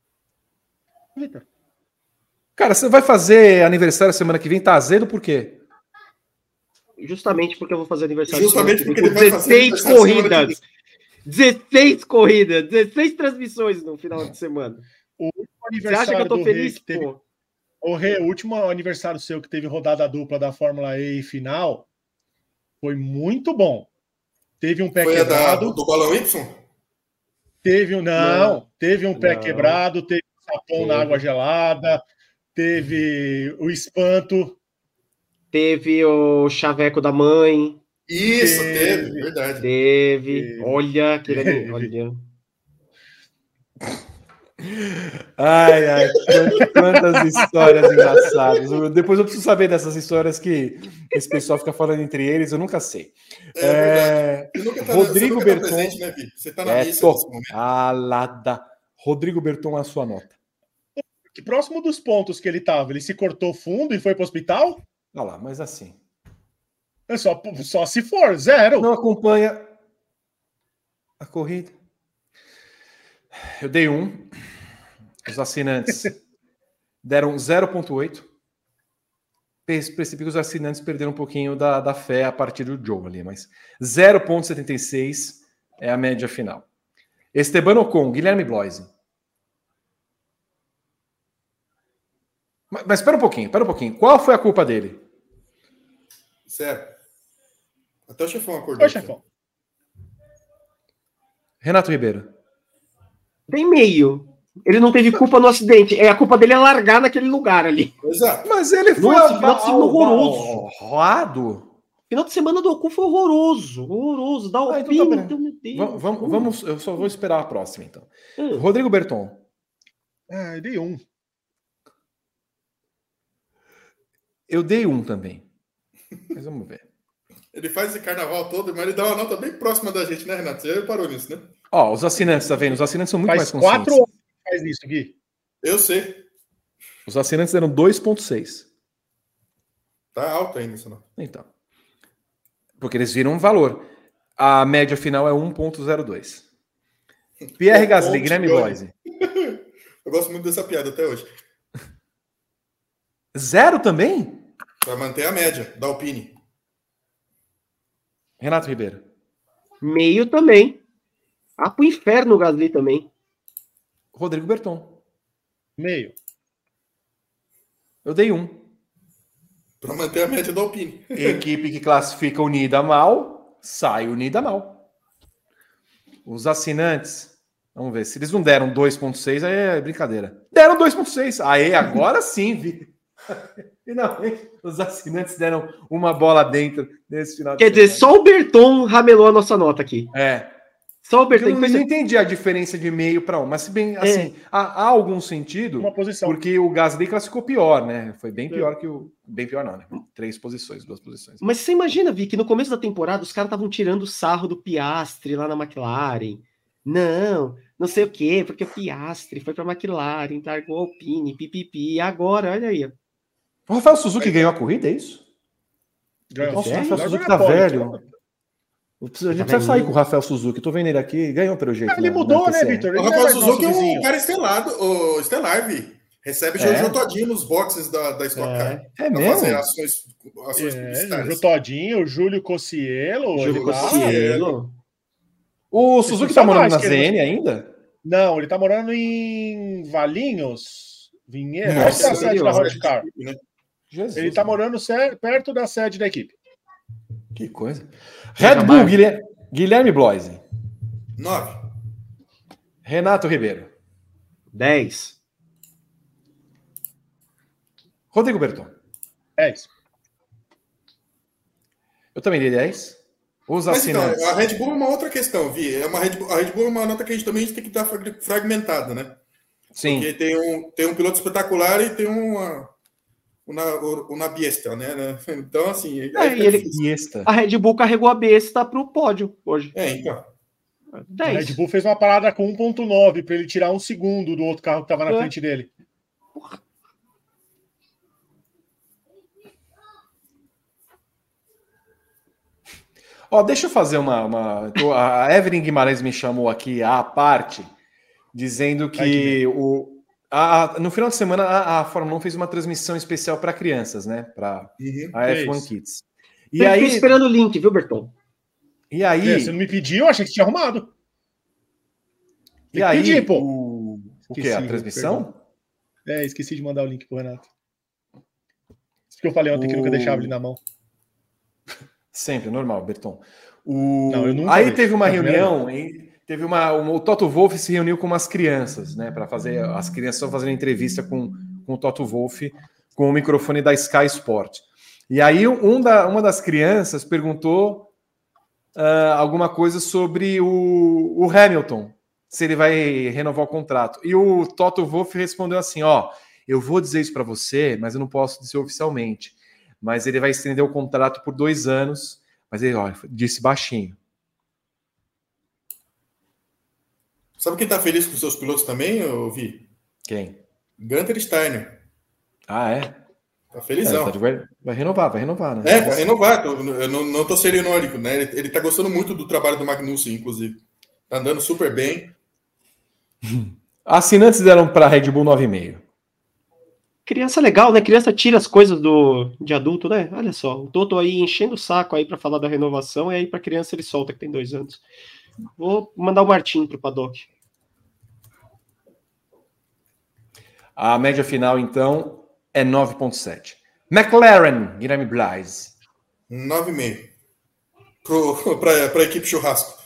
Cara, você vai fazer aniversário semana que vem, tá azedo por quê? Justamente porque eu vou fazer aniversário. Justamente porque ele vai fazer 16 corridas. 16 corridas, 16 transmissões no final de semana. O Você acha que eu tô feliz, pô? O último aniversário seu que teve rodada dupla da Fórmula E final foi muito bom. Teve um pé quebrado. Do balão Y? Teve um pé quebrado, teve um sapão na água gelada, teve o espanto. Teve o chaveco da mãe. Isso, teve, verdade. Teve. Olha, aquele olha. Ai, quantas histórias engraçadas. Depois eu preciso saber dessas histórias que esse pessoal fica falando entre eles, eu nunca sei. Rodrigo Berton. Presente, né, você tá na missa nesse momento. Alada. Rodrigo Berton, a sua nota. Que próximo dos pontos que ele tava, ele se cortou fundo e foi pro hospital? Olha lá, mas assim. É só se for, 0. Não acompanha a corrida. Eu dei 1. Os assinantes deram 0,8. Percebi que os assinantes perderam um pouquinho da fé a partir do Joe ali, mas 0,76 é a média final. Esteban Ocon, Guilherme Bloise. Mas espera um pouquinho. Qual foi a culpa dele? 0. Até o chefão acordou. Oi, chefão. Renato Ribeiro. Tem meio. Ele não teve culpa no acidente. A culpa dele é largar naquele lugar ali. Exato. Mas ele foi final de semana horroroso. Roado. Final de semana do Ocon foi horroroso. Horroroso. Dá o então tá então, meu Deus. Vamos, eu só vou esperar a próxima, então. Rodrigo Berton. Eu dei 1. Eu dei 1 também. Mas vamos ver. Ele faz esse carnaval todo, mas ele dá uma nota bem próxima da gente, né, Renato? Você já reparou nisso, né? Ó, os assinantes, tá vendo? Os assinantes são muito mais Faz conscientes. 4 horas que faz isso, Gui. Eu sei. Os assinantes deram 2,6. Tá alto ainda isso, não. Então. Porque eles viram um valor. A média final é 1,02. Pierre Gasly, Guilherme Bloise. Eu gosto muito dessa piada até hoje. 0 também? Pra manter a média da Alpine. Renato Ribeiro. Meio também. Pro inferno o Gasly também. Rodrigo Berton. Meio. Eu dei 1. Pra manter a média da Alpine. Equipe que classifica unida mal, sai unida mal. Os assinantes, vamos ver, se eles não deram 2,6, aí é brincadeira. Deram 2,6. Aí, agora sim, vi. Finalmente, os assinantes deram uma bola dentro nesse final de semana. Quer dizer, só o Berton ramelou a nossa nota aqui. Só o Berton. Eu não entendi a diferença de meio para 1, mas se bem assim, há algum sentido, uma posição. Porque o Gasly classificou pior, né? Foi bem pior que o... Bem pior não, né? 3 posições, 2 posições. Mas você imagina, Vi, que no começo da temporada os caras estavam tirando sarro do Piastri lá na McLaren. Não sei o quê, porque o Piastri foi para a McLaren, largou a Alpine, pipipi. E agora, olha aí. O Rafael Suzuki ganhou a corrida, é isso? Nossa, o Rafael Suzuki tá velho. A gente precisa sair com o Rafael Suzuki. Tô vendo ele aqui, ganhou pelo jeito. Ele mudou, né, Vitor? O Rafael Suzuki é um cara estelar, Vi. Recebe Jojo Todinho nos boxes da Stock Car. É mesmo? Fazer ações publicitárias. Jojo Todinho, o Júlio Cossielo. O Suzuki tá morando na ZN ainda? Não, ele tá morando em Valinhos, Vinhedo. Essa é a sede da Hot Car. Jesus, ele tá morando perto da sede da equipe. Que coisa. Red Bull, Guilherme Bloise. 9. Renato Ribeiro. 10. Rodrigo Berton. 10. Eu também dei 10. Os assinantes. Então, a Red Bull é uma outra questão, Vi. A Red Bull é uma nota que a gente também tem que dar fragmentada, né? Sim. Porque tem um piloto espetacular e tem uma besta, né? Então, assim... A Red Bull carregou a besta para o pódio hoje. Então. 10. A Red Bull fez uma parada com 1,9 para ele tirar 1 segundo do outro carro que estava na frente dele. Porra. Deixa eu fazer uma... A Evelyn Guimarães me chamou aqui à parte, dizendo que no final de semana a Fórmula 1 fez uma transmissão especial para crianças, né? Para a F1 Kids. E aí, fiquei esperando o link, viu, Berton? E aí... Você não me pediu, achei que você tinha arrumado. E aí, pedir, pô. O que? A transmissão? Esqueci de mandar o link pro Renato. Isso que eu falei ontem que nunca deixava ele na mão. Sempre, normal, Berton. Não, eu nunca aí teve uma reunião, o Toto Wolff se reuniu com umas crianças, né, para fazer, as crianças estão fazendo entrevista com o Toto Wolff com o microfone da Sky Sport. E aí uma das crianças perguntou alguma coisa sobre o Hamilton, se ele vai renovar o contrato. E o Toto Wolff respondeu assim, eu vou dizer isso para você, mas eu não posso dizer oficialmente. Mas ele vai estender o contrato por 2 anos. Mas ele, disse baixinho. Sabe quem tá feliz com os seus pilotos também, Vi? Quem? Gunther Steiner. Ah, é? Tá felizão. Vai renovar, né? Vai renovar. Eu não tô sendo irônico, né? Ele tá gostando muito do trabalho do Magnussen, inclusive. Tá andando super bem. Assinantes deram para Red Bull 9,5. Criança legal, né? Criança tira as coisas de adulto, né? Olha só, o Toto aí enchendo o saco aí para falar da renovação, e aí para criança ele solta que tem 2 anos. Vou mandar o Martim pro paddock. A média final, então, é 9,7. McLaren, Guilherme Bloise. 9,5. Para a equipe churrasco.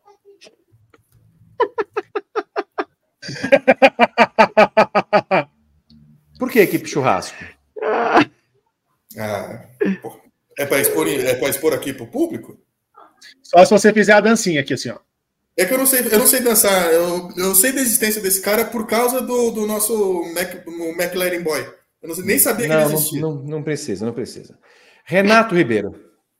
Por que equipe churrasco? É para expor aqui pro público? Só se você fizer a dancinha aqui, assim, ó. É que eu não sei dançar. Eu sei da existência desse cara por causa do nosso McLaren Boy. Eu nem sabia que ele existia. Não precisa. Renato Ribeiro.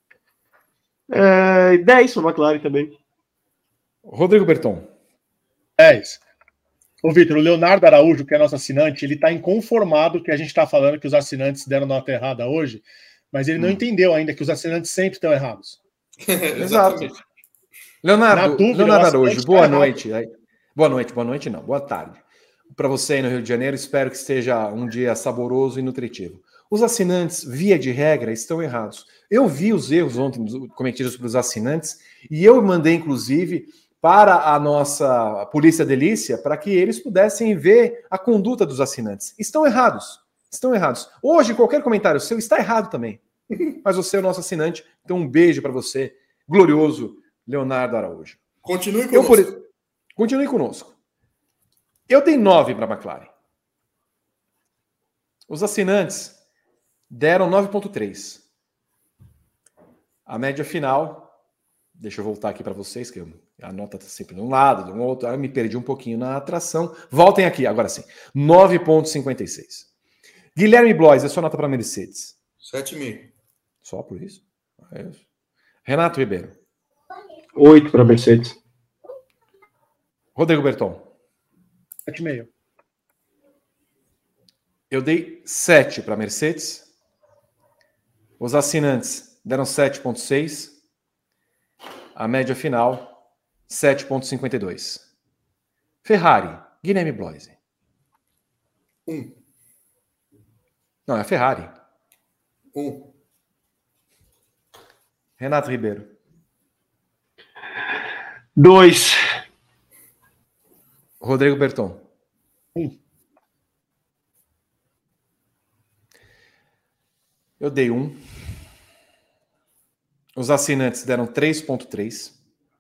10 para a McLaren também. Rodrigo Berton. 10. Ô, Vitor, o Leonardo Araújo, que é nosso assinante, ele está inconformado que a gente está falando que os assinantes deram nota errada hoje, mas ele não entendeu ainda que os assinantes sempre estão errados. Exato. Leonardo Araújo, boa noite. Boa noite não, boa tarde. Para você aí no Rio de Janeiro, espero que esteja um dia saboroso e nutritivo. Os assinantes, via de regra, estão errados. Eu vi os erros ontem cometidos pelos assinantes e eu mandei, inclusive, para a nossa Polícia Delícia para que eles pudessem ver a conduta dos assinantes. Estão errados. Hoje, qualquer comentário seu está errado também. Mas você é o nosso assinante, então um beijo para você, glorioso Leonardo Araújo. Continue conosco. Continue conosco. Eu dei 9 para a McLaren. Os assinantes deram 9,3. A média final, deixa eu voltar aqui para vocês, que a nota está sempre de um lado, de um outro. Eu me perdi um pouquinho na atração. Voltem aqui, agora sim. 9,56. Guilherme Blois, é sua nota para a Mercedes? 7,5. Só por isso? É isso. Renato Ribeiro. 8 para a Mercedes. Rodrigo Berton. 7,5. Eu dei 7 para a Mercedes. Os assinantes deram 7,6. A média final, 7,52. Ferrari, Guilherme Bloise. 1. Não, é a Ferrari. 1. Renato Ribeiro. 2. Rodrigo Berton. 1. Eu dei 1. Os assinantes deram 3,3.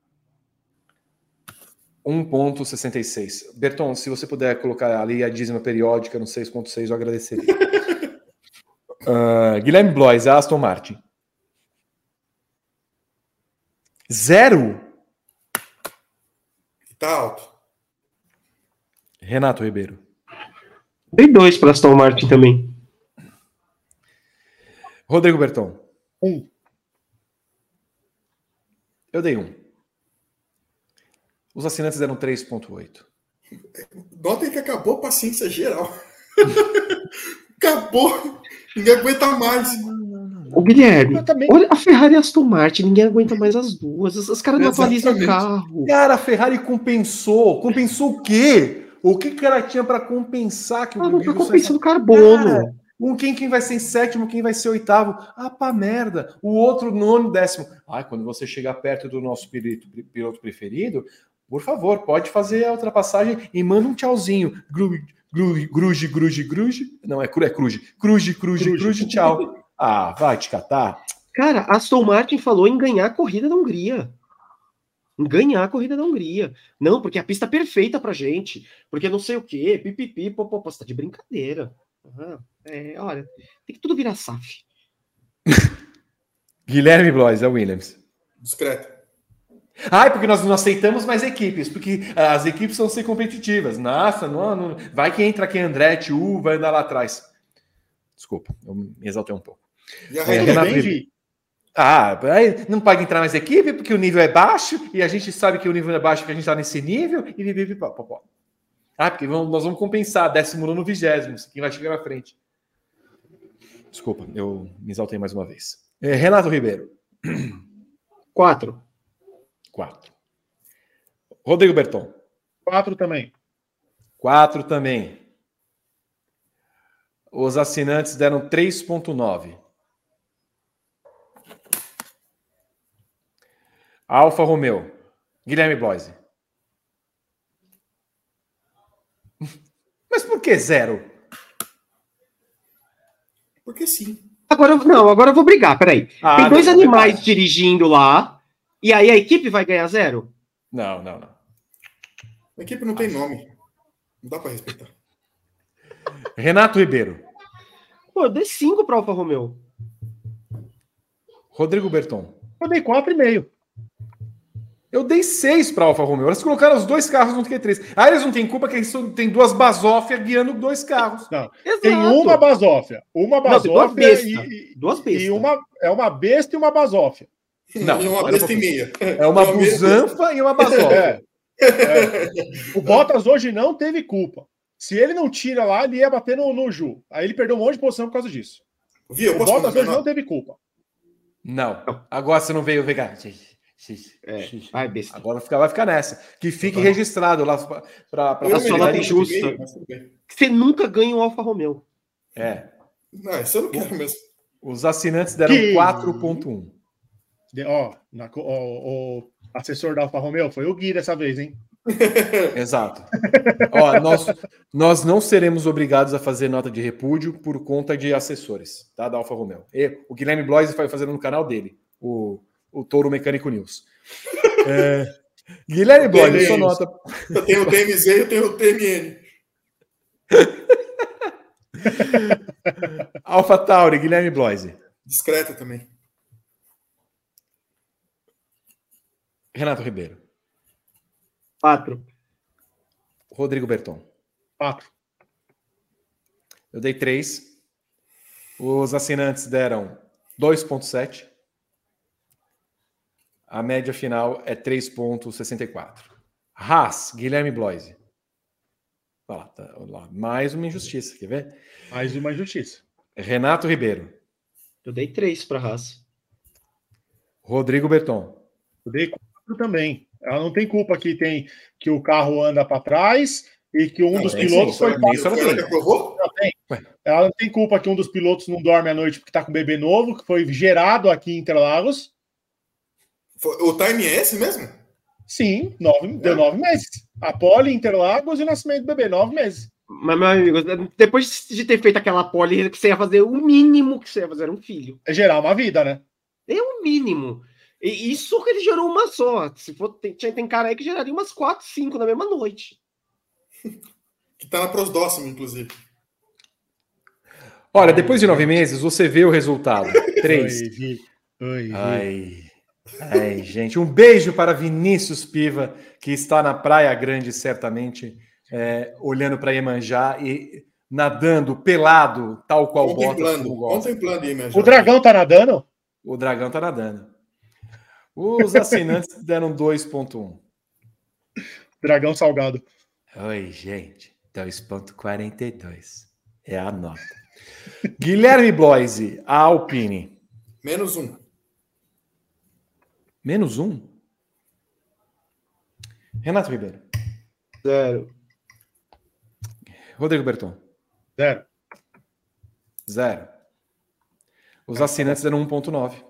1,66. Berton, se você puder colocar ali a dízima periódica no 6,6, eu agradeceria. Guilherme Blois, Aston Martin. 0? Tá alto. Renato Ribeiro. Dei 2 para Aston Martin também. Rodrigo Berton. 1. Eu dei 1. Os assinantes deram 3,8. Notem que acabou a paciência geral. Acabou. Ninguém aguenta mais. Ô, Guilherme, olha a Ferrari e a Aston Martin, ninguém aguenta mais as duas. Os caras não atualizam o carro. Cara, a Ferrari compensou. Compensou o quê? O que ela tinha para compensar? Que não tá compensando carbono. Cara, quem vai ser em sétimo, quem vai ser oitavo? Pra merda. O outro nono, 10º. Quando você chegar perto do nosso piloto preferido, por favor, pode fazer a ultrapassagem e manda um tchauzinho. Gruge. Não, é Cruze. Cruze, tchau. Vai te catar. Cara, a Aston Martin falou em ganhar a corrida da Hungria. Não, porque a pista é perfeita pra gente. Porque não sei o quê. Pipipi, você tá de brincadeira. Olha, tem que tudo virar SAF. Guilherme Blois, é o Williams. Discreto. Porque nós não aceitamos mais equipes, porque as equipes vão ser competitivas. Nossa, não, vai que entra aqui Andretti, vai andar lá atrás. Desculpa, eu me exaltei um pouco. Não pode entrar mais equipe porque o nível é baixo e a gente sabe que o nível é baixo porque a gente está nesse nível e porque nós vamos compensar 19º, 20º, quem vai chegar na frente. Desculpa, eu me exaltei mais uma vez. Renato Ribeiro. 4. Rodrigo Berton. 4 também. 4 também. Os assinantes deram 3,9. Alfa Romeo. Guilherme Bloise. Mas por que 0? Porque sim. Agora eu vou brigar, peraí. Tem 2 animais dirigindo lá E aí a equipe vai ganhar 0? Não. A equipe não tem nome. Não dá para respeitar. Renato Ribeiro. Pô, eu dei 5 para Alfa Romeo. Rodrigo Berton. Eu dei 4,5. Eu dei 6 para Alfa Romeo. Eles colocaram os 2 carros no Q3. Ah, eles não têm culpa que eles tem 2 basófias guiando 2 carros. Não, tem uma basófia. Uma basófia e 2 bestas. E uma besta e uma basófia. Não, e uma besta e meia. É uma busanfa e uma basófia. O Bottas hoje não teve culpa. Se ele não tira lá, ele ia bater no Ju. Aí ele perdeu um monte de posição por causa disso. Viu? O Bottas hoje não teve culpa. Não. Agora você não veio vegar. Vai, besta. Agora vai ficar nessa. Que fique registrado lá para a sua nota injusta. Você nunca ganha um Alfa Romeo. Não, isso eu não quero mesmo. Os assinantes deram 4.1. O assessor da Alfa Romeo foi o Gui dessa vez, hein? Exato. Nós não seremos obrigados a fazer nota de repúdio por conta de assessores, tá, da Alfa Romeo. O Guilherme Bloise vai fazendo no canal dele, o Touro Mecânico News. Guilherme Bloise, sua nota. Eu tenho o TMZ e eu tenho o TMN. Alpha Tauri, Guilherme Bloise. Discreta também. Renato Ribeiro. 4. Rodrigo Berton. 4. Eu dei 3. Os assinantes deram 2.7. A média final é 3.64. Haas, Guilherme Bloise. Mais uma injustiça, quer ver? Mais uma injustiça. Renato Ribeiro. Eu dei 3 para Haas. Rodrigo Berton. Eu dei 4 também. Ela não tem culpa que o carro anda para trás e que um dos pilotos foi Ela não tem culpa que um dos pilotos não dorme à noite porque está com bebê novo, que foi gerado aqui em Interlagos. O time é esse mesmo? Sim, deu 9 meses. A pole, Interlagos e o nascimento do bebê, 9 meses. Mas, meu amigo, depois de ter feito aquela pole, que você ia fazer o mínimo que você ia fazer, era um filho. É gerar uma vida, né? É o mínimo. E isso que ele gerou uma só. Se for, tem cara aí que geraria umas 4, 5 na mesma noite. Que tá na prosdóxima, inclusive. Olha, depois de 9 meses, você vê o resultado. 3. Oi. Ai, gente. Um beijo para Vinícius Piva, que está na Praia Grande, certamente, olhando para Iemanjá e nadando pelado, tal qual Bottas. Contemplando Iemanjá. O dragão tá nadando? O dragão tá nadando. Os assinantes deram 2.1. Dragão salgado. Oi, gente. 2.42. É a nota. Guilherme Bloise, a Alpine. -1. -1? Renato Ribeiro. 0. Rodrigo Berton. 0. Os assinantes deram 1.9.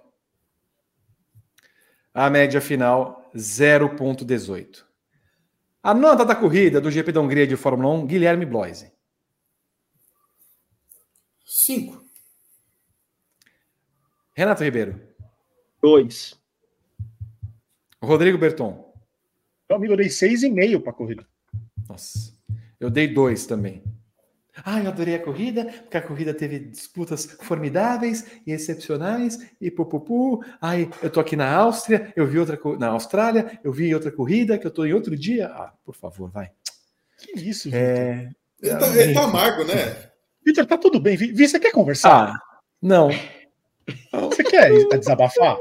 A média final, 0.18. A nota da corrida do GP da Hungria de Fórmula 1, Guilherme Bloise. 5. Renato Ribeiro. 2. Rodrigo Berton. Meu amigo, eu dei 6,5 para a corrida. Nossa, eu dei 2 também. Eu adorei a corrida, porque a corrida teve disputas formidáveis e excepcionais, e pupupu. Eu tô aqui na Áustria, eu vi na Austrália, eu vi outra corrida, que eu tô em outro dia. Por favor, vai. Que isso, Vitor? Ele tá amargo, né? Vitor, tá tudo bem. Você quer conversar? Não. Você quer desabafar?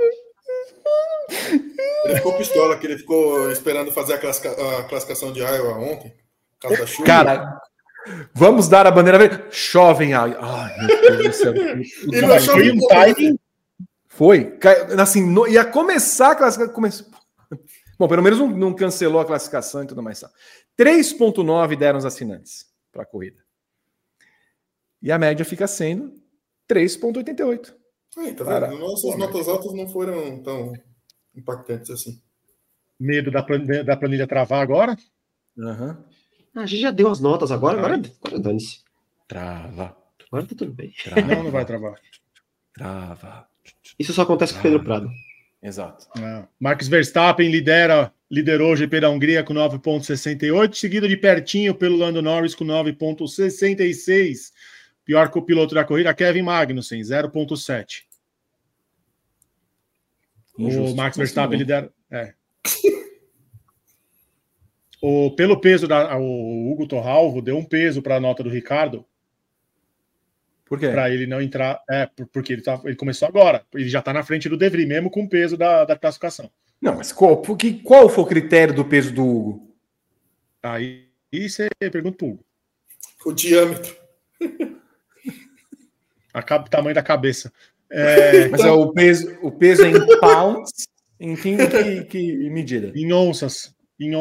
Ele ficou pistola, que ele ficou esperando fazer a classificação de Iowa ontem, por causa da chuva. Cara, vamos dar a bandeira verde. Chove em Iowa. Meu Deus do céu. Foi um timing. Foi. Assim, ia começar a classificação. Bom, pelo menos não cancelou a classificação e tudo mais. 3.9 deram os assinantes para a corrida. E a média fica sendo 3.88. Tá vendo? Nossas notas altas não foram tão impactantes assim. Medo da planilha travar agora? Uhum. A gente já deu as notas agora dane-se. Trava. Agora tá tudo bem. Não vai travar. Trava. Isso só acontece com o Pedro Prado. Exato. Max Verstappen liderou o GP da Hungria com 9,68, seguido de pertinho pelo Lando Norris com 9,66. Pior que o piloto da corrida, Kevin Magnussen, 0,7. O Max Verstappen lidera. Pelo peso, o Hugo Torralvo deu um peso para a nota do Ricardo. Por quê? Para ele não entrar. Porque ele começou agora. Ele já está na frente do De Vries, mesmo com o peso da classificação. Não, mas qual foi o critério do peso do Hugo? Aí você pergunta pro Hugo. O diâmetro. O tamanho da cabeça. Mas é o peso é em pounds? Em que medida? Em onças.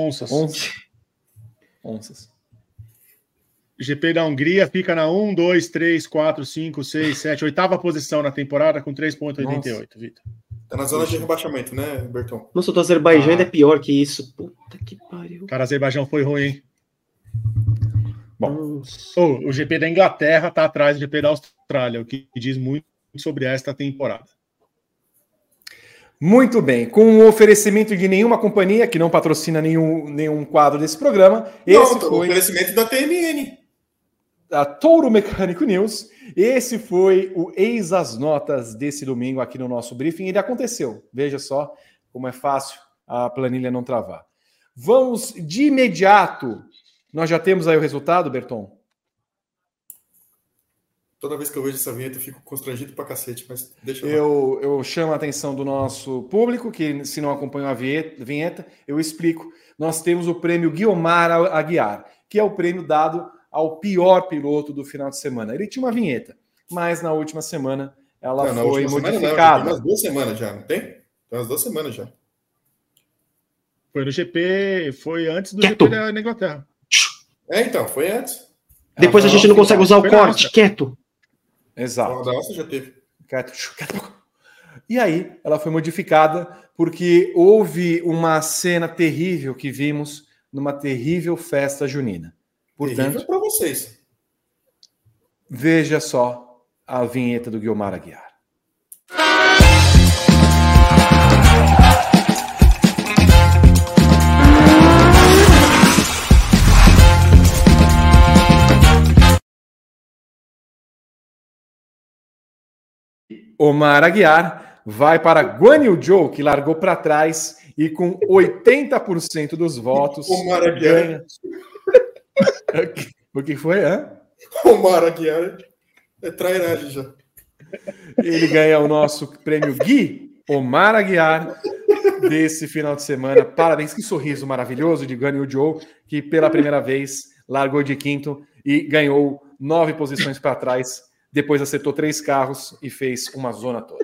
Onças. GP da Hungria fica na 1, 2, 3, 4, 5, 6, 7, oitava posição na temporada com 3,88, Vitor. Tá na zona de rebaixamento, né, Berton? Nossa, o do Azerbaijão ainda é pior que isso. Puta que pariu. Cara, Azerbaijão foi ruim, hein? Bom, o GP da Inglaterra tá atrás do GP da Austrália, o que diz muito sobre esta temporada. Muito bem. Com o oferecimento de nenhuma companhia que não patrocina nenhum quadro desse programa, esse foi o oferecimento da TMN. A Touro Mecânico News. Esse foi o Eis as Notas desse domingo aqui no nosso briefing. Ele aconteceu. Veja só como é fácil a planilha não travar. Vamos de imediato. Nós já temos aí o resultado, Berton? Toda vez que eu vejo essa vinheta eu fico constrangido pra cacete, mas deixa eu chamo a atenção do nosso público, que se não acompanhou a vinheta, eu explico. Nós temos o prêmio Guiomar Aguiar, que é o prêmio dado ao pior piloto do final de semana. Ele tinha uma vinheta, mas na última semana ela foi modificada. Tem umas 2 semanas já, não tem? Tem umas 2 semanas já. Foi no GP, foi antes do GP da Inglaterra. Então, foi antes. Depois a gente não consegue usar o corte, quieto. Exato. Nossa, já teve. E aí, ela foi modificada porque houve uma cena terrível que vimos numa terrível festa junina. Portanto, para vocês. Veja só a vinheta do Guiomar Aguiar. Omar Aguiar vai para Guan Yu Zhou, que largou para trás e com 80% dos votos Omar Aguiar ganha. O que foi, hein? Omar Aguiar é trairagem já. Ele ganha o nosso prêmio Gui Omar Aguiar desse final de semana. Parabéns, que sorriso maravilhoso de Guan Yu Zhou, que pela primeira vez largou de quinto e ganhou 9 posições para trás. Depois acertou 3 carros e fez uma zona toda.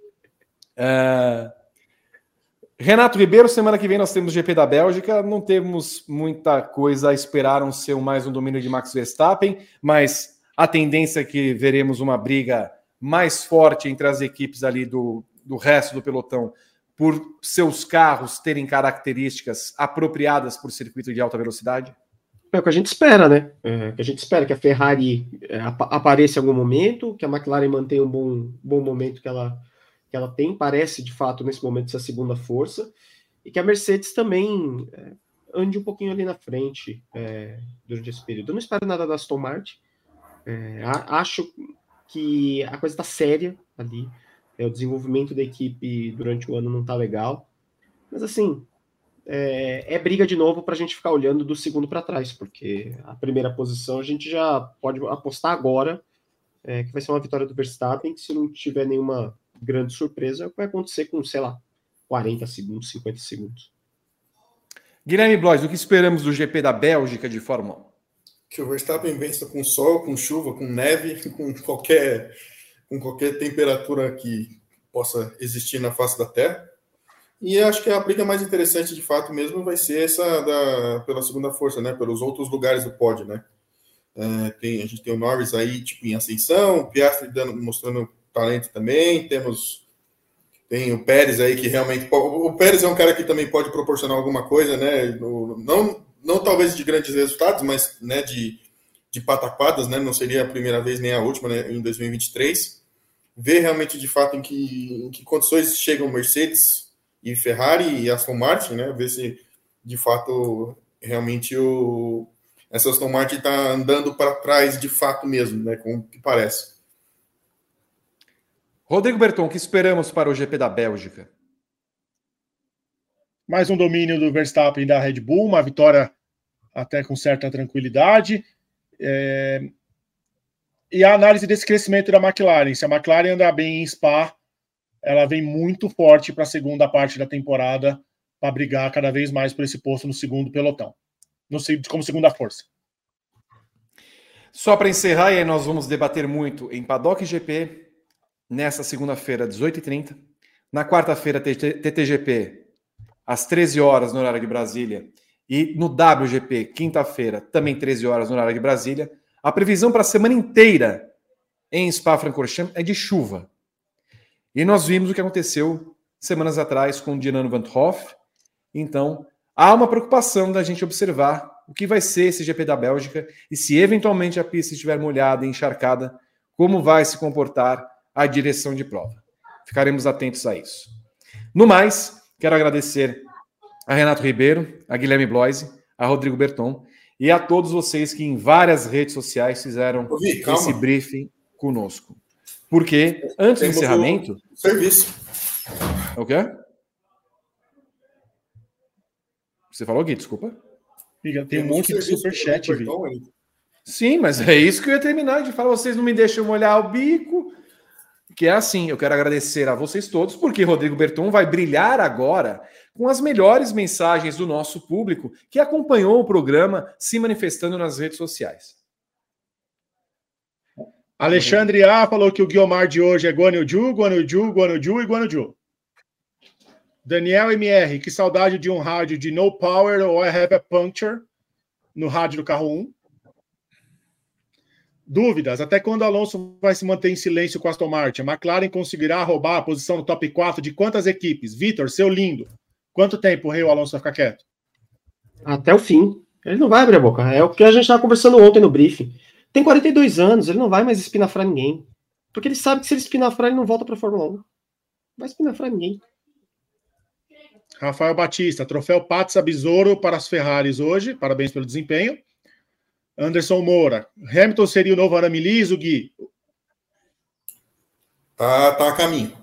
Renato Ribeiro, semana que vem nós temos o GP da Bélgica. Não temos muita coisa a esperar, não ser mais um domínio de Max Verstappen, mas a tendência é que veremos uma briga mais forte entre as equipes ali do resto do pelotão, por seus carros terem características apropriadas por circuito de alta velocidade. É o que a gente espera, né? A gente espera que a Ferrari apareça em algum momento, que a McLaren mantenha um bom momento que ela tem, parece de fato nesse momento ser a segunda força, e que a Mercedes também ande um pouquinho ali na frente durante esse período. Eu não espero nada da Aston Martin, acho que a coisa está séria ali, o desenvolvimento da equipe durante o ano não está legal, mas assim, é briga de novo para a gente ficar olhando do segundo para trás, porque a primeira posição a gente já pode apostar agora que vai ser uma vitória do Verstappen, que se não tiver nenhuma grande surpresa, vai acontecer com, sei lá, 40 segundos, 50 segundos. Guilherme Blois, o que esperamos do GP da Bélgica de Fórmula 1? Que o Verstappen vença com sol, com chuva, com neve, com qualquer temperatura que possa existir na face da Terra. E acho que a briga mais interessante, de fato, mesmo vai ser essa pela segunda força, né? Pelos outros lugares do pódio, né? A gente tem o Norris aí, tipo, em ascensão, o Piastri mostrando talento também, tem o Pérez aí, que realmente... O Pérez é um cara que também pode proporcionar alguma coisa, né? Não talvez de grandes resultados, mas, né, de pataquadas, né? Não seria a primeira vez nem a última, né, em 2023. ver realmente de fato em que condições chegam Mercedes e Ferrari e Aston Martin, né? Ver se de fato realmente essa Aston Martin está andando para trás de fato mesmo, né? Como que parece. Rodrigo Berton, o que esperamos para o GP da Bélgica? Mais um domínio do Verstappen da Red Bull, uma vitória até com certa tranquilidade. E a análise desse crescimento da McLaren. Se a McLaren andar bem em Spa, ela vem muito forte para a segunda parte da temporada para brigar cada vez mais por esse posto no segundo pelotão, como segunda força. Só para encerrar, e aí nós vamos debater muito em Paddock GP, nessa segunda-feira, 18h30. Na quarta-feira, TTGP, às 13 horas no horário de Brasília. E no WGP, quinta-feira, também 13 horas no horário de Brasília. A previsão para a semana inteira em Spa-Francorchamps é de chuva. E nós vimos o que aconteceu semanas atrás com o Dinano Van Hoff. Então, há uma preocupação da gente observar o que vai ser esse GP da Bélgica e se eventualmente a pista estiver molhada e encharcada, como vai se comportar a direção de prova. Ficaremos atentos a isso. No mais, quero agradecer a Renato Ribeiro, a Guilherme Bloise, a Rodrigo Berton e a todos vocês que em várias redes sociais fizeram esse briefing conosco. Porque, antes do encerramento... Serviço. O quê? Você falou, Gui? Desculpa. Tem um monte de superchat, Gui. Sim, mas é isso que eu ia terminar de falar. Vocês não me deixam molhar o bico. Que é assim, eu quero agradecer a vocês todos, porque Rodrigo Berton vai brilhar agora com as melhores mensagens do nosso público que acompanhou o programa se manifestando nas redes sociais. Alexandre A falou que o Guiomar de hoje é Guanaju e Guanaju. Daniel MR, que saudade de um rádio de No Power ou I Have a Puncture no rádio do carro 1. Dúvidas, até quando Alonso vai se manter em silêncio com a Aston Martin? A McLaren conseguirá roubar a posição no top 4 de quantas equipes? Vitor, seu lindo, quanto tempo o Alonso vai ficar quieto? Até o fim. Ele não vai abrir a boca. É o que a gente estava conversando ontem no briefing. Tem 42 anos, ele não vai mais espinafrar ninguém. Porque ele sabe que se ele espinafrar, ele não volta para a Fórmula 1. Não vai espinafrar ninguém. Rafael Batista, troféu Pazza Besouro para as Ferraris hoje. Parabéns pelo desempenho. Anderson Moura, Hamilton seria o novo Arame Liso, Gui? Tá a caminho.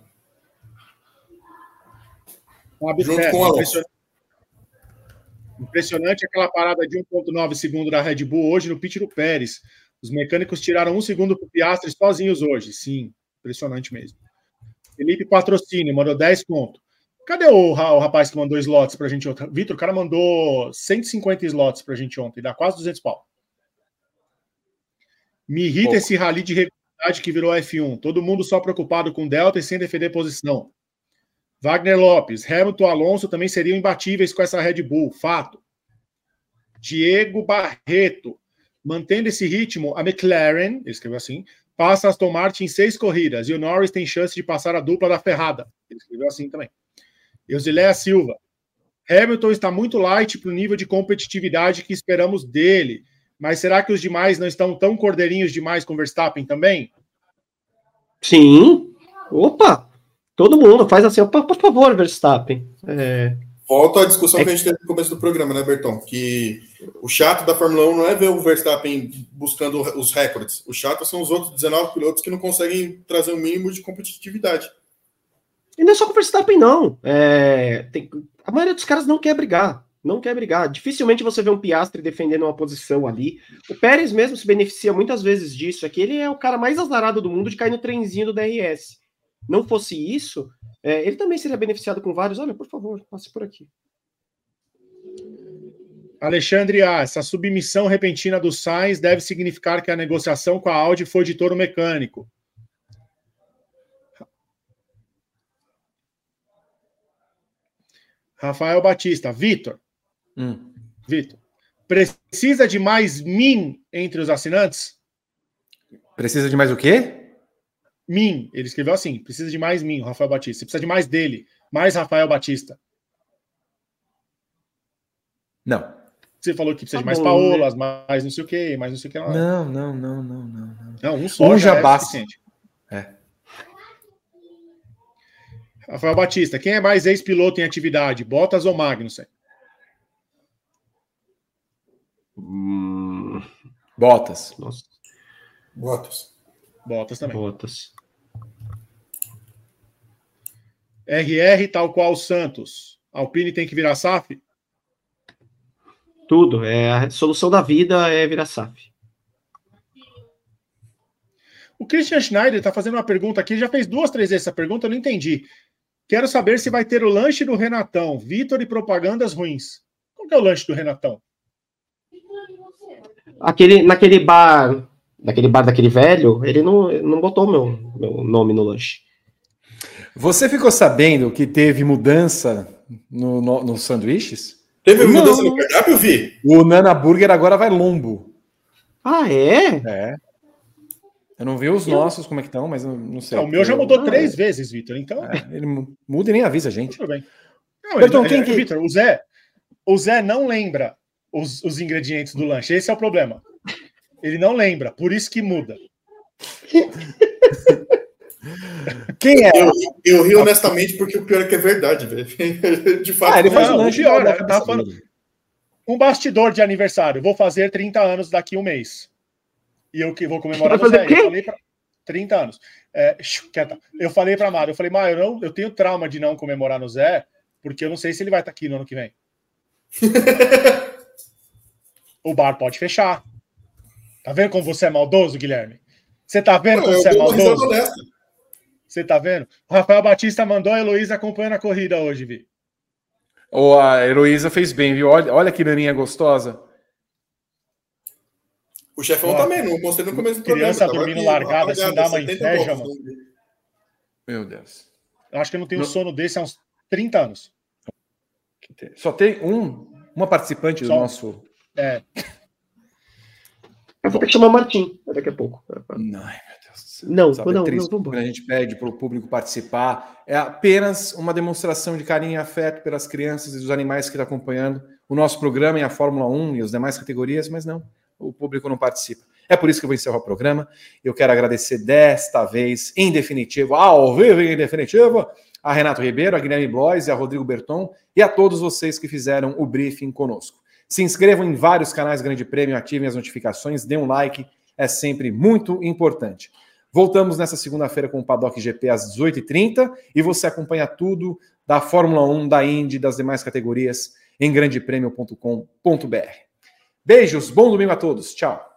Junto com a impressionante aquela parada de 1,9 segundo da Red Bull hoje no pit do Pérez. Os mecânicos tiraram 1 segundo para o Piastri sozinhos hoje. Sim, impressionante mesmo. Felipe Patrocínio mandou 10 pontos. Cadê o rapaz que mandou slots pra gente ontem? Vitor, o cara mandou 150 slots pra gente ontem. Dá quase 200 pau. Me irrita esse rally de regularidade que virou F1. Todo mundo só preocupado com Delta e sem defender posição. Wagner Lopes. Hamilton e Alonso também seriam imbatíveis com essa Red Bull. Fato. Diego Barreto. Mantendo esse ritmo, a McLaren, ele escreveu assim, passa a Aston Martin em 6 corridas e o Norris tem chance de passar a dupla da ferrada. Ele escreveu assim também. Eusileia Silva. Hamilton está muito light para o nível de competitividade que esperamos dele. Mas será que os demais não estão tão cordeirinhos demais com Verstappen também? Sim. Opa! Todo mundo faz assim, opa, por favor, Verstappen. Volta à discussão que a gente teve no começo do programa, né, Berton? Que o chato da Fórmula 1 não é ver o Verstappen buscando os recordes. O chato são os outros 19 pilotos que não conseguem trazer um mínimo de competitividade. E não é só com o Verstappen, não. A maioria dos caras não quer brigar. Não quer brigar. Dificilmente você vê um Piastri defendendo uma posição ali. O Pérez mesmo se beneficia muitas vezes disso. É que ele é o cara mais azarado do mundo de cair no trenzinho do DRS. Não fosse isso, ele também seria beneficiado com vários. Olha, por favor, passe por aqui. Alexandre A. Essa submissão repentina do Sainz deve significar que a negociação com a Audi foi de touro mecânico. Rafael Batista. Vitor, precisa de mais mim entre os assinantes? Precisa de mais o quê? Mim. Ele escreveu assim, precisa de mais mim, Rafael Batista. Você precisa de mais dele. Mais Rafael Batista. Não. Você falou que precisa de mais Paolas, mais não sei o quê, mais não sei o que lá. Não. Não, um só já basta. Rafael Batista, quem é mais ex-piloto em atividade, Bottas ou Magnussen? Bottas. Nossa. Bottas também. Bottas. RR, tal qual Santos. Alpine tem que virar SAF? Tudo. A solução da vida é virar SAF. O Christian Schneider está fazendo uma pergunta aqui, já fez 2, 3 vezes essa pergunta, eu não entendi. Quero saber se vai ter o lanche do Renatão, Vitor e propagandas ruins. Qual que é o lanche do Renatão? Naquele bar daquele velho, ele não botou meu nome no lanche. Você ficou sabendo que teve mudança nos sanduíches? Teve mudança no cardápio, Vi? O Nana Burger agora vai lombo. Ah, é? É. Eu não vi os nossos, como é que estão, mas não sei. O meu já mudou 3 vezes, Vitor, então... Ele muda e nem avisa a gente. Tudo bem. Então, Vitor, o Zé não lembra os ingredientes do lanche, esse é o problema. Ele não lembra, por isso que muda. Quem é? Eu ri honestamente porque o pior é que é verdade, velho. De fato, ele faz o lanche pior, né? Tá falando... Um bastidor de aniversário. Vou fazer 30 anos daqui um mês. E eu que vou comemorar no Zé. Eu falei 30 anos. Eu falei pra Mara, eu tenho trauma de não comemorar no Zé, porque eu não sei se ele vai estar aqui no ano que vem. O bar pode fechar. Tá vendo como você é maldoso, Guilherme? Você tá vendo como você é maldoso? Você tá vendo? O Rafael Batista mandou a Heloísa acompanhando a corrida hoje, Vi. A Heloísa fez bem, viu? Olha que naninha gostosa. O Chefão também, não mostrei no começo do programa. Criança dormindo largada, assim, dá uma inveja, mano. Meu Deus. Eu acho que eu não tenho sono desse há uns 30 anos. Só tem uma participante do nosso... Eu vou ter que chamar o Martim daqui a pouco. Não, meu Deus. Não, quando a gente pede para o público participar, é apenas uma demonstração de carinho e afeto pelas crianças e dos animais que estão acompanhando o nosso programa e a Fórmula 1 e as demais categorias, mas não, o público não participa. É por isso que eu vou encerrar o programa. Eu quero agradecer desta vez, em definitivo, ao vivo e em definitivo, a Renato Ribeiro, a Guilherme Blois e a Rodrigo Berton e a todos vocês que fizeram o briefing conosco. Se inscrevam em vários canais Grande Prêmio, ativem as notificações, dêem um like, é sempre muito importante. Voltamos nessa segunda-feira com o Paddock GP às 18h30 e você acompanha tudo da Fórmula 1, da Indy, das demais categorias em grandepremio.com.br. Beijos, bom domingo a todos, tchau.